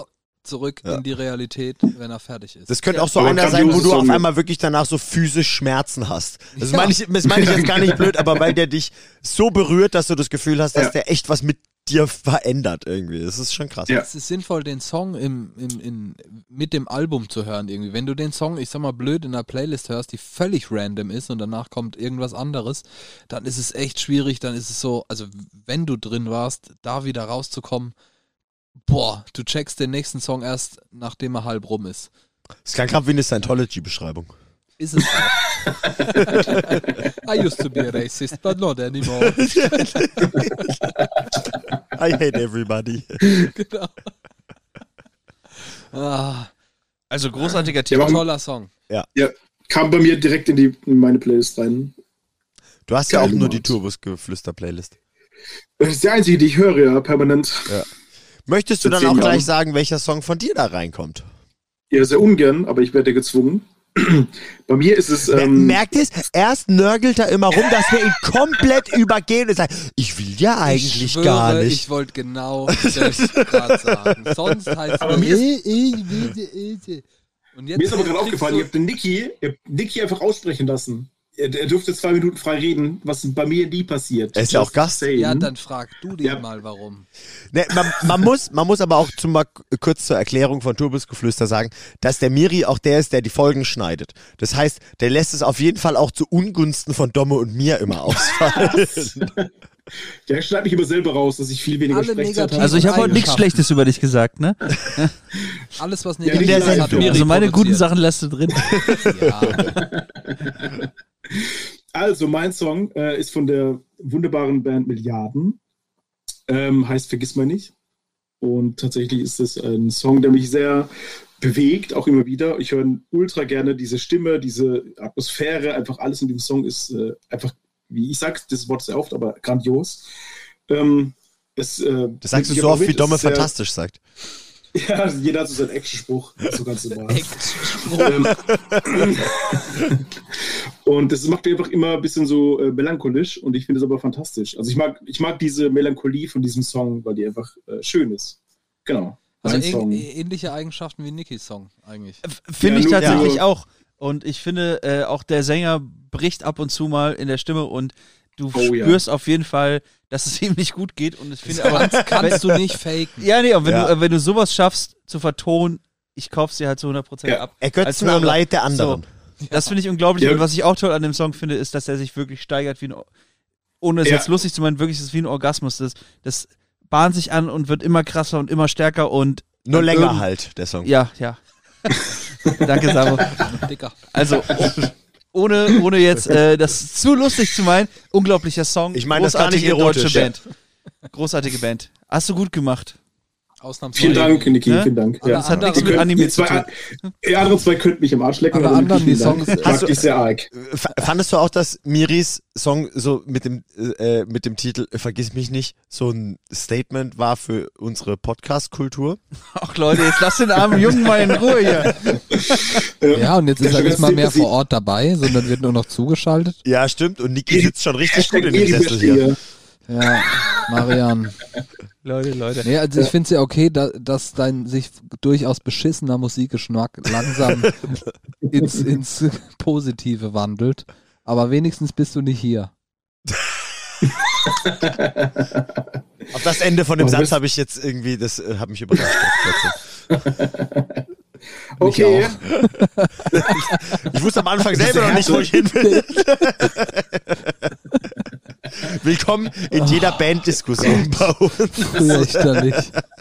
zurück Ja. in die Realität, wenn er fertig ist. Das könnte auch so Aber einer sein, wo grandiose du auf Song. einmal wirklich danach so physisch Schmerzen hast. Das Ja. meine ich, das meine ich jetzt gar nicht blöd, aber weil der dich so berührt, dass du das Gefühl hast, dass Ja. der echt was mit dir verändert irgendwie. Das ist schon krass. Ja. Es ist sinnvoll, den Song im, im, in, mit dem Album zu hören irgendwie. Wenn du den Song, ich sag mal blöd, in einer Playlist hörst, die völlig random ist und danach kommt irgendwas anderes, dann ist es echt schwierig, dann ist es so, also wenn du drin warst, da wieder rauszukommen, boah, du checkst den nächsten Song erst, nachdem er halb rum ist. Das klang gerade wie eine Scientology-Beschreibung. Ist es auch. I used to be a racist, but not anymore. I hate everybody. Genau. Ah, Also großartiger Ja, Titel. aber- toller Song. Ja, kam bei mir direkt in, die, in meine Playlist rein. Du hast ja auch Geil nur die gemacht. Turbus-Geflüster-Playlist. Das ist die einzige, die ich höre, ja, permanent. Möchtest du Seit dann auch zehn gleich Jahren. sagen, welcher Song von dir da reinkommt? Ja, sehr ungern, aber ich werde gezwungen. Bei mir ist es. Ähm, Merkt es? Erst nörgelt er immer rum, dass wir ihn komplett übergehen und sagen, ich will ja eigentlich ich schwöre, gar nicht. Ich wollte genau das gerade sagen. Sonst heißt Aber es mir ist- äh, ich will, äh, äh. Und jetzt mir ist aber gerade kriegst aufgefallen, du- ihr habt den Niki, ihr habt Niki einfach aussprechen lassen. Er, er dürfte zwei Minuten frei reden, was bei mir nie passiert. Er ist ja auch Just Gast. saying. Ja, dann frag du den Ja. mal, warum. Ne, man, man, muss, man muss aber auch zum, mal kurz zur Erklärung von Turbusgeflüster sagen, dass der Miri auch der ist, der die Folgen schneidet. Das heißt, der lässt es auf jeden Fall auch zu Ungunsten von Domme und mir immer ausfallen. Der schneidet mich immer selber raus, dass ich viel weniger Alle Sprechzeit negativ- habe. Also ich habe heute nichts Eigenschaften. Schlechtes über dich gesagt, ne? Alles, was Ja, negativ in der ist, hat Sendung. Miri Also meine guten produziert. Sachen lässt du drin. Ja, Also, mein Song äh, ist von der wunderbaren Band Milliarden. Ähm, heißt Vergiss mal nicht. Und tatsächlich ist es ein Song, der mich sehr bewegt, auch immer wieder. Ich höre ultra gerne diese Stimme, diese Atmosphäre, einfach alles in dem Song ist äh, einfach, wie ich sage das Wort sehr oft, aber grandios. Ähm, es, äh, Das sagst du ich so hab oft, mit, wie es Domme ist sehr- fantastisch sagt. Ja, jeder hat so seinen Actionspruch. Das ist so ganz normal. Action. Ähm, und das macht mich einfach immer ein bisschen so äh, melancholisch und ich finde es aber fantastisch. Also ich mag, ich mag diese Melancholie von diesem Song, weil die einfach äh, schön ist. Genau. Also Mein ähn- Song. ähnliche Eigenschaften wie Nikis Song eigentlich. Finde Ja, ich nur- tatsächlich ja. auch. Und ich finde, äh, auch der Sänger bricht ab und zu mal in der Stimme und du Oh, ja. spürst auf jeden Fall, dass es ihm nicht gut geht. Und ich finde aber, Kannst, kannst du nicht faken. ja, nee, und wenn, Ja. Du, äh, wenn du sowas schaffst zu vertonen, ich kauf's dir halt zu hundert Prozent Ja. ab. Ergötzen Als am Hörer. Leid der anderen. So, das finde ich unglaublich. Ja. Und was ich auch toll an dem Song finde, ist, dass er sich wirklich steigert, wie ein, O- ohne es Ja. jetzt lustig zu meinen, wirklich ist es wie ein Orgasmus. Das, das bahnt sich an und wird immer krasser und immer stärker und Nur und länger irgend- halt, der Song. Ja, ja. Danke, Samu. Dicker. Also, oh, ohne, ohne jetzt äh, das zu lustig zu meinen, unglaublicher Song. Ich meine das gar nicht großartige erotisch, deutsche ja. Band. Großartige Band. Hast du gut gemacht. Ausnahmsweise. Vielen Dank, Niki, Ne? vielen Dank. Alle Ja. Das hat anderen- nichts Ihr mit könnt- Anime ihr zu zwei- tun. Ihr anderen zwei könnt mich im Arsch lecken. Alle aber wirklich anderen, die vielen Dank. Songs- mag Hast du- ich sehr arg. F- Fandest du auch, dass Miris Song so mit dem, äh, mit dem Titel äh, Vergiss mich nicht so ein Statement war für unsere Podcast-Kultur? Ach Leute, jetzt lass den armen Jungen mal in Ruhe hier. Ja, und jetzt ist Ja, er schon nicht ganz mal mehr simpel, vor Ort dabei, sondern wird nur noch zugeschaltet. Ja, stimmt. Und Niki sitzt schon richtig gut Hashtag in dem Miri Sessel hier. Verstehe. Ja, Marian. Leute, Leute. Nee, also ich finde es ja okay, da, dass dein sich durchaus beschissener Musikgeschmack langsam ins, ins Positive wandelt. Aber wenigstens bist du nicht hier. Auf das Ende von dem Oh, Satz bist- habe ich jetzt irgendwie, das äh, hat mich überrascht. plötzlich. Okay. Ich wusste am Anfang selber noch nicht, wo ich hin will. Willkommen in jeder Banddiskussion bei uns. Fürchterlich.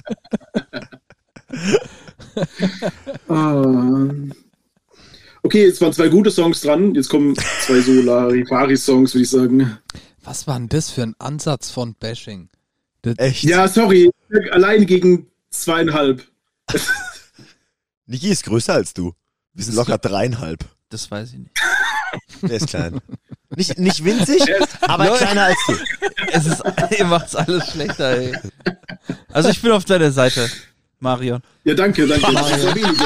Ah. Okay, jetzt waren zwei gute Songs dran. Jetzt kommen zwei so Larifari-Songs, würde ich sagen. Was war denn das für ein Ansatz von Bashing? Das, Echt? Ja, sorry. Allein gegen zweieinhalb. Niki ist größer als du. Wir sind locker dreieinhalb. Das weiß ich nicht. Der ist klein. Nicht, nicht winzig, aber Leute. kleiner als du. Es ist, ihr macht's alles schlechter, ey. Also ich bin auf deiner Seite, Marion. Ja, danke, danke. Das ist ja wenige.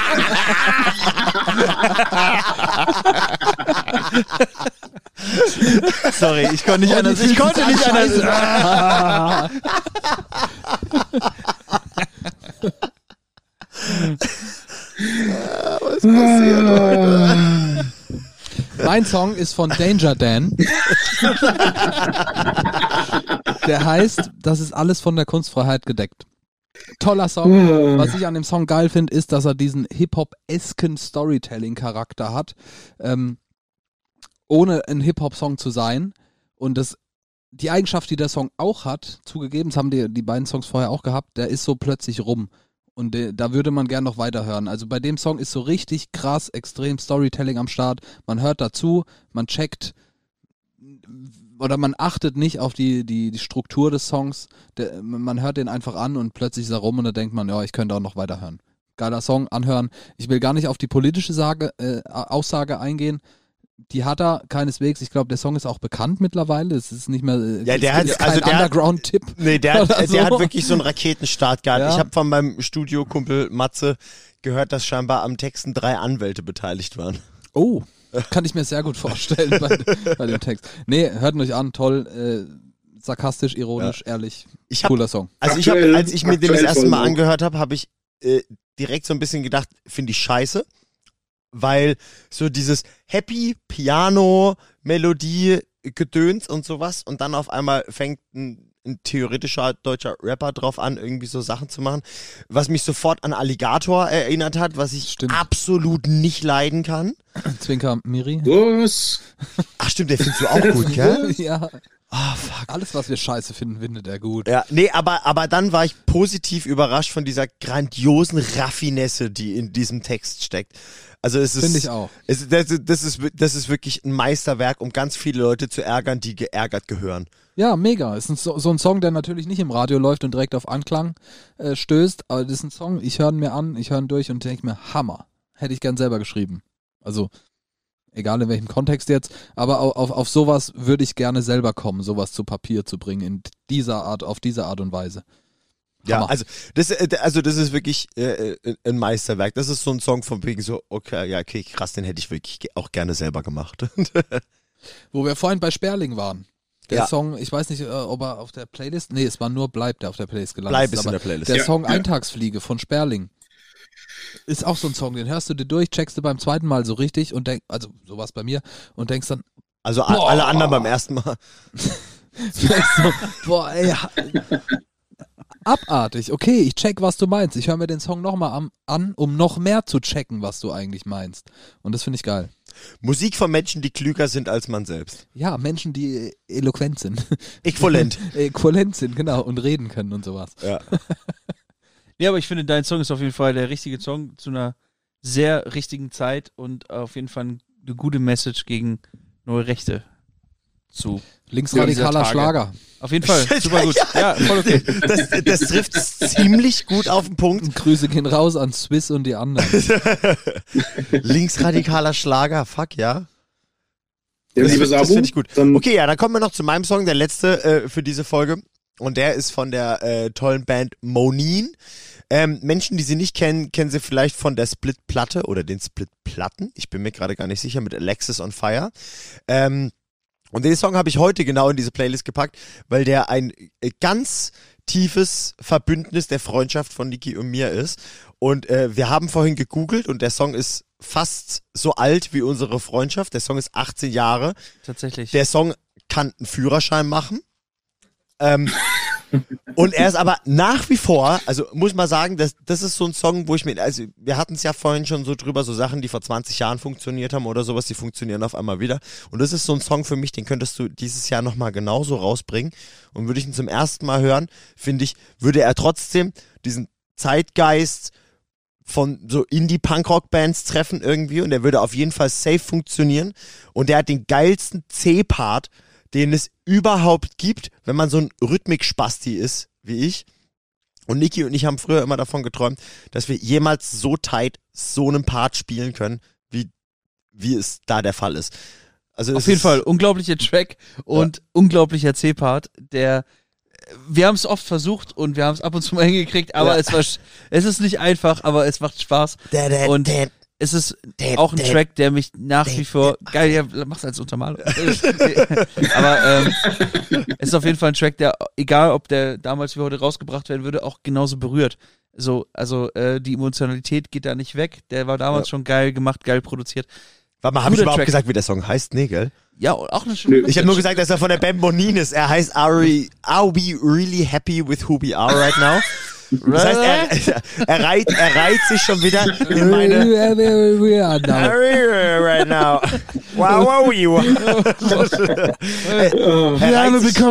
Sorry, ich konnte nicht anders. Ich konnte nicht anders. ist passiert heute? Mein Song ist von Danger Dan. Der heißt, das ist alles von der Kunstfreiheit gedeckt. Toller Song. Was ich an dem Song geil finde, ist, dass er diesen Hip-Hop-esken Storytelling-Charakter hat, ähm, ohne ein Hip-Hop-Song zu sein. Und das, die Eigenschaft, die der Song auch hat, zugegeben, das haben die, die beiden Songs vorher auch gehabt, der ist so plötzlich rum. Und de, da würde man gern noch weiterhören. Also bei dem Song ist so richtig krass, extrem Storytelling am Start. Man hört dazu, man checkt oder man achtet nicht auf die, die, die Struktur des Songs. Der, man hört den einfach an und plötzlich ist er rum und da denkt man, ja, ich könnte auch noch weiterhören. Geiler Song, anhören. Ich will gar nicht auf die politische Sage, äh, Aussage eingehen. Die hat er keineswegs. Ich glaube, der Song ist auch bekannt mittlerweile. Es ist nicht mehr äh, ja, der hat, kein also der Underground-Tipp. Nee, der, hat, so. der hat wirklich so einen Raketenstart gehabt. Ja. Ich habe von meinem Studiokumpel Matze gehört, dass scheinbar am Texten drei Anwälte beteiligt waren. Oh, kann ich mir sehr gut vorstellen bei, bei dem Text. Nee, hört euch an, toll, äh, sarkastisch, ironisch, ja. ehrlich, ich hab, cooler Song. Also ich habe, als ich mir den das erste Mal angehört habe, habe ich äh, direkt so ein bisschen gedacht, finde ich scheiße. Weil so dieses Happy Piano Melodie Gedöns und sowas und dann auf einmal fängt ein, ein theoretischer deutscher Rapper drauf an, irgendwie so Sachen zu machen, was mich sofort an Alligator erinnert hat, was ich Stimmt. absolut nicht leiden kann. Zwinker Miri. Was? Ach stimmt, den findest du auch gut, gell? Ja. Oh, fuck. Alles, was wir scheiße finden, findet er gut. Ja, nee, aber, aber dann war ich positiv überrascht von dieser grandiosen Raffinesse, die in diesem Text steckt. Also es ist, Finde ich auch. Es, das, das, ist, das ist wirklich ein Meisterwerk, um ganz viele Leute zu ärgern, die geärgert gehören. Ja, mega. Ist ein so, so ein Song, der natürlich nicht im Radio läuft und direkt auf Anklang äh, stößt, aber das ist ein Song, ich höre ihn mir an, ich höre ihn durch und denke mir, Hammer. Hätte ich gern selber geschrieben. Also, egal in welchem Kontext jetzt, aber auf, auf, auf sowas würde ich gerne selber kommen, sowas zu Papier zu bringen, in dieser Art, auf diese Art und Weise. Ja, Hammer. also das, also das ist wirklich äh, ein Meisterwerk. Das ist so ein Song von wegen so, okay, ja, okay, krass, den hätte ich wirklich auch gerne selber gemacht. Wo wir vorhin bei Sperling waren. Der Ja. Song, ich weiß nicht, äh, ob er auf der Playlist, nee, es war nur Bleib, der auf der Playlist gelandet Bleib ist. ist in aber der Playlist. Der Ja, Song ja. Eintagsfliege von Sperling ist auch so ein Song, den hörst du dir durch, checkst du beim zweiten Mal so richtig und denk, also sowas bei mir und denkst dann, Also a- Boah. alle anderen beim ersten Mal. denkst so, boah, ey, ha- abartig, okay, ich check, was du meinst. Ich höre mir den Song nochmal an, um noch mehr zu checken, was du eigentlich meinst. Und das finde ich geil. Musik von Menschen, die klüger sind als man selbst. Ja, Menschen, die eloquent sind. Äquivalent. Äquivalent sind, genau, und reden können und sowas. Ja. Ja, aber ich finde, dein Song ist auf jeden Fall der richtige Song zu einer sehr richtigen Zeit und auf jeden Fall eine gute Message gegen neue Rechte zu. Linksradikaler Tage. Schlager. Auf jeden Fall, super gut. Ja, voll okay. Das, das trifft es ziemlich gut auf den Punkt. Grüße gehen raus an Swiss und die anderen. Linksradikaler Schlager, fuck ja. Ja, Das, liebe das Sabu, finde ich gut. dann Okay, ja, dann kommen wir noch zu meinem Song, der letzte äh, für diese Folge. Und der ist von der äh, tollen Band Moneen. Ähm, Menschen, die sie nicht kennen, kennen sie vielleicht von der Split-Platte oder den Split-Platten. Ich bin mir gerade gar nicht sicher, mit Alexis on Fire. Ähm, und den Song habe ich heute genau in diese Playlist gepackt, weil der ein äh, ganz tiefes Verbündnis der Freundschaft von Niki und mir ist. Und äh, wir haben vorhin gegoogelt und der Song ist fast so alt wie unsere Freundschaft. Der Song ist achtzehn Jahre. Tatsächlich. Der Song kann einen Führerschein machen. Ähm, und er ist aber nach wie vor, also muss man sagen, das, das ist so ein Song, wo ich mir, also wir hatten es ja vorhin schon so drüber, so Sachen, die vor zwanzig Jahren funktioniert haben oder sowas, die funktionieren auf einmal wieder. Und das ist so ein Song für mich, den könntest du dieses Jahr nochmal genauso rausbringen. Und würde ich ihn zum ersten Mal hören, finde ich, würde er trotzdem diesen Zeitgeist von so Indie-Punk-Rock-Bands treffen irgendwie und der würde auf jeden Fall safe funktionieren. Und der hat den geilsten C-Part, den es überhaupt gibt, wenn man so ein Rhythmik-Spasti ist, wie ich. Und Niki und ich haben früher immer davon geträumt, dass wir jemals so tight so einen Part spielen können, wie, wie es da der Fall ist. Also Auf es jeden ist, Fall, unglaublicher Track und unglaublicher C-Part, der wir haben es oft versucht und wir haben es ab und zu mal hingekriegt, aber Ja. es war es ist nicht einfach, aber es macht Spaß. Da, da, Und da, es ist auch ein Track, der mich nach wie vor, geil, ja, mach's als Untermalung. Aber ähm, es ist auf jeden Fall ein Track, der, egal ob der damals wie heute rausgebracht werden würde, auch genauso berührt. So, also äh, die Emotionalität geht da nicht weg. Der war damals ja. schon geil gemacht, geil produziert. Warte mal, hab ich überhaupt Track. gesagt, wie der Song heißt? Nee, gell? Ja, auch eine schöne. Ich habe nur gesagt, dass er von der Band Monin ist. Er heißt Are we, are we really happy with who we are right now? Das heißt, er, er, reiht, er reiht sich schon wieder in meine... right now. Wow, wow, you. Er reiht sich,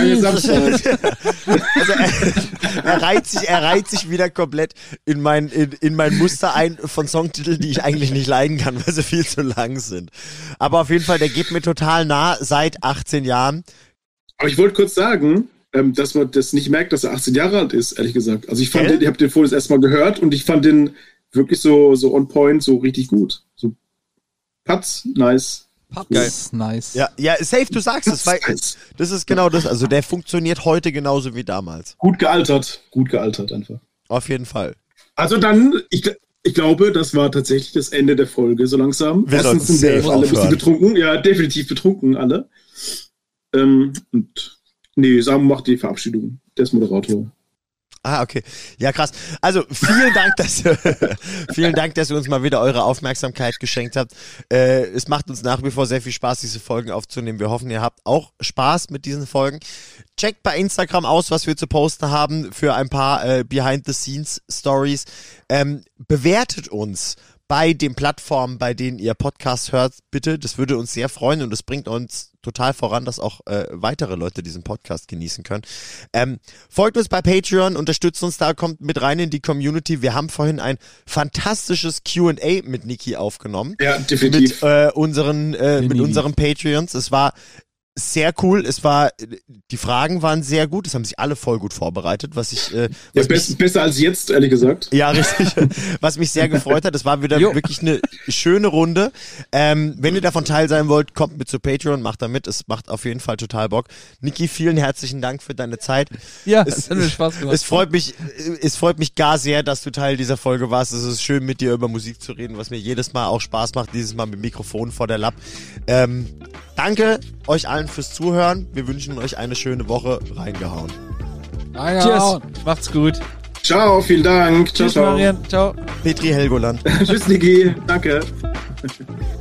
also er, er, reiht sich, er reiht sich wieder komplett in mein, in, in mein Muster ein von Songtiteln, die ich eigentlich nicht leiden kann, weil sie viel zu lang sind. Aber auf jeden Fall, der geht mir total nah seit achtzehn Jahren. Aber ich wollte kurz sagen... dass man das nicht merkt, dass er achtzehn Jahre alt ist, ehrlich gesagt. Also ich fand, den, ich habe den vorhin das erste Mal gehört und ich fand den wirklich so, so on point, so richtig gut. So Patz, nice. Patz, nice. Ja, ja, safe, du sagst es, weil nice. Das ist genau das. Also der funktioniert heute genauso wie damals. Gut gealtert, gut gealtert einfach. Auf jeden Fall. Also dann, ich, ich glaube, das war tatsächlich das Ende der Folge so langsam. Wir Erstens sind wir alle ein bisschen betrunken. Ja, definitiv betrunken alle. Ähm, und Nee, Sam macht die Verabschiedung. Der ist Moderator. Ah, okay. Ja, krass. Also, vielen Dank, dass, vielen Dank, dass ihr uns mal wieder eure Aufmerksamkeit geschenkt habt. Äh, es macht uns nach wie vor sehr viel Spaß, diese Folgen aufzunehmen. Wir hoffen, ihr habt auch Spaß mit diesen Folgen. Checkt bei Instagram aus, was wir zu posten haben für ein paar äh, Behind-the-Scenes-Stories. Ähm, bewertet uns bei den Plattformen, bei denen ihr Podcasts hört, bitte. Das würde uns sehr freuen und das bringt uns total voran, dass auch äh, weitere Leute diesen Podcast genießen können. Ähm, folgt uns bei Patreon, unterstützt uns da, kommt mit rein in die Community. Wir haben vorhin ein fantastisches Q and A mit Niki aufgenommen. Ja, definitiv. Mit, äh, unseren, äh, mit unseren Patreons. Es war sehr cool. Es war, die Fragen waren sehr gut. Es haben sich alle voll gut vorbereitet, was ich, äh, was ja, best, mich, besser als jetzt, ehrlich gesagt. Ja, richtig. Was mich sehr gefreut hat. Es war wieder jo. wirklich eine schöne Runde. Ähm, wenn ihr davon Teil sein wollt, kommt mit zu Patreon, macht da mit. Es macht auf jeden Fall total Bock. Niki, vielen herzlichen Dank für deine Zeit. Ja, es, es hat mir Spaß gemacht. Es freut mich, es freut mich gar sehr, dass du Teil dieser Folge warst. Es ist schön, mit dir über Musik zu reden, was mir jedes Mal auch Spaß macht. Dieses Mal mit Mikrofon vor der Lapp. Ähm, danke euch allen fürs Zuhören. Wir wünschen euch eine schöne Woche. Reingehauen. Cheers. Macht's gut. Ciao, vielen Dank. Ciao, Tschüss, ciao. Marian. Ciao. Petri Helgoland. Tschüss, Niki. Danke.